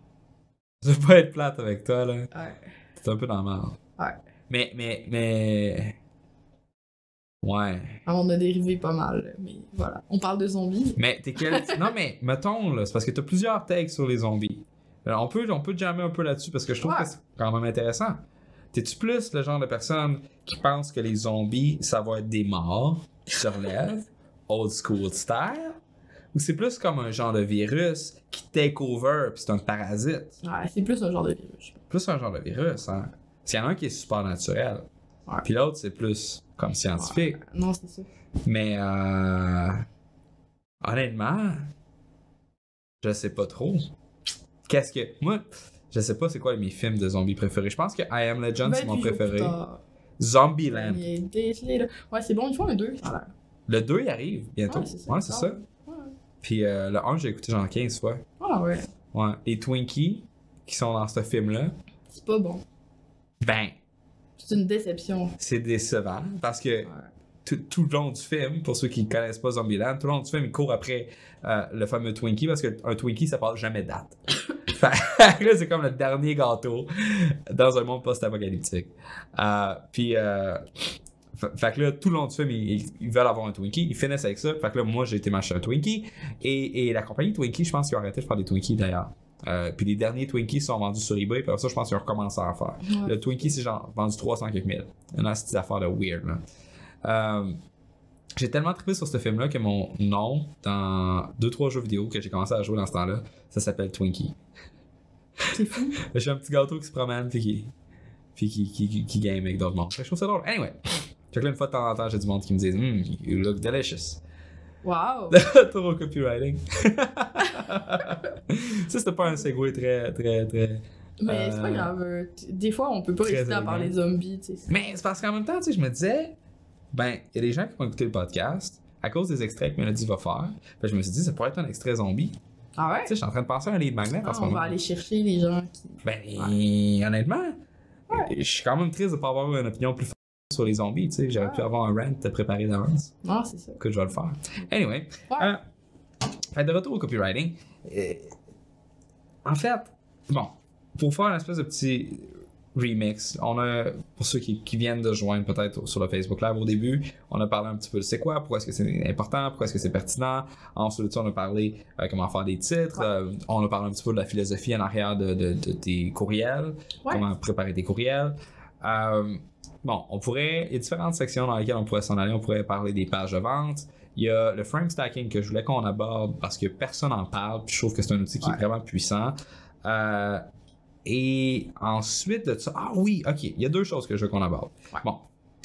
Speaker 2: Je veux pas être plate avec toi, là.
Speaker 3: Ouais.
Speaker 2: T'es un peu dans la merde.
Speaker 3: Ouais.
Speaker 2: Mais, mais, mais... Ouais.
Speaker 3: Alors, on a dérivé pas mal, mais voilà. On parle de zombies.
Speaker 2: Mais t'es quel... non, mais mettons, là, c'est parce que t'as plusieurs takes sur les zombies. Alors, on peut, on peut jammer un peu là-dessus parce que je trouve
Speaker 3: Ouais.
Speaker 2: que c'est quand même intéressant. T'es-tu plus le genre de personne qui pense que les zombies, ça va être des morts qui se relèvent, old school style? Ou c'est plus comme un genre de virus qui take over pis c'est un parasite?
Speaker 3: Ouais, c'est plus un genre de virus.
Speaker 2: Plus un genre de virus, hein? S'il y en a un qui est super naturel.
Speaker 3: Ouais.
Speaker 2: Puis l'autre, c'est plus comme scientifique.
Speaker 3: Ouais. Non, c'est ça.
Speaker 2: Mais, euh... honnêtement, je sais pas trop. Qu'est-ce que... Moi, je sais pas c'est quoi mes films de zombies préférés. Je pense que I Am Legend, c'est mon
Speaker 3: vingt-huit jours
Speaker 2: préféré.
Speaker 3: plus tard.
Speaker 2: Zombieland.
Speaker 3: Il est décelé, là. Ouais, c'est bon, ils font un deux, ça a l'air.
Speaker 2: Le deux, il arrive bientôt.
Speaker 3: Ouais, c'est ça.
Speaker 2: Ouais, c'est ça.
Speaker 3: Ouais.
Speaker 2: Puis euh, le un, j'ai écouté genre quinze fois.
Speaker 3: Ah ouais.
Speaker 2: Ouais. Les Twinkies qui sont dans ce film-là,
Speaker 3: C'est pas bon.
Speaker 2: ben,
Speaker 3: C'est une déception.
Speaker 2: c'est décevant parce que
Speaker 3: Ouais.
Speaker 2: tout, tout le long du film, pour ceux qui ne connaissent pas Zombieland, tout le long du film, il court après euh, le fameux Twinkie parce qu'un Twinkie, ça passe jamais de date. Fait que là, c'est comme le dernier gâteau dans un monde post-apocalyptique. Euh, puis, euh, fait, fait que là, tout le long du film, ils, ils veulent avoir un Twinkie. Ils finissent avec ça. Fait que là, moi, j'ai été m'acheter un Twinkie. Et, et la compagnie Twinkie, je pense qu'ils ont arrêté de faire des Twinkies d'ailleurs. Euh, puis les derniers Twinkies sont vendus sur eBay. Puis après ça, je pense qu'ils ont recommencé à en faire.
Speaker 3: Ouais.
Speaker 2: Le Twinkie, c'est genre vendu trois cent quelques mille. Une petite affaire de weird, là. Euh, j'ai tellement trippé sur ce film-là que mon nom dans deux trois jeux vidéo que j'ai commencé à jouer dans ce temps-là, ça s'appelle Twinkie.
Speaker 3: C'est fou.
Speaker 2: Je suis un petit gâteau qui se promène puis qui, puis qui, qui, qui, qui game avec d'autres mondes. Fait que je trouve ça drôle. Anyway, fait que là, une fois de temps en temps, j'ai du monde qui me dit Hum, you look delicious.
Speaker 3: Wow.
Speaker 2: Trop au copywriting. Ça, c'était pas un segue très, très, très.
Speaker 3: Mais c'est pas
Speaker 2: Euh,
Speaker 3: grave. euh, t- Des fois, on peut pas
Speaker 2: très
Speaker 3: résister à
Speaker 2: élégant.
Speaker 3: parler zombies, tu sais.
Speaker 2: Mais c'est parce qu'en même temps, tu sais, je me disais, ben, il y a des gens qui vont écouter le podcast à cause des extraits que Mélodie va faire. Fait que je me suis dit, ça pourrait être un extrait zombie.
Speaker 3: Ah ouais?
Speaker 2: Tu sais, je suis en train de penser à un lead magnet en
Speaker 3: Ah,
Speaker 2: ce
Speaker 3: on
Speaker 2: moment.
Speaker 3: va aller chercher les gens qui.
Speaker 2: Ben, honnêtement, je suis quand même triste de pas avoir une opinion plus forte sur les zombies, tu sais. J'aurais
Speaker 3: Ouais.
Speaker 2: pu avoir un rant préparé d'avance.
Speaker 3: Non, c'est ça.
Speaker 2: Que je vais le faire. Anyway.
Speaker 3: Ouais.
Speaker 2: Euh, fait de retour au copywriting. euh, en fait, bon, pour faire une espèce de petit remix, on a, pour ceux qui, qui viennent de joindre peut-être sur le Facebook Live au début, on a parlé un petit peu de c'est quoi, pourquoi est-ce que c'est important, pourquoi est-ce que c'est pertinent. Ensuite, on a parlé euh, comment faire des titres.
Speaker 3: Ouais.
Speaker 2: Euh, on a parlé un petit peu de la philosophie en arrière de, de, de tes courriels,
Speaker 3: Ouais.
Speaker 2: comment préparer tes courriels. Euh, bon, on pourrait, il y a différentes sections dans lesquelles on pourrait s'en aller. On pourrait parler des pages de vente. Il y a le frame stacking que je voulais qu'on aborde parce que personne n'en parle, puis je trouve que c'est un outil qui
Speaker 3: Ouais.
Speaker 2: est vraiment puissant. Euh, et ensuite de ça, ah oui, ok, il y a deux choses que je veux qu'on aborde.
Speaker 3: Ouais.
Speaker 2: Bon,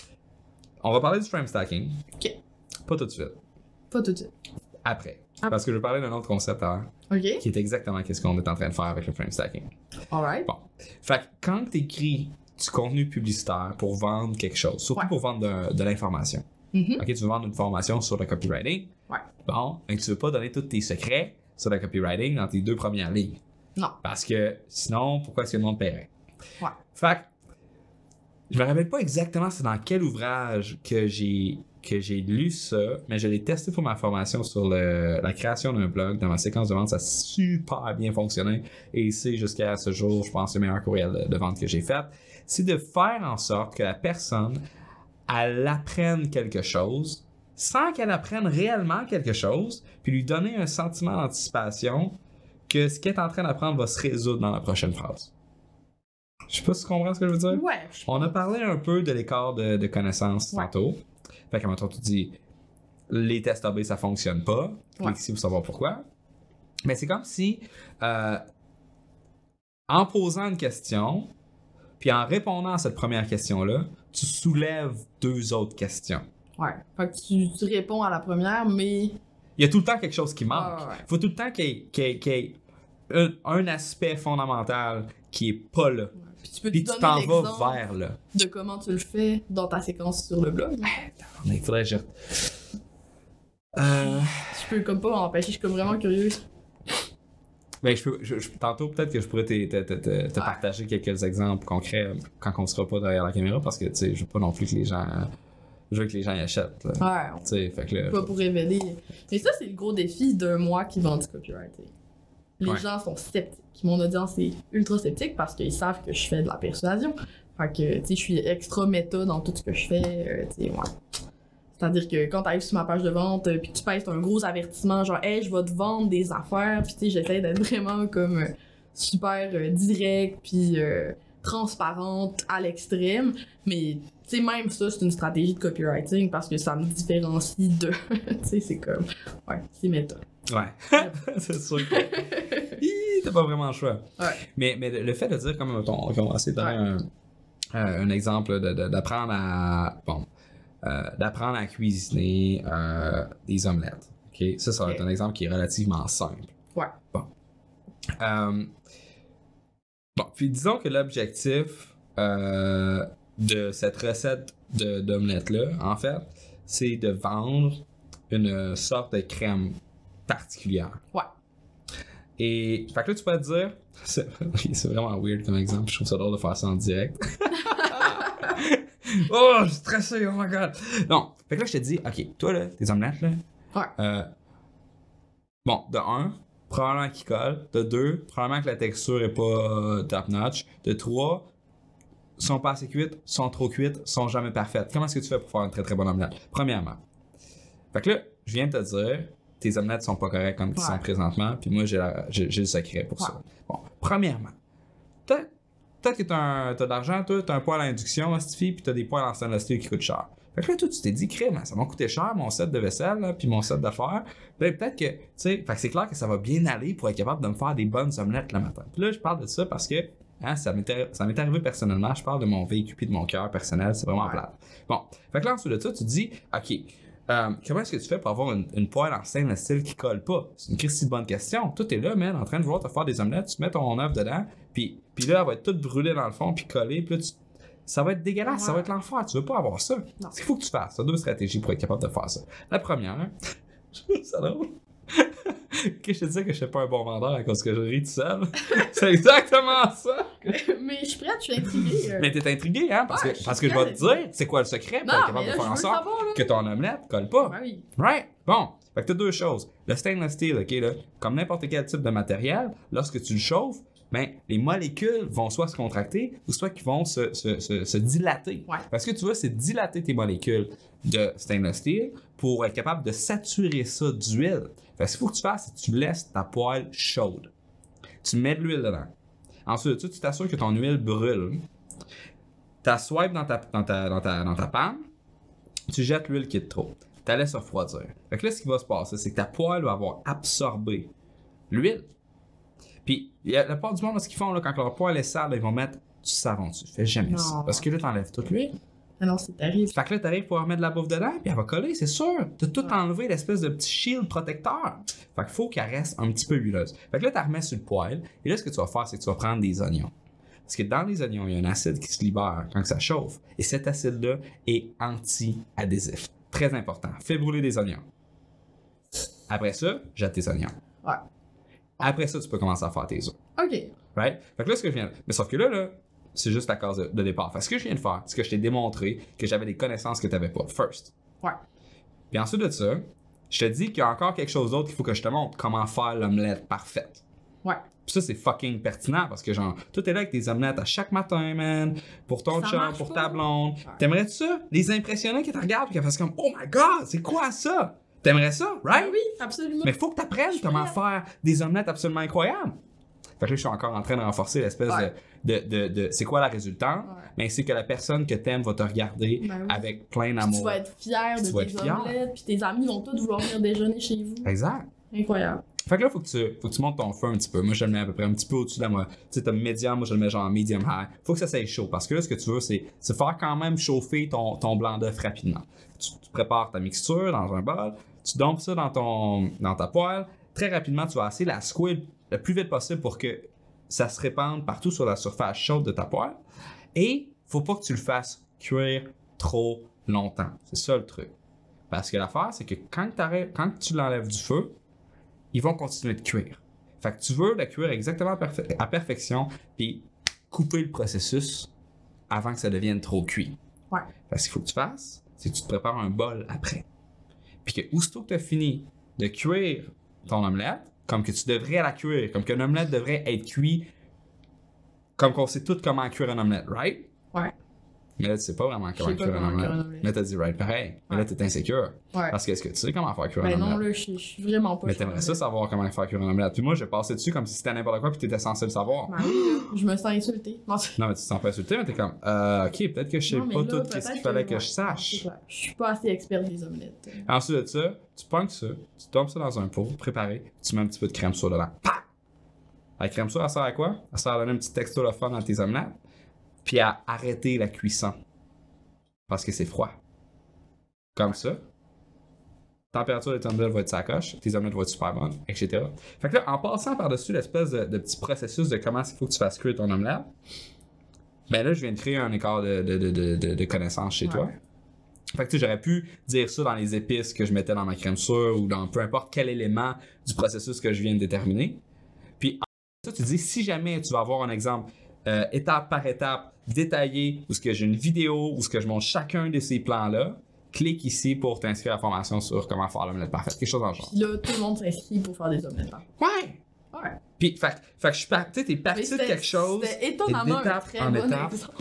Speaker 2: on va parler du frame stacking.
Speaker 3: Ok.
Speaker 2: Pas tout de suite,
Speaker 3: Pas tout de suite.
Speaker 2: après.
Speaker 3: Ah.
Speaker 2: Parce que je veux parler d'un autre concept avant,
Speaker 3: Ok.
Speaker 2: qui est exactement ce qu'on est en train de faire avec le frame stacking.
Speaker 3: Alright.
Speaker 2: Bon. Fait que quand tu écris du contenu publicitaire pour vendre quelque chose, surtout
Speaker 3: Ouais.
Speaker 2: pour vendre de, de l'information.
Speaker 3: Mhm.
Speaker 2: Ok, tu veux vendre une formation sur le copywriting.
Speaker 3: Ouais.
Speaker 2: Bon, et tu veux pas donner tous tes secrets sur le copywriting dans tes deux premières lignes.
Speaker 3: Non.
Speaker 2: Parce que sinon, pourquoi est-ce que le monde paierait?
Speaker 3: Ouais.
Speaker 2: Fait que, je me rappelle pas exactement c'est dans quel ouvrage que j'ai que j'ai lu ça, mais je l'ai testé pour ma formation sur le, la création d'un blog. Dans ma séquence de vente, ça a super bien fonctionné. Et c'est jusqu'à ce jour, je pense, le meilleur courriel de, de vente que j'ai fait. C'est de faire en sorte que la personne, elle apprenne quelque chose sans qu'elle apprenne réellement quelque chose, puis lui donner un sentiment d'anticipation que ce qu'elle est en train d'apprendre va se résoudre dans la prochaine phrase. Je sais pas si tu comprends ce que je veux dire.
Speaker 3: Ouais. je
Speaker 2: On a
Speaker 3: pense.
Speaker 2: parlé un peu de l'écart de, de connaissances
Speaker 3: Ouais.
Speaker 2: tantôt. Fait que maintenant tu dis les tests A B ça fonctionne pas. Clique
Speaker 3: Ouais.
Speaker 2: ici pour savoir pourquoi. Mais c'est comme si euh, en posant une question, puis en répondant à cette première question-là, tu soulèves deux autres questions.
Speaker 3: Ouais. Fait que tu, tu réponds à la première, mais.
Speaker 2: Il y a tout le temps quelque chose qui manque.
Speaker 3: Ouais, ouais, ouais.
Speaker 2: Il faut tout le temps qu'il y ait, qu'il y ait- qu'il y ait un, un aspect fondamental qui est pas là.
Speaker 3: Puis tu peux
Speaker 2: Puis
Speaker 3: te
Speaker 2: tu
Speaker 3: donner
Speaker 2: t'en vas
Speaker 3: l'exemple
Speaker 2: vers là.
Speaker 3: de comment tu le fais dans ta séquence sur le blog.
Speaker 2: Il faudrait que je... Euh...
Speaker 3: Je peux comme pas m'empêcher, je suis comme vraiment curieuse.
Speaker 2: Ben, je peux, je, je- tantôt, peut-être que je pourrais te, te, te, te, te
Speaker 3: Ouais.
Speaker 2: partager quelques exemples concrets euh, quand on sera pas derrière la caméra parce que, tu sais, je veux pas non plus que les gens... euh, je veux que les gens y achètent, là.
Speaker 3: Ouais, on
Speaker 2: Tu sais, fait que là...
Speaker 3: pas pour révéler. Mais ça, c'est le gros défi d'un mois qui vend du copywriting. Les
Speaker 2: Ouais.
Speaker 3: gens sont sceptiques. Mon audience est ultra sceptique parce qu'ils savent que je fais de la persuasion. Fait que, tu sais, je suis extra méta dans tout ce que je fais. euh, tu sais, ouais. C'est-à-dire que quand t'arrives sur ma page de vente, euh, puis que tu pèses un gros avertissement, genre « Hey, je vais te vendre des affaires », puis tu sais, j'essaie d'être vraiment comme euh, super euh, direct, puis euh, transparente à l'extrême, mais tu sais, même ça, c'est une stratégie de copywriting parce que ça me différencie de... tu sais, c'est comme... Ouais, c'est méta.
Speaker 2: Ouais, c'est sûr que... Hi, t'as pas vraiment le choix.
Speaker 3: Ouais.
Speaker 2: Mais, mais le fait de dire, comme on va essayer de donner un, euh, un exemple de, de, d'apprendre à... Bon, euh, d'apprendre à cuisiner euh, des omelettes. OK? Ça, ça va être un exemple qui est relativement simple.
Speaker 3: Ouais.
Speaker 2: Bon. Euh, bon, puis disons que l'objectif euh, de cette recette de, d'omelette-là, en fait, c'est de vendre une sorte de crème particulière.
Speaker 3: Ouais.
Speaker 2: Et, fait que là, tu peux te dire, c'est, c'est vraiment weird comme exemple, je trouve ça drôle de faire ça en direct. Oh, je suis stressé, oh my god. Non, fait que là, je te dis, ok, toi, là, tes omelettes, là.
Speaker 3: Ouais.
Speaker 2: Euh, bon, de un, probablement qu'ils collent. De deux, probablement que la texture est pas euh, top notch. De trois, sont pas assez cuites, sont trop cuites, sont jamais parfaites. Comment est-ce que tu fais pour faire une très très bonne omelette? Premièrement. Fait que là, je viens de te dire, tes omelettes sont pas correctes comme ils
Speaker 3: ouais.
Speaker 2: sont présentement, puis moi, j'ai, la, j'ai, j'ai le secret pour ouais. ça. Bon, premièrement, peut-être, peut-être que t'as, un, t'as de l'argent, toi, t'as un poêle à induction, Stifi, puis t'as des poêles en stainless steel qui coûtent cher. Fait que là, toi, tu t'es dit, crème, ça m'a coûté cher, mon set de vaisselle, là, puis mon set d'affaires. Puis peut-être que, tu sais, fait que c'est clair que ça va bien aller pour être capable de me faire des bonnes omelettes le matin. Puis là, je parle de ça parce que, hein, ça m'est, ça m'est arrivé personnellement, je parle de mon vécu puis de mon cœur personnel, c'est vraiment ouais. plate. Bon, fait que là, ensuite de ça, tu te dis, OK, Euh, comment est-ce que tu fais pour avoir une, une poêle en stainless steel qui colle pas? C'est une christie de bonne question. Toi, t'es là, man, en train de vouloir te faire des omelettes, tu mets ton œuf dedans, puis puis là, elle va être toute brûlée dans le fond, puis collée, puis là, tu... ça va être dégueulasse, ouais. ça va être l'enfer. Tu veux pas avoir ça. Non. Ce qu'il faut que tu fasses, tu as deux stratégies pour être capable de faire ça. La première, c'est drôle. Que je te disais que je suis pas un bon vendeur à cause que je ris tout seul. C'est exactement ça.
Speaker 3: Mais je suis prête, je suis intriguée. Euh...
Speaker 2: Mais t'es intriguée, hein? Parce
Speaker 3: ouais,
Speaker 2: que, parce que je vais te dire, c'est quoi le secret pour
Speaker 3: non,
Speaker 2: être capable
Speaker 3: là,
Speaker 2: de faire en sorte
Speaker 3: savoir,
Speaker 2: que ton omelette colle pas.
Speaker 3: Ben oui.
Speaker 2: Right? Bon. Fait que t'as deux choses. Le stainless steel, OK, là, comme n'importe quel type de matériel, lorsque tu le chauffes, ben, les molécules vont soit se contracter ou soit qu'ils vont se, se, se, se dilater.
Speaker 3: Ouais.
Speaker 2: Parce que tu vois, c'est dilater tes molécules de stainless steel pour être capable de saturer ça d'huile. Fait que ce qu'il faut que tu fasses, c'est que tu laisses ta poêle chaude. Tu mets de l'huile dedans. Ensuite, tu t'assures que ton huile brûle. Tu swipe dans ta, dans, ta, dans, ta, dans ta panne. Tu jettes l'huile qui est trop. Tu la laisses refroidir. Fait que là, ce qui va se passer, c'est que ta poêle va avoir absorbé l'huile. Puis, la plupart du monde, ce qu'ils font, là, quand leur poêle est sale, ils vont mettre du savon dessus. Fais jamais non. ça. Parce que là, t'enlèves toute l'huile.
Speaker 3: Ah non, c'est terrible.
Speaker 2: Fait que là, t'arrives pour remettre de la bouffe dedans, puis elle va coller, c'est sûr. T'as tout ouais. enlevé l'espèce de petit shield protecteur. Fait qu'il faut qu'elle reste un petit peu huileuse. Fait que là, tu la remets sur le poêle, et là, ce que tu vas faire, c'est que tu vas prendre des oignons. Parce que dans les oignons, il y a un acide qui se libère quand ça chauffe. Et cet acide-là est anti-adhésif. Très important. Fais brûler des oignons. Après ça, jette tes oignons.
Speaker 3: Ouais.
Speaker 2: Après ça, tu peux commencer à faire tes œufs.
Speaker 3: OK.
Speaker 2: Right? Fait que là, ce que je viens... Mais sauf que là, là, c'est juste la case de, de départ. Fait que ce que je viens de faire, c'est que je t'ai démontré que j'avais des connaissances que tu n'avais pas. First.
Speaker 3: Ouais.
Speaker 2: Puis ensuite de ça, je te dis qu'il y a encore quelque chose d'autre qu'il faut que je te montre. Comment faire l'omelette parfaite.
Speaker 3: Ouais.
Speaker 2: Puis ça, c'est fucking pertinent parce que, genre, toi, t'es là avec tes omelettes à chaque matin, man. Pour ton chum, pour ta blonde. Ouais. T'aimerais ça? Les impressionner qui te regardent et qu'elles fassent comme, oh my god, c'est quoi ça? T'aimerais ça, right?
Speaker 3: Oui, oui, absolument.
Speaker 2: Mais faut que t'apprennes comment faire des omelettes absolument incroyables. Fait que là, je suis encore en train de renforcer l'espèce ouais. de, de, de, de c'est quoi la résultante, ouais. mais c'est que la personne que t'aimes va te regarder ben oui. avec plein d'amour.
Speaker 3: Tu vas être fier de tes omelettes, puis tes amis vont tous vouloir venir déjeuner chez vous.
Speaker 2: Exact.
Speaker 3: Incroyable.
Speaker 2: Fait que là, faut que tu, faut que tu montes ton feu un petit peu. Moi, je le mets à peu près un petit peu au-dessus de la moi. Tu sais, t'as medium, moi, je le mets genre medium high. Faut que ça soit chaud, parce que là, ce que tu veux, c'est, c'est faire quand même chauffer ton, ton blanc d'œuf rapidement. Tu, tu prépares ta mixture dans un bol, tu dompes ça dans, ton, dans ta poêle. Très rapidement, tu vas essayer la squid le plus vite possible pour que ça se répande partout sur la surface chaude de ta poêle. Et faut pas que tu le fasses cuire trop longtemps. C'est ça le truc. Parce que l'affaire, c'est que quand, quand tu l'enlèves du feu, ils vont continuer de cuire. Fait que tu veux la cuire exactement à, perfe- à perfection, puis couper le processus avant que ça devienne trop cuit.
Speaker 3: Ouais.
Speaker 2: Parce qu'il faut que tu fasses, c'est que tu te prépares un bol après. Puis que aussitôt que tu as fini de cuire ton omelette, comme que tu devrais la cuire, comme qu'une omelette devrait être cuite, comme qu'on sait tout comment cuire une omelette, right?
Speaker 3: Ouais.
Speaker 2: Mais là, tu sais pas vraiment
Speaker 3: Je
Speaker 2: comment
Speaker 3: sais pas
Speaker 2: cuire un
Speaker 3: comment cuire un
Speaker 2: omelette.
Speaker 3: omelette.
Speaker 2: Mais t'as dit right pareil. Mais là,
Speaker 3: Ouais.
Speaker 2: t'es insécure.
Speaker 3: Ouais.
Speaker 2: Parce que est-ce que tu sais comment faire cuire un
Speaker 3: Ben
Speaker 2: omelette?
Speaker 3: non, là, je suis- je suis vraiment pas
Speaker 2: Mais
Speaker 3: sûre.
Speaker 2: t'aimerais ça savoir comment faire cuire un omelette. Puis moi, j'ai passé dessus comme si c'était n'importe quoi, puis t'étais censé le savoir.
Speaker 3: Ben oui, là, je me sens insultée. Non, c'est-
Speaker 2: Non, mais tu te sens pas insulté, mais t'es comme, euh, ok, peut-être que je sais
Speaker 3: Non, mais
Speaker 2: pas
Speaker 3: là,
Speaker 2: tout ce
Speaker 3: peut-être
Speaker 2: qu'il fallait que,
Speaker 3: ouais,
Speaker 2: je
Speaker 3: c'est
Speaker 2: sache.
Speaker 3: clair. Je suis pas assez experte des omelettes.
Speaker 2: Ensuite de ça, tu pognes ça, tu tombes ça dans un pot préparé, tu mets un petit peu de crème sur dedans. Pah! La crème sur, elle sert à quoi? Elle sert à donner une petite texture de fun dans tes omelettes, puis à arrêter la cuisson. Parce que c'est froid. Comme ça. Température de tes omelettes va être sacoche, tes omelettes vont être super bonnes, et cetera. Fait que là, en passant par-dessus l'espèce de, de petit processus de comment il faut que tu fasses cuire ton omelette, ben là, je viens de créer un écart de, de, de, de, de, de connaissances chez
Speaker 3: Ouais.
Speaker 2: toi. Fait que tu sais, j'aurais pu dire ça dans les épices que je mettais dans ma crème sûre ou dans peu importe quel élément du processus que je viens de déterminer. Puis, en ça, tu dis, si jamais tu vas avoir un exemple euh, étape par étape, détaillé, où ce que j'ai une vidéo, où ce que je montre chacun de ces plans-là, clique ici pour t'inscrire à la formation sur comment faire l'omelette parfaite. Quelque chose dans le genre.
Speaker 3: Puis là, tout le monde s'inscrit pour faire des omelettes. hein.
Speaker 2: Ouais!
Speaker 3: Ouais.
Speaker 2: Puis, fait, fait que je suis parti, tu sais, t'es
Speaker 3: Mais
Speaker 2: parti de
Speaker 3: c'était-
Speaker 2: quelque chose.
Speaker 3: C'était étonnamment un
Speaker 2: d'étape
Speaker 3: très
Speaker 2: en
Speaker 3: bon
Speaker 2: étape.
Speaker 3: exemple.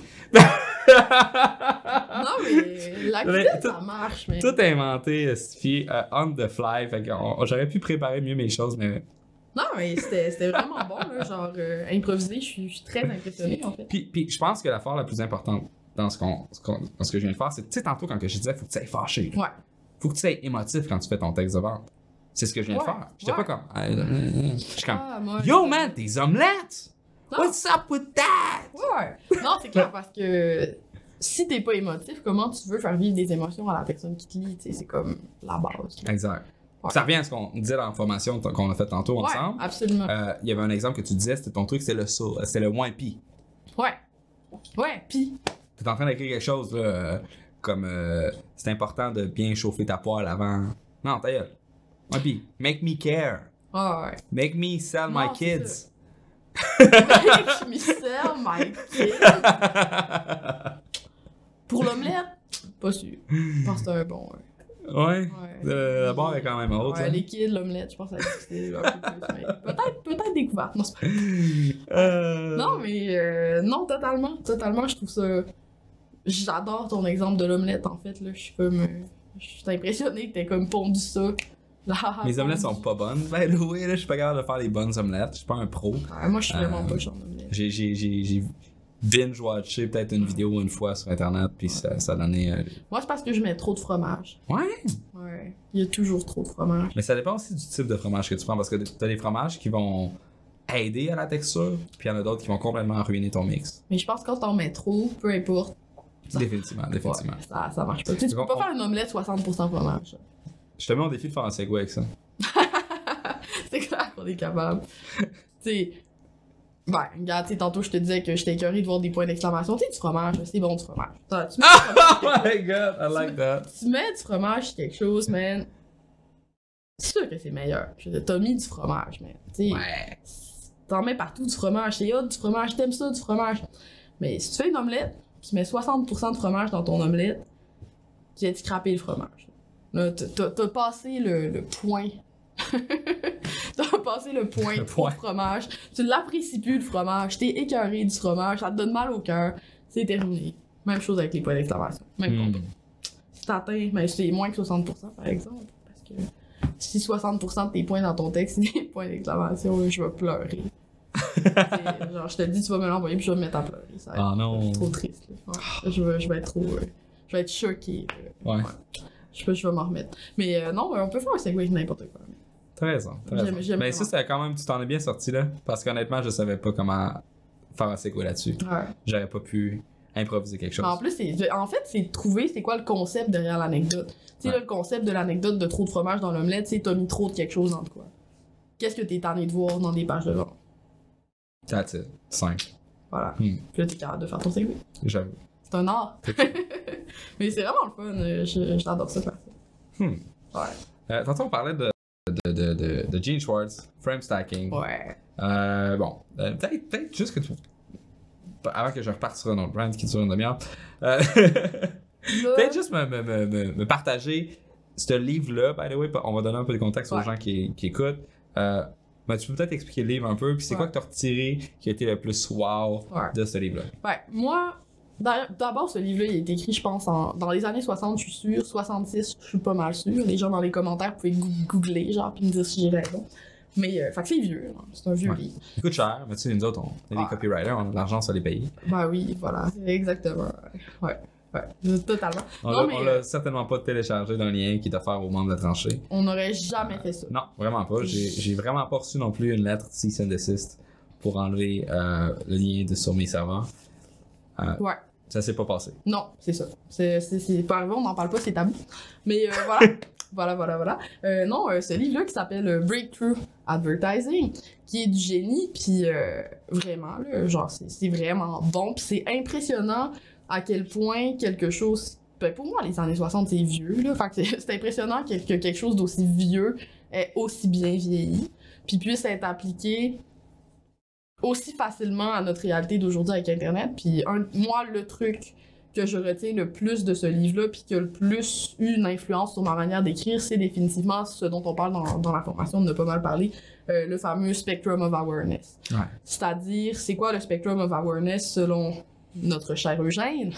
Speaker 3: Non, mais la
Speaker 2: Mais
Speaker 3: cuisine,
Speaker 2: tout-
Speaker 3: ça marche, mais...
Speaker 2: Tout inventé, Stifi, euh, on the fly. Fait que on- j'aurais pu préparer mieux mes choses, mais.
Speaker 3: Non, mais c'était c'était vraiment bon, là. Genre, euh, improvisé, je suis je suis très impressionnée, en fait.
Speaker 2: Puis, puis je pense que l'affaire la plus importante dans ce, qu'on, ce, qu'on- dans ce que je viens de faire, c'est, tu sais, tantôt quand que je disais, faut que tu sois fâché. là.
Speaker 3: Ouais.
Speaker 2: Faut que tu sois émotif quand tu fais ton texte de vente. C'est ce que je viens
Speaker 3: Ouais,
Speaker 2: de faire. J'étais
Speaker 3: ouais.
Speaker 2: pas comme. euh, euh, euh, Je suis comme.
Speaker 3: Ah, moi,
Speaker 2: Yo
Speaker 3: je-
Speaker 2: man, tes omelettes!
Speaker 3: Non.
Speaker 2: What's up with that?
Speaker 3: Ouais. Non, c'est clair, parce que si t'es pas émotif, comment tu veux faire vivre des émotions à la personne qui te lit? Tu sais, c'est comme la base. là.
Speaker 2: Exact.
Speaker 3: Ouais.
Speaker 2: Ça revient à ce qu'on disait dans la formation t- qu'on a fait tantôt
Speaker 3: Ouais,
Speaker 2: ensemble.
Speaker 3: absolument.
Speaker 2: Euh, Il y avait un exemple que tu disais, c'était ton truc, c'était le so, c'était le wimpy.
Speaker 3: Ouais. Ouais, pis...
Speaker 2: T'es en train d'écrire quelque chose là, euh, comme euh, c'est important de bien chauffer ta poêle avant. Non, ta gueule. Wimpy, make me care.
Speaker 3: Ah, ouais.
Speaker 2: Make me sell
Speaker 3: Non,
Speaker 2: my
Speaker 3: c'est
Speaker 2: kids.
Speaker 3: Make me sell my kid. Pour l'omelette, pas sûr. Je pense que c'est un bon. Ouais.
Speaker 2: Ouais.
Speaker 3: Ouais.
Speaker 2: Euh, la barre est quand même haute.
Speaker 3: Ouais,
Speaker 2: hein.
Speaker 3: les kids, l'omelette, je pense que ça existait un peu plus. mais Peut-être, peut-être découverte. Non, c'est pas...
Speaker 2: Euh,
Speaker 3: non, mais euh, non, totalement. Totalement, je trouve ça. J'adore ton exemple de l'omelette, en fait. Là. Je suis comme. euh, Je suis impressionnée que t'aies comme pondu ça. Là,
Speaker 2: Mes omelettes
Speaker 3: pondu.
Speaker 2: sont pas bonnes. Ben oui, là, je suis pas capable de faire les bonnes omelettes. Je suis pas un pro.
Speaker 3: Ouais, moi, je suis vraiment
Speaker 2: Euh,
Speaker 3: pas genre d'omelette.
Speaker 2: J'ai, j'ai, j'ai, j'ai binge-watché peut-être une vidéo une fois sur internet, puis ça, ça donnait. euh,
Speaker 3: Moi, c'est parce que je mets trop de fromage.
Speaker 2: Ouais!
Speaker 3: Ouais. Il y a toujours trop de fromage.
Speaker 2: Mais ça dépend aussi du type de fromage que tu prends, parce que t'as des fromages qui vont aider à la texture, puis il y en a d'autres qui vont complètement ruiner ton mix.
Speaker 3: Mais je pense que quand t'en mets trop, peu importe. Ça-
Speaker 2: Définitivement, définitivement.
Speaker 3: Ouais, ça, ça marche pas. Tu sais, tu peux
Speaker 2: On-
Speaker 3: pas faire une omelette soixante pour cent fromage.
Speaker 2: Je te mets au défi de faire un segway avec ça.
Speaker 3: C'est clair qu'on est capable. Tu sais. Ben, regarde, tu sais, tantôt je te disais que j'étais écœurée de voir des points d'exclamation. Tu sais, du fromage, c'est bon du fromage. Attends, tu, mets du fromage sur
Speaker 2: Oh
Speaker 3: quelque
Speaker 2: my god, I like that.
Speaker 3: chose. Tu mets du fromage sur quelque chose, man. C'est sûr que c'est meilleur. Je veux dire, t'as mis du fromage, man. Tu sais,
Speaker 2: Ouais.
Speaker 3: t'en mets partout du fromage. C'est hot du fromage, t'aimes ça du fromage. Mais si tu fais une omelette, tu mets soixante pour cent de fromage dans ton omelette, tu viens de scraper le fromage. Là, t'as- t'as t'as passé le, le point. T'as passé le point
Speaker 2: Le
Speaker 3: pour
Speaker 2: point.
Speaker 3: le fromage. Tu l'apprécies plus, le fromage. T'es écœuré du fromage. Ça te donne mal au cœur. C'est terminé. Même chose avec les points d'exclamation. Même
Speaker 2: Hmm.
Speaker 3: combat. Si t'atteins, mais c'est moins que soixante pour cent par exemple. Parce que si soixante pour cent de tes points dans ton texte, c'est des points d'exclamation, là, je vais pleurer. T'sais, genre, je te dis, tu vas me l'envoyer puis je vais me mettre à pleurer. Ça va être
Speaker 2: Ah non.
Speaker 3: trop triste. Là. Ouais. Je, vais, je vais être trop. euh, je vais être choquée. euh,
Speaker 2: Ouais.
Speaker 3: Je, peux, je vais m'en remettre. Mais euh, non, on peut faire un segway avec n'importe quoi.
Speaker 2: T'as raison, t'as
Speaker 3: J'aime-
Speaker 2: raison.
Speaker 3: j'aime
Speaker 2: Mais ça,
Speaker 3: vraiment.
Speaker 2: c'est quand même, tu t'en es bien sorti là. Parce qu'honnêtement, je savais pas comment faire un segway là-dessus.
Speaker 3: Ouais.
Speaker 2: J'aurais pas pu improviser quelque chose.
Speaker 3: Mais en plus, c'est, en fait, c'est de trouver c'est quoi le concept derrière l'anecdote. Tu sais,
Speaker 2: Ouais.
Speaker 3: là, le concept de l'anecdote de trop de fromage dans l'omelette, c'est t'as mis trop de quelque chose dans de quoi. Qu'est-ce que t'es tanné de voir dans des pages de vente?
Speaker 2: That's it. cinq.
Speaker 3: Voilà.
Speaker 2: Hmm.
Speaker 3: Puis là, t'es capable de faire ton segway.
Speaker 2: J'avoue.
Speaker 3: C'est un art. Mais c'est vraiment le fun. euh, je- J'adore ça faire ça.
Speaker 2: Hmm.
Speaker 3: Ouais.
Speaker 2: Euh, tantôt, on parlait de, de, de, de, de Gene Schwartz, frame stacking.
Speaker 3: Ouais.
Speaker 2: Euh, bon, euh, peut-être, peut-être juste que tu. Avant que je reparte sur un autre brand qui dure une demi-heure. Euh, peut-être juste me, me, me, me, me partager ce livre-là, by the way. On va donner un peu de contexte aux
Speaker 3: Ouais.
Speaker 2: gens qui, qui écoutent. Euh, ben, tu peux peut-être expliquer le livre un peu, puis c'est
Speaker 3: Ouais.
Speaker 2: quoi que tu as retiré qui a été le plus wow
Speaker 3: Ouais.
Speaker 2: de ce livre-là?
Speaker 3: Ouais, moi, D'abord, ce livre-là, il a été écrit, je pense, en, dans les années soixante, je suis sûre. soixante-six, je suis pas mal sûre. Les gens dans les commentaires pouvaient googler, genre, puis me dire si j'ai raison. Mais, euh, fait que c'est vieux, hein. C'est un vieux
Speaker 2: ouais.
Speaker 3: livre.
Speaker 2: Il coûte cher, mais tu sais, nous autres, on est
Speaker 3: ouais.
Speaker 2: des copywriters, on a de l'argent sur les payer.
Speaker 3: Ben oui, voilà, exactement. Ouais, ouais, totalement.
Speaker 2: On
Speaker 3: non,
Speaker 2: l'a,
Speaker 3: mais,
Speaker 2: on l'a certainement pas téléchargé d'un lien qui est offert aux membres de la tranchée.
Speaker 3: On n'aurait jamais euh, fait ça.
Speaker 2: Non, vraiment pas. J'ai, j'ai vraiment pas reçu non plus une lettre cease and desist pour enlever euh, le lien de sur mes serveurs. Euh,
Speaker 3: ouais.
Speaker 2: Ça s'est pas passé.
Speaker 3: Non, c'est ça. C'est, c'est, c'est pas arrivé, on n'en parle pas, c'est tabou. Mais euh, voilà. Voilà, voilà, voilà. Euh, non, euh, ce livre-là qui s'appelle euh, Breakthrough Advertising, qui est du génie, puis euh, vraiment, là, genre, c'est, c'est vraiment bon, puis c'est impressionnant à quel point quelque chose... Ben, pour moi, les années soixante, c'est vieux, là. Fait que c'est, c'est impressionnant que, que quelque chose d'aussi vieux ait aussi bien vieilli, puis puisse être appliqué aussi facilement à notre réalité d'aujourd'hui avec Internet. Puis un, moi, le truc que je retiens le plus de ce livre-là, puis qui a le plus eu une influence sur ma manière d'écrire, c'est définitivement ce dont on parle dans, dans la formation, on en a pas mal parlé, euh, le fameux Spectrum of Awareness.
Speaker 2: Ouais.
Speaker 3: C'est-à-dire, c'est quoi le Spectrum of Awareness selon notre cher Eugène?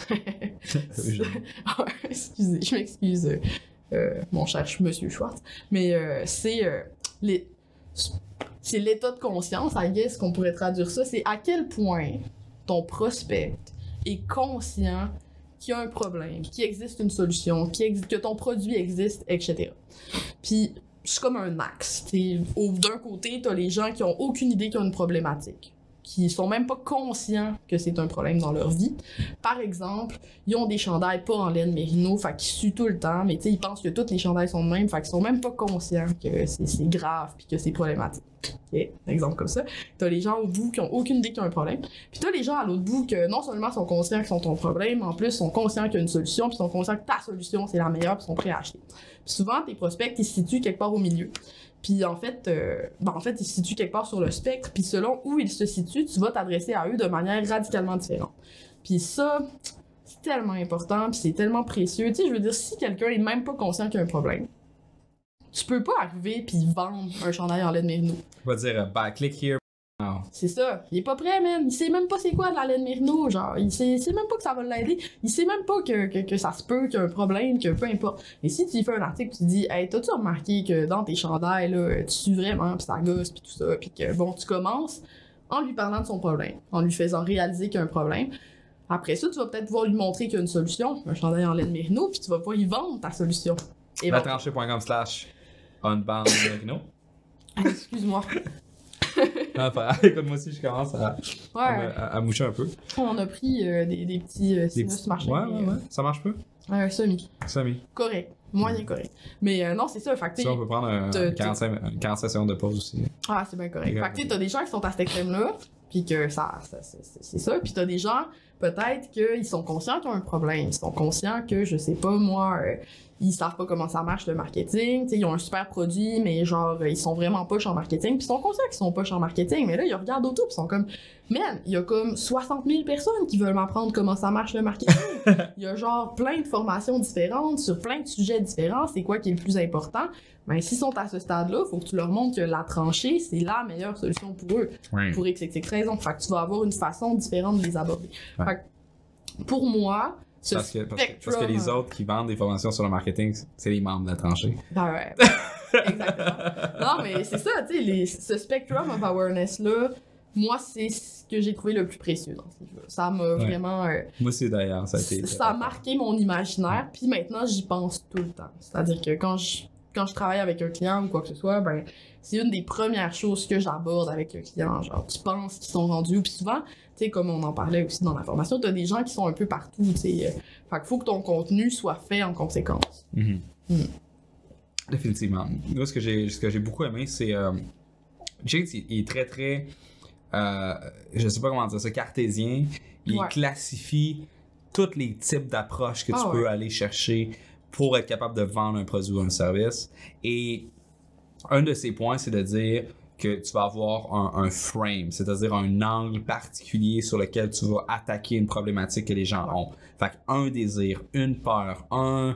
Speaker 3: Excusez, je m'excuse, euh, mon cher monsieur Schwartz, mais euh, c'est euh, les... c'est l'état de conscience, I guess, qu'on pourrait traduire ça, c'est à quel point ton prospect est conscient qu'il y a un problème, qu'il existe une solution, qu'il ex- que ton produit existe, et cetera. Puis, c'est comme un axe. Au, d'un côté, t'as les gens qui ont aucune idée qu'ils ont une problématique, qui sont même pas conscients que c'est un problème dans leur vie. Par exemple, ils ont des chandails pas en laine mérino, fait qu'ils suent tout le temps, mais tu sais, ils pensent que tous les chandails sont de même, fait qu'ils sont même pas conscients que c'est, c'est grave puis que c'est problématique. Ok, un exemple comme ça. T'as les gens au bout qui ont aucune idée qu'ils ont un problème, puis t'as les gens à l'autre bout que non seulement sont conscients qu'ils sont ton problème, en plus sont conscients qu'il y a une solution, puis sont conscients que ta solution c'est la meilleure, puis sont prêts à acheter. Puis souvent, tes prospects, ils se situent quelque part au milieu. Puis en fait, euh, ben en fait, ils se situent quelque part sur le spectre, puis selon où ils se situent, tu vas t'adresser à eux de manière radicalement différente. Puis ça, c'est tellement important, puis c'est tellement précieux. Tu sais, je veux dire, si quelqu'un est même pas conscient qu'il y a un problème, tu peux pas arriver puis vendre un chandail en laine mérino.
Speaker 2: On va dire, uh, bah, click here. Oh.
Speaker 3: C'est ça. Il est pas prêt, man. Il sait même pas c'est quoi de la laine mérino, genre. Il sait, il sait même pas que ça va l'aider. Il sait même pas que, que, que ça se peut, qu'il y a un problème, que peu importe. Et si tu lui fais un article, tu dis, hey, t'as-tu remarqué que dans tes chandails, là, tu sues vraiment, pis ça gosse, pis tout ça, pis que, bon, tu commences en lui parlant de son problème, en lui faisant réaliser qu'il y a un problème. Après ça, tu vas peut-être pouvoir lui montrer qu'il y a une solution, un chandail en laine mérino, pis tu vas pouvoir y vendre ta solution. Et
Speaker 2: la
Speaker 3: bon.
Speaker 2: tranchée point com slash unbound mérino.
Speaker 3: Excuse-moi.
Speaker 2: Non, pas grave. Écoute, moi aussi, je commence à,
Speaker 3: Ouais.
Speaker 2: à, me- à, à moucher un peu.
Speaker 3: On a pris euh, des, des petits euh,
Speaker 2: Des
Speaker 3: sinus
Speaker 2: petits-
Speaker 3: marchés.
Speaker 2: Ouais, ouais, ouais. Ça marche pas?
Speaker 3: Un semi.
Speaker 2: Samy.
Speaker 3: Correct. Moyen correct. Mais euh, non, c'est ça. Fait que
Speaker 2: Ça, on peut prendre un
Speaker 3: t'as-
Speaker 2: quarante-cinq, quarante-cinq secondes de pause aussi.
Speaker 3: ah, c'est bien correct.
Speaker 2: Ok.
Speaker 3: Fait que tu sais, t'as des gens qui sont à cet extrême-là, puis que ça, ça c'est, c'est, c'est ça. Puis t'as des gens, peut-être qu'ils sont conscients qu'ils ont un problème. Ils sont conscients que, je sais pas, moi, euh, ils savent pas comment ça marche le marketing. Tu sais, ils ont un super produit, mais genre, ils sont vraiment poches en marketing. Puis ils sont conscients qu'ils sont poches en marketing. Mais là, ils regardent autour, puis ils sont comme, man, il y a comme soixante mille personnes qui veulent m'apprendre comment ça marche le marketing. Il y a genre plein de formations différentes sur plein de sujets différents. C'est quoi qui est le plus important? Ben, s'ils sont à ce stade-là, faut que tu leur montres que la tranchée, c'est la meilleure solution pour eux.
Speaker 2: Ouais.
Speaker 3: Pour X X X raisons. Fait que tu vas avoir une façon différente de les aborder.
Speaker 2: Ouais.
Speaker 3: Fait que pour moi, ce
Speaker 2: Parce que, parce, que,
Speaker 3: spectrum...
Speaker 2: parce que les autres qui vendent des formations sur le marketing, c'est les membres de la tranchée.
Speaker 3: Ben ouais, exactement. Non, mais c'est ça, tu sais, les- ce spectrum of awareness-là, moi, c'est ce que j'ai trouvé le plus précieux dans ce livre. Ça m'a
Speaker 2: Ouais.
Speaker 3: vraiment... euh,
Speaker 2: Moi aussi, d'ailleurs, ça a été.
Speaker 3: ça a marqué mon imaginaire, puis maintenant, j'y pense tout le temps. C'est-à-dire que quand je, quand je travaille avec un client ou quoi que ce soit, ben, c'est une des premières choses que j'aborde avec le client. Genre, tu penses qu'ils sont rendus où? Puis souvent, tu sais, comme on en parlait aussi dans la formation, t'as des gens qui sont un peu partout, tu sais. euh, Fait qu'il faut que ton contenu soit fait en conséquence.
Speaker 2: Mhm.
Speaker 3: Mm.
Speaker 2: Définitivement. Moi, ce que j'ai, ce que j'ai beaucoup aimé, c'est. Euh, James, il, il est très, très. Euh, je sais pas comment dire ça, cartésien. Il
Speaker 3: Ouais.
Speaker 2: classifie tous les types d'approches que
Speaker 3: Ah
Speaker 2: tu
Speaker 3: ouais.
Speaker 2: peux aller chercher pour être capable de vendre un produit ou un service. Et un de ces points, c'est de dire que tu vas avoir un, un frame, c'est-à-dire un angle particulier sur lequel tu vas attaquer une problématique que les gens
Speaker 3: Ouais.
Speaker 2: ont. Fait qu'un désir, une peur, un,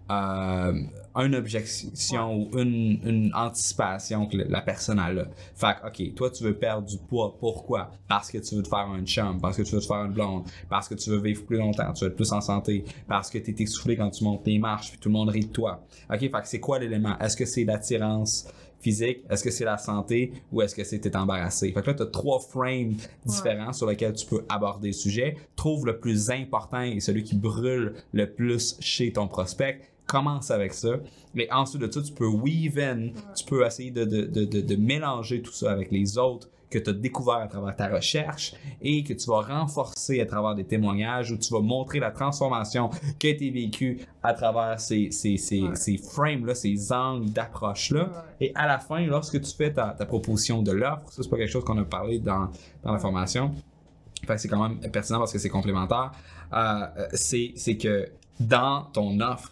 Speaker 2: euh, une objection ou une, une anticipation que la personne a là. Fait que, ok, toi tu veux perdre du poids, pourquoi? Parce que tu veux te faire un chum, parce que tu veux te faire une blonde, parce que tu veux vivre plus longtemps, tu veux être plus en santé, parce que t'es essoufflé quand tu montes les marches puis tout le monde rit de toi. Ok, fait que c'est quoi l'élément? Est-ce que c'est l'attirance physique? Est-ce que c'est la santé? Ou est-ce que c'est t'es embarrassé? Fait que là, t'as trois frames différents ouais. sur lesquels tu peux aborder le sujet. Trouve le plus important et celui qui brûle le plus chez ton prospect. Commence avec ça. Mais ensuite de ça, tu peux weave in, ouais. tu peux essayer de, de, de, de, de mélanger tout ça avec les autres que tu as découvert à travers ta recherche et que tu vas renforcer à travers des témoignages où tu vas montrer la transformation qui a été vécue à travers ces, ces, ces, ouais. ces frames-là, ces angles d'approche-là. Ouais. Et à la fin, lorsque tu fais ta, ta proposition de l'offre, ça c'est pas quelque chose qu'on a parlé dans, dans la formation, fait que c'est quand même pertinent parce que c'est complémentaire, euh, c'est, c'est que dans ton offre,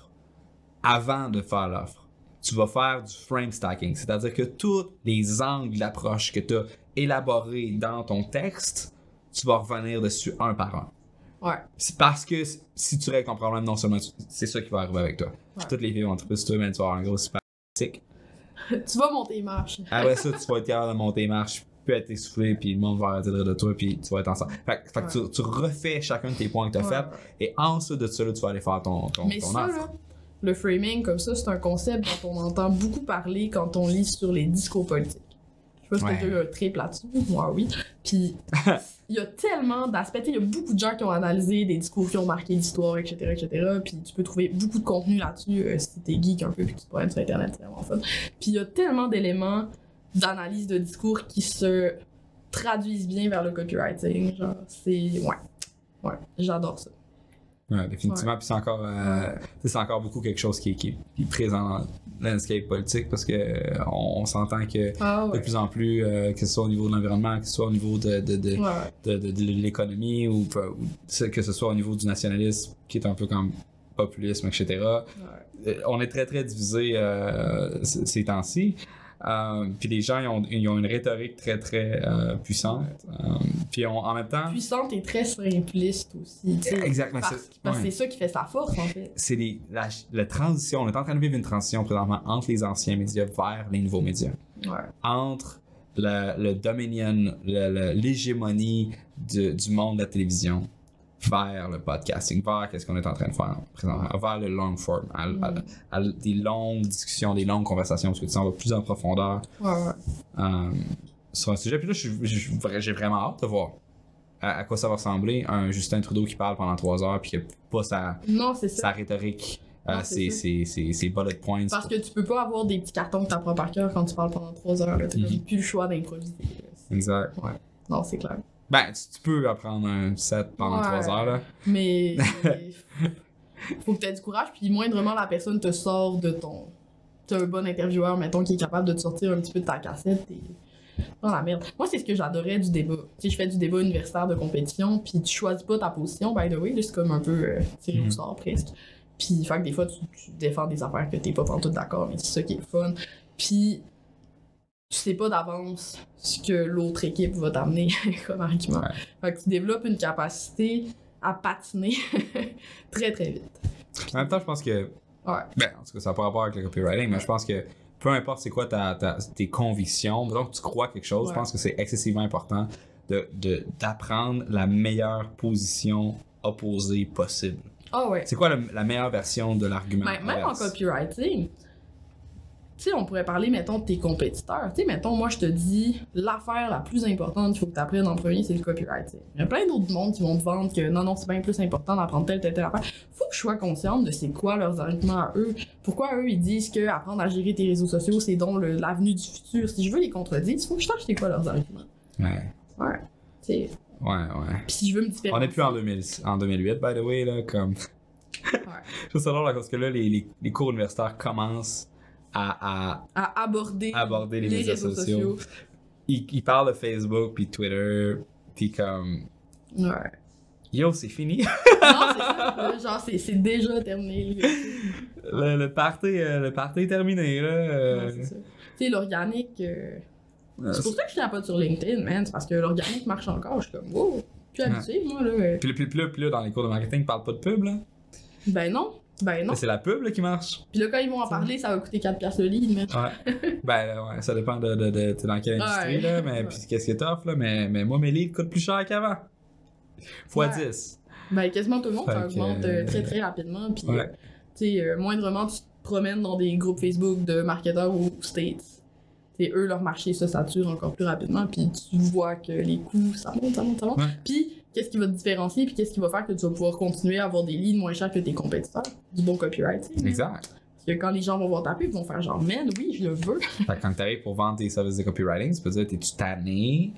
Speaker 2: avant de faire l'offre, tu vas faire du frame stacking, c'est-à-dire que tous les angles d'approche que tu as élaborés dans ton texte, tu vas revenir dessus un par un.
Speaker 3: Ouais.
Speaker 2: C'est parce que si tu règles ton problème, non seulement tu, c'est ça qui va arriver avec toi. Ouais. Toutes les filles vont te plus toi, mais tu vas avoir un gros super tic.
Speaker 3: Tu vas monter les marches.
Speaker 2: Après ça, tu vas être capable de monter les marches, puis être essoufflé, puis le monde va arrêter de rire de toi, puis tu vas être ensemble. Fait, fait ouais. que tu, tu refais chacun de tes points que tu as ouais. fait, et ensuite de ça, là, tu vas aller faire ton, ton,
Speaker 3: mais
Speaker 2: ton
Speaker 3: ça,
Speaker 2: offre.
Speaker 3: Là, le framing, comme ça, c'est un concept dont on entend beaucoup parler quand on lit sur les discours politiques. Je sais pas si t'as eu un trip là-dessus. Moi, oui. Puis, il y a tellement d'aspects. Il y a beaucoup de gens qui ont analysé des discours qui ont marqué l'histoire, et cetera, et cetera. Puis, tu peux trouver beaucoup de contenu là-dessus euh, si t'es geek un peu puis que tu te promènes sur Internet. C'est vraiment fun. Puis, il y a tellement d'éléments d'analyse de discours qui se traduisent bien vers le copywriting. Genre, c'est... Ouais. Ouais. J'adore ça.
Speaker 2: Ouais, définitivement. Ouais. Puis c'est encore, euh, ouais. c'est encore beaucoup quelque chose qui est, qui, qui est présent dans le landscape politique parce que euh, on, on s'entend que ah, ouais. de plus en plus, euh, que ce soit au niveau de l'environnement, que ce soit au niveau de, de, de, ouais. de, de, de, de l'économie ou, ou que ce soit au niveau du nationalisme qui est un peu comme populisme, et cetera. Ouais. On est très très divisé euh, ces temps-ci. Euh, puis les gens ils ont, ils ont une rhétorique très très euh, puissante euh, puis on, en même temps
Speaker 3: puissante et très simpliste aussi
Speaker 2: exactement
Speaker 3: parce, c'est, parce ouais. c'est ça qui fait sa force en fait
Speaker 2: c'est les, la, la transition on est en train de vivre une transition présentement entre les anciens médias vers les nouveaux médias
Speaker 3: ouais.
Speaker 2: entre le, le dominion le, le, l'hégémonie de, du monde de la télévision vers le podcasting, vers qu'est-ce qu'on est en train de faire présentement, vers le long form, à, mm. à, à, à des longues discussions, des longues conversations, parce que tu s'en vas plus en profondeur
Speaker 3: ouais, ouais.
Speaker 2: Euh, sur un sujet. Puis là, je, je, j'ai vraiment hâte de voir à, à quoi ça va ressembler, un Justin Trudeau qui parle pendant trois heures puis qui n'a pas sa,
Speaker 3: non, c'est ça.
Speaker 2: sa rhétorique, non, euh, c'est ses, ses, ses bullet points.
Speaker 3: Parce que tu peux pas avoir des petits cartons que tu apprends par cœur quand tu parles pendant trois heures. Tu n'as mm-hmm. plus le choix d'improviser.
Speaker 2: Exact.
Speaker 3: Ouais. Non, c'est clair.
Speaker 2: Ben, tu, tu peux apprendre un set pendant ouais, trois heures, là.
Speaker 3: Mais faut que tu aies du courage, puis moindrement la personne te sort de ton... T'es un bon intervieweur, mettons, qui est capable de te sortir un petit peu de ta cassette et... dans la merde. Moi, c'est ce que j'adorais du débat. Tu sais, je fais du débat universitaire de compétition, puis tu choisis pas ta position, by the way, c'est comme un peu euh, tiré au sort, presque. Puis, fait que des fois, tu, tu défends des affaires que t'es pas pantoute d'accord, mais c'est ça qui est le fun. Puis... tu sais pas d'avance ce que l'autre équipe va t'amener comme argument. Ouais. Fait que tu développes une capacité à patiner très très vite.
Speaker 2: En même temps, je pense que...
Speaker 3: Ouais.
Speaker 2: Ben, en tout cas, ça n'a pas rapport avec le copywriting, mais je pense que peu importe c'est quoi ta, ta, tes convictions, donc tu crois quelque chose, ouais. je pense que c'est excessivement important de, de, d'apprendre la meilleure position opposée possible.
Speaker 3: Ah oh, ouais.
Speaker 2: C'est quoi le, la meilleure version de l'argument?
Speaker 3: Ben, même en copywriting... Tu sais, on pourrait parler, mettons, de tes compétiteurs. Tu sais, mettons, moi, je te dis, l'affaire la plus importante qu'il faut que tu apprennes en premier, c'est le copywriting. Il y a plein d'autres mondes qui vont te vendre que non, non, c'est bien plus important d'apprendre telle, telle, telle affaire. Faut que je sois consciente de c'est quoi leurs arguments à eux. Pourquoi eux, ils disent que apprendre à gérer tes réseaux sociaux, c'est donc le, l'avenue du futur. Si je veux les contredire, il faut que je sache c'est quoi leurs arguments.
Speaker 2: Ouais.
Speaker 3: Ouais. T'sais.
Speaker 2: Ouais, ouais.
Speaker 3: Puis si je veux me différencier.
Speaker 2: On n'est plus en, deux mille, en deux mille huit, by the way, là, comme... ouais. Je trouve ça drôle, parce que là, les, les, les cours universitaires commencent À, à,
Speaker 3: à aborder,
Speaker 2: aborder les, les médias réseaux sociaux. sociaux. Ils, ils parlent de Facebook, puis Twitter, puis comme...
Speaker 3: Ouais.
Speaker 2: Yo, c'est fini.
Speaker 3: Non, c'est ça. Genre, c'est, c'est déjà terminé.
Speaker 2: Le, le, party, euh, le party est terminé, là. Euh...
Speaker 3: Ouais, c'est ça. Tu sais, l'organique... Euh... C'est pour ça que je suis pas sur LinkedIn, man. C'est parce que l'organique marche encore. Je suis comme, wow, je suis habitué, moi, là.
Speaker 2: Puis, puis, puis, là, puis là, dans les cours de marketing, ils parlent pas de pub, là?
Speaker 3: Ben non. Ben non.
Speaker 2: C'est la pub là, qui marche.
Speaker 3: Puis là, quand ils vont en parler, ça va coûter quatre piastres le lead, mais...
Speaker 2: Ouais. Ben ouais, ça dépend de, de, de, de dans quelle industrie,
Speaker 3: Ouais.
Speaker 2: là, mais
Speaker 3: Ouais.
Speaker 2: puis qu'est-ce que t'offres, là, mais, mais moi, mes leads coûtent plus cher qu'avant. Fois
Speaker 3: Ouais.
Speaker 2: dix.
Speaker 3: Ben quasiment tout le monde,
Speaker 2: Fait
Speaker 3: ça
Speaker 2: que,
Speaker 3: augmente euh, très très rapidement. Puis,
Speaker 2: Ouais.
Speaker 3: euh, tu sais, euh, moindrement, tu te promènes dans des groupes Facebook de marketeurs ou States. Tu sais, eux, leur marché se sature encore plus rapidement. Puis tu vois que les coûts, ça monte, ça monte, ça monte.
Speaker 2: Ouais.
Speaker 3: Puis, qu'est-ce qui va te différencier? Puis, qu'est-ce qui va faire que tu vas pouvoir continuer à avoir des leads moins chers que tes compétiteurs? Du bon copywriting.
Speaker 2: Exact.
Speaker 3: Parce que quand les gens vont voir ta pub, ils vont faire genre, man, oui, je le veux.
Speaker 2: Fait que quand t'arrives pour vendre tes services de copywriting, tu peux dire, t'es-tu tanné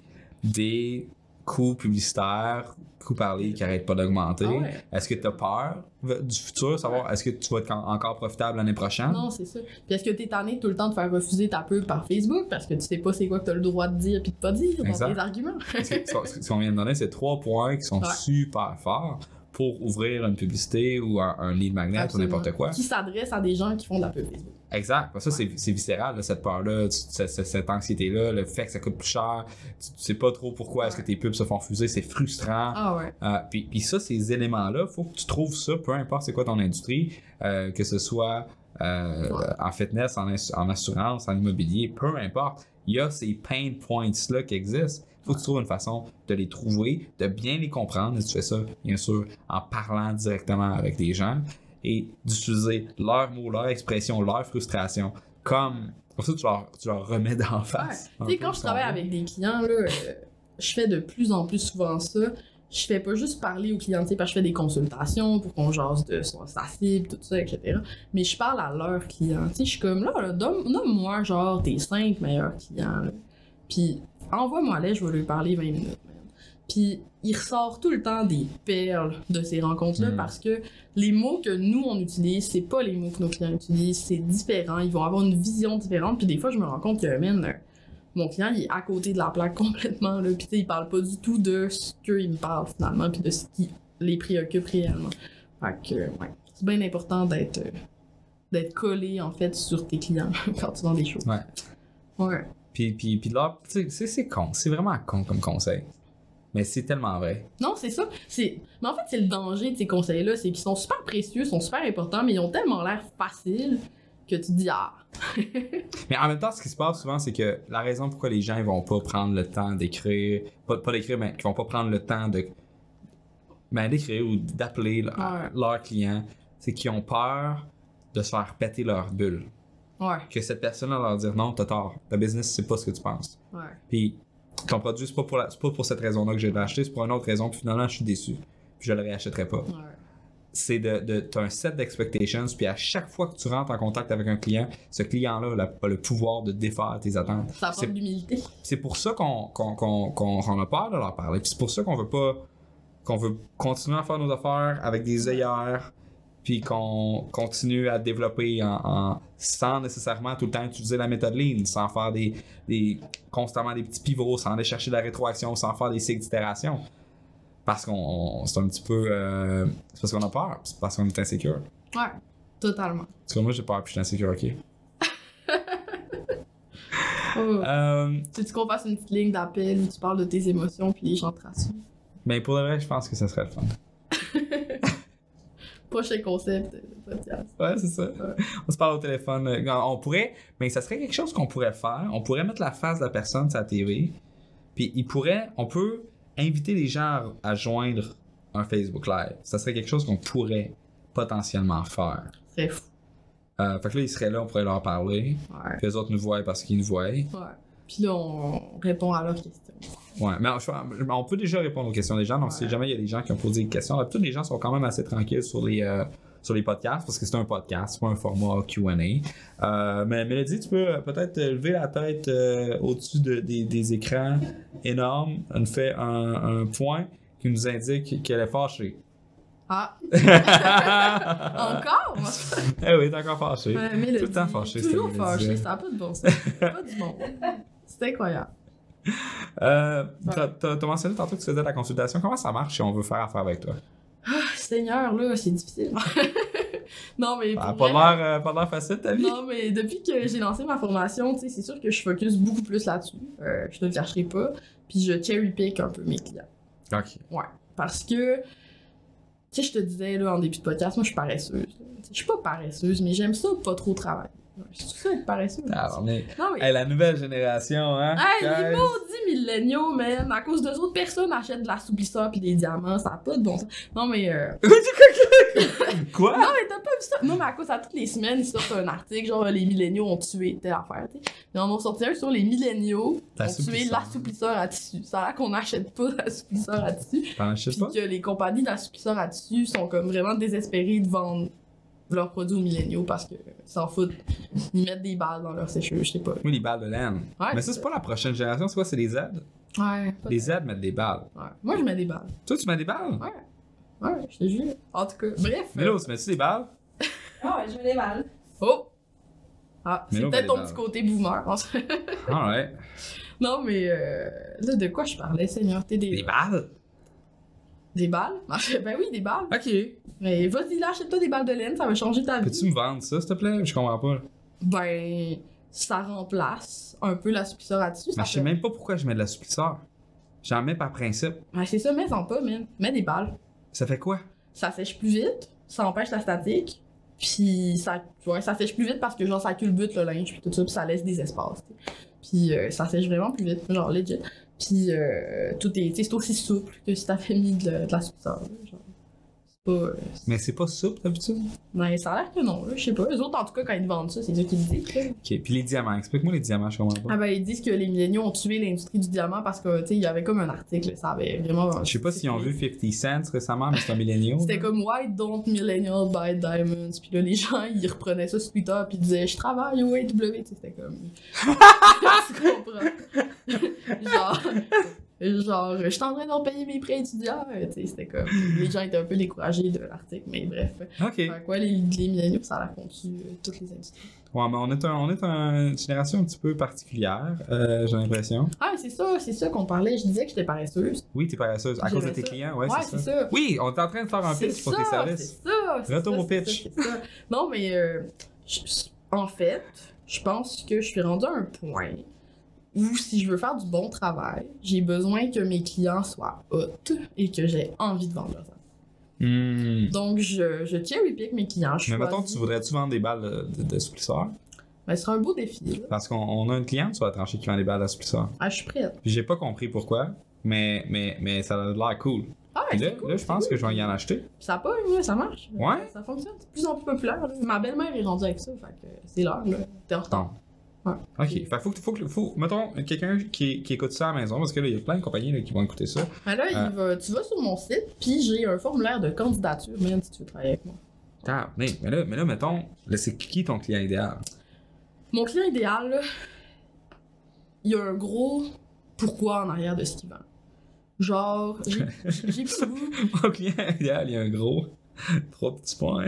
Speaker 2: des coûts publicitaires, coûts par lead qui arrêtent pas d'augmenter?
Speaker 3: Ah ouais.
Speaker 2: Est-ce que t'as peur du futur, savoir est-ce que tu vas être en- encore profitable l'année prochaine?
Speaker 3: Non, c'est ça. Puis est-ce que t'es tanné tout le temps de faire refuser ta pub par Facebook parce que tu sais pas c'est quoi que t'as le droit de dire puis de pas dire dans
Speaker 2: Exact.
Speaker 3: tes arguments?
Speaker 2: Ce que- ce qu'on vient de donner, c'est trois points qui sont
Speaker 3: Ouais.
Speaker 2: super forts pour ouvrir une publicité ou un, un lead magnet
Speaker 3: Absolument.
Speaker 2: ou n'importe quoi.
Speaker 3: Qui s'adresse à des gens qui font de la pub Facebook.
Speaker 2: Exact. Ça, c'est, c'est viscéral, là, cette peur-là, tu- cette, cette- cette anxiété-là, le fait que ça coûte plus cher, tu, tu sais pas trop pourquoi est-ce que tes pubs se font refuser, c'est frustrant.
Speaker 3: Ah ouais.
Speaker 2: Euh, puis, puis ça, ces éléments-là, faut que tu trouves ça, peu importe c'est quoi ton industrie, euh, que ce soit euh,
Speaker 3: Ouais.
Speaker 2: en fitness, en, ins- en assurance, en immobilier, peu importe. Il y a ces pain points-là qui existent. Faut que tu trouves une façon de les trouver, de bien les comprendre. Et tu fais ça, bien sûr, en parlant directement avec des gens et d'utiliser leurs mots, leurs expressions, leurs frustrations comme... Pour ça, tu leur, tu leur remets d'en face.
Speaker 3: Tu sais,
Speaker 2: Un
Speaker 3: quand
Speaker 2: peu,
Speaker 3: je travaille
Speaker 2: si on veut.
Speaker 3: avec des clients, là, euh, je fais de plus en plus souvent ça. Je fais pas juste parler aux clients, tu sais, parce que je fais des consultations pour qu'on jase de son- sa cible, tout ça, et cetera. Mais je parle à leurs clients. Tu sais, je suis comme là, là donne- nomme-moi genre tes cinq meilleurs clients. Là. Puis envoie-moi là, je vais lui parler vingt minutes. man. Puis il ressort tout le temps des perles de ces rencontres-là
Speaker 2: Mm.
Speaker 3: parce que les mots que nous on utilise, c'est pas les mots que nos clients utilisent, c'est différent. Ils vont avoir une vision différente. Puis des fois, je me rends compte que, man, euh, mon client, il est à côté de la plaque complètement, là. Puis tu sais, il parle pas du tout de ce qu'il me parle finalement, puis de ce qui les préoccupe réellement. Fait que, ouais, c'est bien important d'être euh, d'être collé, en fait, sur tes clients quand tu vends des choses.
Speaker 2: Ouais.
Speaker 3: Ouais.
Speaker 2: Puis, puis, puis là, tu sais, c'est, c'est con. C'est vraiment con comme conseil. Mais c'est tellement vrai.
Speaker 3: Non, c'est ça. C'est... Mais en fait, c'est le danger de ces conseils-là, c'est qu'ils sont super précieux, sont super importants, mais ils ont tellement l'air faciles que tu te dis « Ah! »
Speaker 2: Mais en même temps, ce qui se passe souvent, c'est que la raison pourquoi les gens ils vont pas prendre le temps d'écrire, pas, pas d'écrire, mais qu'ils vont pas prendre le temps de ben, d'écrire ou d'appeler leur,
Speaker 3: Ouais.
Speaker 2: leurs clients, c'est qu'ils ont peur de se faire péter leur bulle.
Speaker 3: Ouais,
Speaker 2: Que cette personne-là leur dire non, t'as tort, ta business, c'est pas ce que tu penses.
Speaker 3: ouais.
Speaker 2: Puis ton produit, c'est pas pour, la- c'est pas pour cette raison-là que je l'ai acheté, c'est pour une autre raison, puis finalement, je suis déçu. Puis je le réachèterai pas.
Speaker 3: Ouais.
Speaker 2: C'est de, de t'as un set d'expectations, puis à chaque fois que tu rentres en contact avec un client, ce client-là a, la- a le pouvoir de défaire tes attentes.
Speaker 3: Ça prend
Speaker 2: C'est-
Speaker 3: de l'humilité.
Speaker 2: C'est pour ça qu'on qu'on, qu'on, qu'on, qu'on a peur de leur parler. Puis c'est pour ça qu'on veut pas qu'on veut continuer à faire nos affaires avec des œillères, puis qu'on continue à développer en, en- sans nécessairement tout le temps utiliser la méthode Lean, sans faire des, des constamment des petits pivots, sans aller chercher de la rétroaction, sans faire des cycles d'itération. Parce qu'on on- c'est un petit peu euh, c'est parce qu'on a peur, c'est parce qu'on est insécure.
Speaker 3: Ouais, totalement.
Speaker 2: Parce que moi j'ai peur puis je suis insécure, ok.
Speaker 3: Oh.
Speaker 2: Euh,
Speaker 3: Tu veux qu'on fasse une petite ligne d'appel où tu parles de tes émotions puis les gens te rassurent?
Speaker 2: mais pour le vrai, je pense que ça serait le fun.
Speaker 3: Prochain concept de podcast.
Speaker 2: Ouais, c'est ça. On se parle au téléphone. euh, On pourrait, mais ça serait quelque chose qu'on pourrait faire. On pourrait mettre la face de la personne sur la T V. Puis il pourrait, on peut inviter les gens à, à joindre un Facebook Live. Ça serait quelque chose qu'on pourrait potentiellement faire.
Speaker 3: C'est fou.
Speaker 2: Euh, fait que là, ils seraient là, on pourrait leur parler.
Speaker 3: Ouais.
Speaker 2: Puis les autres nous voient parce qu'ils nous voient.
Speaker 3: Ouais. Puis là, on répond à leurs questions.
Speaker 2: Ouais, mais on, on peut déjà répondre aux questions des gens. Donc,
Speaker 3: Ouais.
Speaker 2: si jamais il y a des gens qui ont posé des questions, tous les gens sont quand même assez tranquilles sur les, euh, sur les podcasts parce que c'est un podcast, c'est pas un format Q and A. Euh, mais Mélodie, tu peux euh, peut-être euh, lever la tête euh, au-dessus de, des, des écrans énormes. On fait un, un point qui nous indique qu'elle est fâchée.
Speaker 3: Ah! Encore?
Speaker 2: Eh oui, t'es encore fâchée.
Speaker 3: Ouais, Mélodie,
Speaker 2: Tout le temps fâchée,
Speaker 3: Toujours
Speaker 2: cette Mélodie.
Speaker 3: fâchée, ça n'a pas de bon sens. Pas du bon. C'est incroyable.
Speaker 2: Euh, t'as, t'as, t'as mentionné tantôt que tu faisais de la consultation. Comment ça marche si on veut faire affaire avec toi?
Speaker 3: Ah, Seigneur, là, c'est difficile. non, mais.
Speaker 2: Ah,
Speaker 3: pour
Speaker 2: pas,
Speaker 3: vrai,
Speaker 2: l'air, euh, pas l'air facile ta vie?
Speaker 3: Non, mais depuis que j'ai lancé ma formation, tu sais, c'est sûr que je focus beaucoup plus là-dessus. Euh, je te le cacherai pas. Puis je cherry pick un peu mes clients.
Speaker 2: Ok.
Speaker 3: Ouais. Parce que, tu Tu sais, je te disais, là, en début de podcast, moi, je suis paresseuse. Je suis pas paresseuse, mais j'aime ça pas trop travailler. C'est tout ça être paresseux.
Speaker 2: Ah, mais...
Speaker 3: Non, mais...
Speaker 2: Hey, la nouvelle génération, hein?
Speaker 3: Hey,
Speaker 2: guys.
Speaker 3: les maudits milléniaux, man! À cause d'eux autres, personne n'achète de l'assouplisseur pis des diamants, ça a pas de bon sens. Non, mais... Euh...
Speaker 2: Quoi?
Speaker 3: Non, mais t'as pas vu ça? Non, mais à cause, à toutes les semaines, ils sortent un article, genre, les milléniaux ont tué telle affaire, tu sais. Ils en ont sorti un sur les milléniaux ont tué l'assouplisseur à tissu. Ça a l'air qu'on n'achète pas d'assouplisseur à tissu.
Speaker 2: T'en achètes pas?
Speaker 3: Pis que les compagnies d'assouplisseurs à tissu sont comme vraiment désespérées de vendre leurs produits aux milléniaux parce qu'ils s'en foutent. Ils mettent des balles dans leur sécheuse, je sais pas.
Speaker 2: Oui, les balles de laine.
Speaker 3: Ouais,
Speaker 2: mais ça, c'est pas la prochaine génération, c'est quoi? C'est les Z?
Speaker 3: Ouais.
Speaker 2: Les Z mettent des balles.
Speaker 3: Ouais. Moi, je mets des balles.
Speaker 2: Toi, tu mets des balles?
Speaker 3: Ouais. Ouais, je te jure. En tout cas, bref.
Speaker 2: Mais là, tu mets-tu des balles?
Speaker 1: Ah ouais, je mets des balles.
Speaker 3: Oh! Ah, c'est
Speaker 2: Mélo
Speaker 3: peut-être
Speaker 2: met
Speaker 3: ton
Speaker 2: des
Speaker 3: petit
Speaker 2: balles.
Speaker 3: côté boomer.
Speaker 2: Ah ouais.
Speaker 3: Non, mais euh, là, de quoi je parlais, Seigneur? T'es des...
Speaker 2: Des balles?
Speaker 3: Des balles? Ben oui, des balles.
Speaker 2: Ok.
Speaker 3: Mais vas-y, là, achète-toi des balles de laine, ça va changer ta vie.
Speaker 2: Peux-tu me vendre ça, s'il te plaît? Je comprends pas.
Speaker 3: Ben, ça remplace un peu l'assouplisseur à tissu.
Speaker 2: Mais je sais même pas pourquoi je mets de l'assouplisseur. J'en mets par principe.
Speaker 3: Ben, c'est ça, mets-en pas, man. Mets des balles.
Speaker 2: Ça fait quoi?
Speaker 3: Ça sèche plus vite, ça empêche la statique, puis ça, ouais, ça sèche plus vite parce que genre ça culbute le linge puis tout ça, puis ça laisse des espaces. T'sais. Puis euh, ça sèche vraiment plus vite, genre legit. Puis euh, tout est, c'est aussi souple que si t'avais mis de, de l'assouplisseur. Genre, c'est pas. Euh, c'est...
Speaker 2: Mais c'est pas souple d'habitude?
Speaker 3: Ben ça a l'air que non, là, je sais pas. Eux autres, en tout cas, quand ils vendent ça, c'est eux qui le disent. Là.
Speaker 2: Ok, puis les diamants, explique-moi les diamants, je comprends pas.
Speaker 3: Ah ben ils disent que les milléniaux ont tué l'industrie du diamant parce que tu sais il y avait comme un article, ça avait vraiment.
Speaker 2: Je sais pas s'ils ont vu cinquante cents récemment, mais c'est un millénial.
Speaker 3: C'était comme Why don't millennials buy diamonds? Puis là les gens ils reprenaient ça sur Twitter puis ils disaient je travaille au A W, tu sais c'était comme. Tu comprends? Genre. Genre, je suis en train d'en payer mes prêts étudiants, tu sais, c'était comme. Les gens étaient un peu découragés de l'article, mais bref.
Speaker 2: Ok.
Speaker 3: Fait que ouais, les, les milléniaux, ça a l'air qu'on tue euh, toutes les industries.
Speaker 2: Ouais, mais on est, un, on est un- une génération un petit peu particulière, euh, j'ai l'impression.
Speaker 3: Ah, mais c'est ça, c'est ça qu'on parlait. Je disais que j'étais paresseuse.
Speaker 2: Oui, t'es paresseuse. À cause de
Speaker 3: J'aimais
Speaker 2: tes
Speaker 3: ça.
Speaker 2: clients, ouais,
Speaker 3: Ouais,
Speaker 2: c'est,
Speaker 3: c'est
Speaker 2: ça.
Speaker 3: ça.
Speaker 2: Oui, on est en train de faire un
Speaker 3: C'est
Speaker 2: pitch pour
Speaker 3: ça,
Speaker 2: tes services.
Speaker 3: C'est ça, c'est
Speaker 2: Retour
Speaker 3: ça,
Speaker 2: au
Speaker 3: c'est
Speaker 2: pitch.
Speaker 3: ça, c'est ça. Non, mais euh, je- en fait, je pense que je suis rendue à un point où si je veux faire du bon travail, j'ai besoin que mes clients soient hot et que j'ai envie de vendre leurs affaires.
Speaker 2: Hmm.
Speaker 3: Donc, je, je cherry-pick mes clients. Je
Speaker 2: Mais mettons,
Speaker 3: choisis-
Speaker 2: tu voudrais-tu vendre des balles de, de, de souplisseur?
Speaker 3: Ben, ce sera un beau défi. Là.
Speaker 2: Parce qu'on on a une cliente sur la tranchée qui vend des balles de souplisseur.
Speaker 3: Ah, je suis prête.
Speaker 2: Puis j'ai pas compris pourquoi, mais, mais, mais ça a l'air cool.
Speaker 3: Ah,
Speaker 2: Puis
Speaker 3: ben,
Speaker 2: là,
Speaker 3: c'est cool,
Speaker 2: là, je
Speaker 3: c'est
Speaker 2: pense
Speaker 3: cool.
Speaker 2: que je vais y en acheter.
Speaker 3: Puis ça pogne, là, ça marche.
Speaker 2: Ouais?
Speaker 3: Ça fonctionne. C'est de plus en plus populaire. Là. Ma belle-mère est rendue avec ça. Fait que c'est l'heure, là. T'es en retard. Ouais.
Speaker 2: Ok, fait que faut que, faut que, faut, mettons, quelqu'un qui, qui écoute ça à la maison, parce que là, il y a plein de compagnies là, qui vont écouter ça.
Speaker 3: Ben là,
Speaker 2: Euh.
Speaker 3: il va, tu vas sur mon site, puis j'ai un formulaire de candidature, même si tu veux travailler avec moi.
Speaker 2: Ah, mais, mais là, mais là, mettons, là, c'est qui ton client idéal?
Speaker 3: Mon client idéal, là, il y a un gros pourquoi en arrière de ce qu'il vend. Genre, j'ai j'ai plus le goût.
Speaker 2: Mon client idéal, il y a un gros, trois petits points.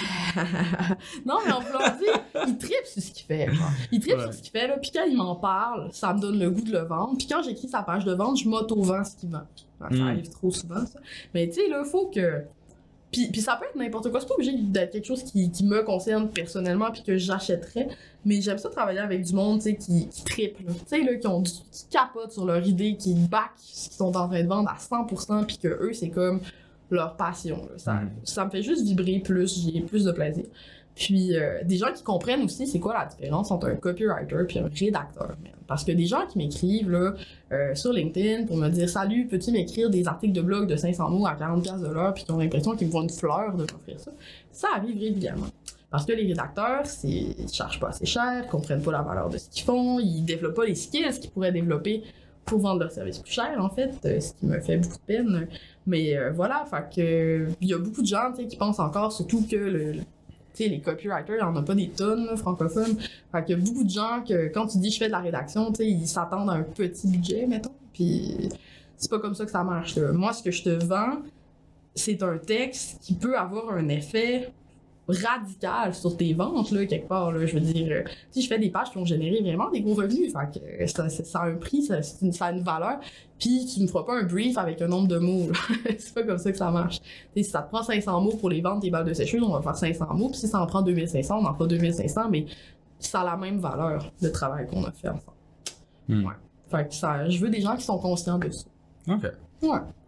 Speaker 3: Non, mais en voulant dire, il tripe sur ce qu'il fait. Genre. Il tripe
Speaker 2: Ouais.
Speaker 3: sur ce qu'il fait, là, puis quand il m'en parle, ça me donne le goût de le vendre. Puis quand j'écris sa page de vente, je m'auto-vends ce qu'il vend. Ouais, ça
Speaker 2: Mm.
Speaker 3: arrive trop souvent, ça. Mais tu sais, là, faut que... Puis, puis ça peut être n'importe quoi, c'est pas obligé d'être quelque chose qui, qui me concerne personnellement puis que j'achèterais, mais j'aime ça travailler avec du monde, tu sais, qui, qui triple, tu sais, là, qui ont du, qui capotent sur leur idée, qui back ce qu'ils sont en train de vendre à cent pour cent puis que eux, c'est comme leur passion, là. Ça,
Speaker 2: Mm.
Speaker 3: ça me fait juste vibrer plus, j'ai plus de plaisir. Puis euh, des gens qui comprennent aussi c'est quoi la différence entre un copywriter puis un rédacteur, man. Parce que des gens qui m'écrivent là euh, sur LinkedIn pour me dire salut, peux-tu m'écrire des articles de blog de cinq cents mots à quarante dollars de l'heure puis qui ont l'impression qu'ils me font une fleur de m'offrir ça, ça arrive régulièrement. Parce que les rédacteurs, c'est ils chargent pas assez cher, comprennent pas la valeur de ce qu'ils font, ils développent pas les skills qu'ils pourraient développer pour vendre leurs services plus cher en fait, euh, ce qui me fait beaucoup de peine. Mais euh, voilà, fait que il y a beaucoup de gens tu sais, qui pensent encore surtout que le, le tu sais, les copywriters, il n'y en a pas des tonnes, là, francophones. Fait qu'il y a beaucoup de gens que, quand tu dis je fais de la rédaction, tu sais, ils s'attendent à un petit budget, mettons. Puis c'est pas comme ça que ça marche, là. Moi, ce que je te vends, c'est un texte qui peut avoir un effet radical sur tes ventes, là, quelque part, là. Je veux dire, euh, tu sais, je fais des pages qui vont générer vraiment des gros revenus. Fait que euh, ça, ça, ça a un prix, ça, c'est une, ça a une valeur. Puis tu me feras pas un brief avec un nombre de mots, là. C'est pas comme ça que ça marche. T'sais, si ça te prend cinq cents mots pour les vendre tes balles de sécheuse, on va faire cinq cents mots. Puis si ça en prend deux mille cinq cents, on en fera deux mille cinq cents, mais ça a la même valeur, le travail qu'on a fait ensemble.
Speaker 2: Hmm.
Speaker 3: Ouais. Fait que ça, je veux des gens qui sont conscients de ça.
Speaker 2: Ok.
Speaker 3: Ouais.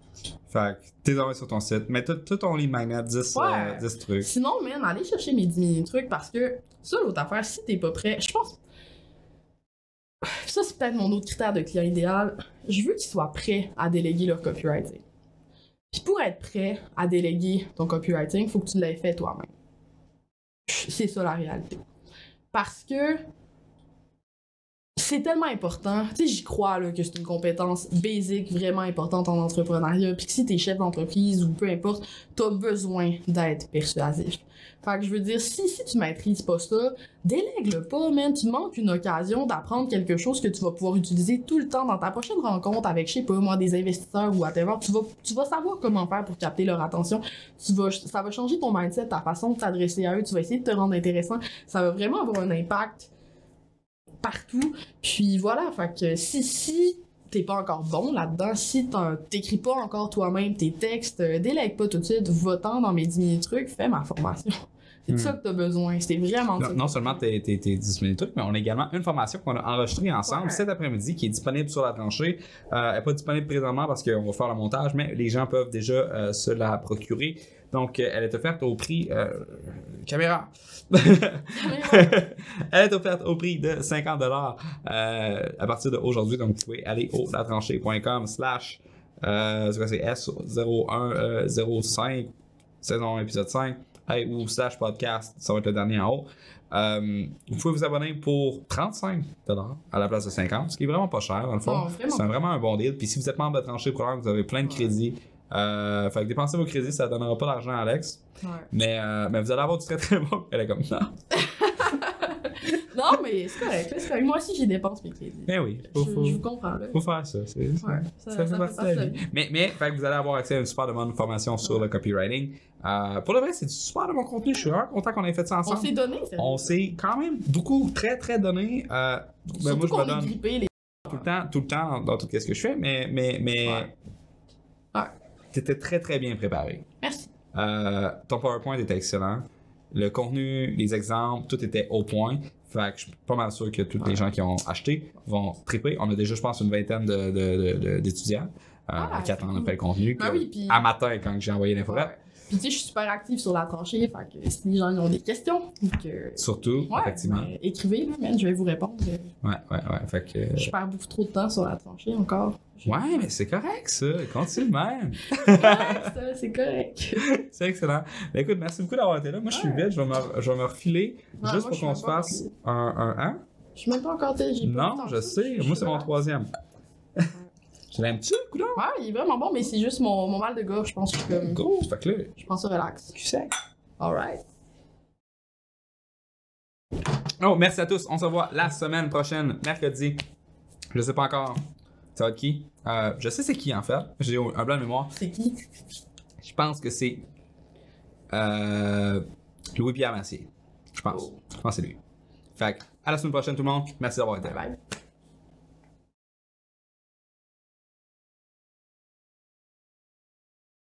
Speaker 2: Fait que t'es envoyé sur ton site, mets tout, tout ton lead magnet, dix,
Speaker 3: Ouais.
Speaker 2: euh, dix trucs.
Speaker 3: Sinon, man, allez chercher mes dix mini trucs parce que ça, l'autre affaire, si t'es pas prêt, je pense. Ça, c'est peut-être mon autre critère de client idéal. Je veux qu'ils soient prêts à déléguer leur copywriting. Puis pour être prêt à déléguer ton copywriting, il faut que tu l'aies fait toi-même. C'est ça la réalité. Parce que c'est tellement important. Tu sais, j'y crois là, que c'est une compétence basique vraiment importante en entrepreneuriat. Puis que si t'es chef d'entreprise ou peu importe, t'as besoin d'être persuasif. Fait que je veux dire, si, si tu maîtrises pas ça, délègue-le pas, man. Tu manques une occasion d'apprendre quelque chose que tu vas pouvoir utiliser tout le temps dans ta prochaine rencontre avec, je sais pas moi, des investisseurs ou whatever. Tu vas, tu vas savoir comment faire pour capter leur attention. Tu vas, ça va changer ton mindset, ta façon de t'adresser à eux. Tu vas essayer de te rendre intéressant. Ça va vraiment avoir un impact partout. Puis voilà, fait que si, si t'es pas encore bon là-dedans, si t'écris pas encore toi-même tes textes, euh, délègue pas tout de suite, va-t'en dans mes dix mille trucs, fais ma formation. C'est de
Speaker 2: Hmm.
Speaker 3: ça que t'as besoin, c'est vraiment ça.
Speaker 2: Non, non seulement tes, tes, tes dix mille trucs, mais on a également une formation qu'on a enregistrée ensemble
Speaker 3: Ouais.
Speaker 2: cet après-midi qui est disponible sur la tranchée. Euh, elle n'est pas disponible présentement parce qu'on va faire le montage, mais les gens peuvent déjà euh, se la procurer. Donc, euh, elle est offerte au prix... Euh, caméra! Elle est offerte au prix de cinquante dollars euh, à partir d'aujourd'hui. Donc, vous pouvez aller au latranchée point com slash euh, c'est quoi, c'est S zéro un zéro cinq saison un épisode cinq hey, ou slash podcast, ça va être le dernier en haut. Euh, vous pouvez vous abonner pour trente-cinq dollars à la place de cinquante, ce qui est vraiment pas cher dans le fond.
Speaker 3: Non, vraiment.
Speaker 2: C'est un- vraiment un bon deal. Puis si vous êtes membre de Tranchée, probablement que vous avez plein de crédits. Euh, fait que dépensez vos crédits, ça donnera pas d'argent à Alex.
Speaker 3: Ouais.
Speaker 2: Mais, euh, mais vous allez avoir du très très bon. Elle est comme ça.
Speaker 3: Non, mais c'est correct, c'est correct. Moi aussi, j'y dépense mes crédits.
Speaker 2: Mais oui, faut,
Speaker 3: Je,
Speaker 2: faut,
Speaker 3: je vous comprends, là.
Speaker 2: faut faire ça. C'est, c'est-
Speaker 3: Ouais, ça,
Speaker 2: ça,
Speaker 3: ça
Speaker 2: fait
Speaker 3: fait
Speaker 2: partie de
Speaker 3: partie
Speaker 2: la
Speaker 3: de
Speaker 2: vie.
Speaker 3: la
Speaker 2: Mais, mais fait que vous allez avoir accès à une super de bonne formation sur le copywriting. Euh, pour le vrai, c'est du super de bon contenu. Je suis vraiment content qu'on ait fait ça
Speaker 3: On
Speaker 2: ensemble.
Speaker 3: s'est donné, c'est
Speaker 2: On s'est quand même beaucoup, très très donné. Euh, ben
Speaker 3: Surtout
Speaker 2: moi, je
Speaker 3: qu'on
Speaker 2: me
Speaker 3: est
Speaker 2: donne
Speaker 3: grippés, les...
Speaker 2: tout le temps, tout le temps dans, dans tout ce que je fais, mais, mais, mais
Speaker 3: Ouais. Ouais.
Speaker 2: t'étais très très bien préparé.
Speaker 3: Merci.
Speaker 2: Euh, ton PowerPoint était excellent. Le contenu, les exemples, tout était au point. Fait que je suis pas mal sûr que tous
Speaker 3: Ouais.
Speaker 2: les gens qui ont acheté vont triper. On a déjà, je pense, une vingtaine de, de, de, de- d'étudiants euh,
Speaker 3: Ah,
Speaker 2: qui attendent
Speaker 3: c'est
Speaker 2: un peu le contenu.
Speaker 3: Ben
Speaker 2: que-
Speaker 3: oui, puis-
Speaker 2: À matin, quand j'ai envoyé l'info.
Speaker 3: Ouais. Puis tu sais, je suis super active sur la tranchée, fait que si les gens ont des questions, donc, euh,
Speaker 2: Surtout,
Speaker 3: ouais,
Speaker 2: effectivement.
Speaker 3: ben, écrivez, là, man, je vais vous répondre.
Speaker 2: Ouais, ouais, ouais. Fait que, euh,
Speaker 3: Je perds beaucoup trop de temps sur la tranchée encore. Je-
Speaker 2: ouais, mais c'est correct, ça. Continue de même.
Speaker 3: Ouais, ça, c'est correct.
Speaker 2: C'est excellent. Ben, écoute, merci beaucoup d'avoir été là. Moi, je suis
Speaker 3: Ouais.
Speaker 2: vite. Je vais me, je vais me refiler
Speaker 3: Ouais,
Speaker 2: juste
Speaker 3: moi,
Speaker 2: pour
Speaker 3: je suis
Speaker 2: qu'on
Speaker 3: même
Speaker 2: se
Speaker 3: pas
Speaker 2: fasse un, un hein?
Speaker 3: Je suis même pas encore telle, j'ai pas
Speaker 2: Non,
Speaker 3: le temps
Speaker 2: je
Speaker 3: de ça,
Speaker 2: sais.
Speaker 3: je
Speaker 2: Moi,
Speaker 3: suis
Speaker 2: c'est mon
Speaker 3: relax.
Speaker 2: troisième. Tu l'aimes-tu, coulon?
Speaker 3: Ouais, il est vraiment bon, mais c'est juste mon, mon mal de gorge, je pense que je suis comme.
Speaker 2: Gros, fait que là,
Speaker 3: Je pense ça relax.
Speaker 2: tu sais.
Speaker 3: Alright.
Speaker 2: Oh, merci à tous. On se revoit la semaine prochaine, mercredi. Je sais pas encore. Ça va être qui? Euh, je sais c'est qui, en fait. J'ai un blanc de mémoire.
Speaker 3: C'est qui?
Speaker 2: Je pense que c'est euh, Louis-Pierre Massier. Je pense. Je pense que c'est lui. Fait que, à la semaine prochaine, tout le monde. Merci d'avoir été
Speaker 3: Bye
Speaker 2: là.
Speaker 3: bye.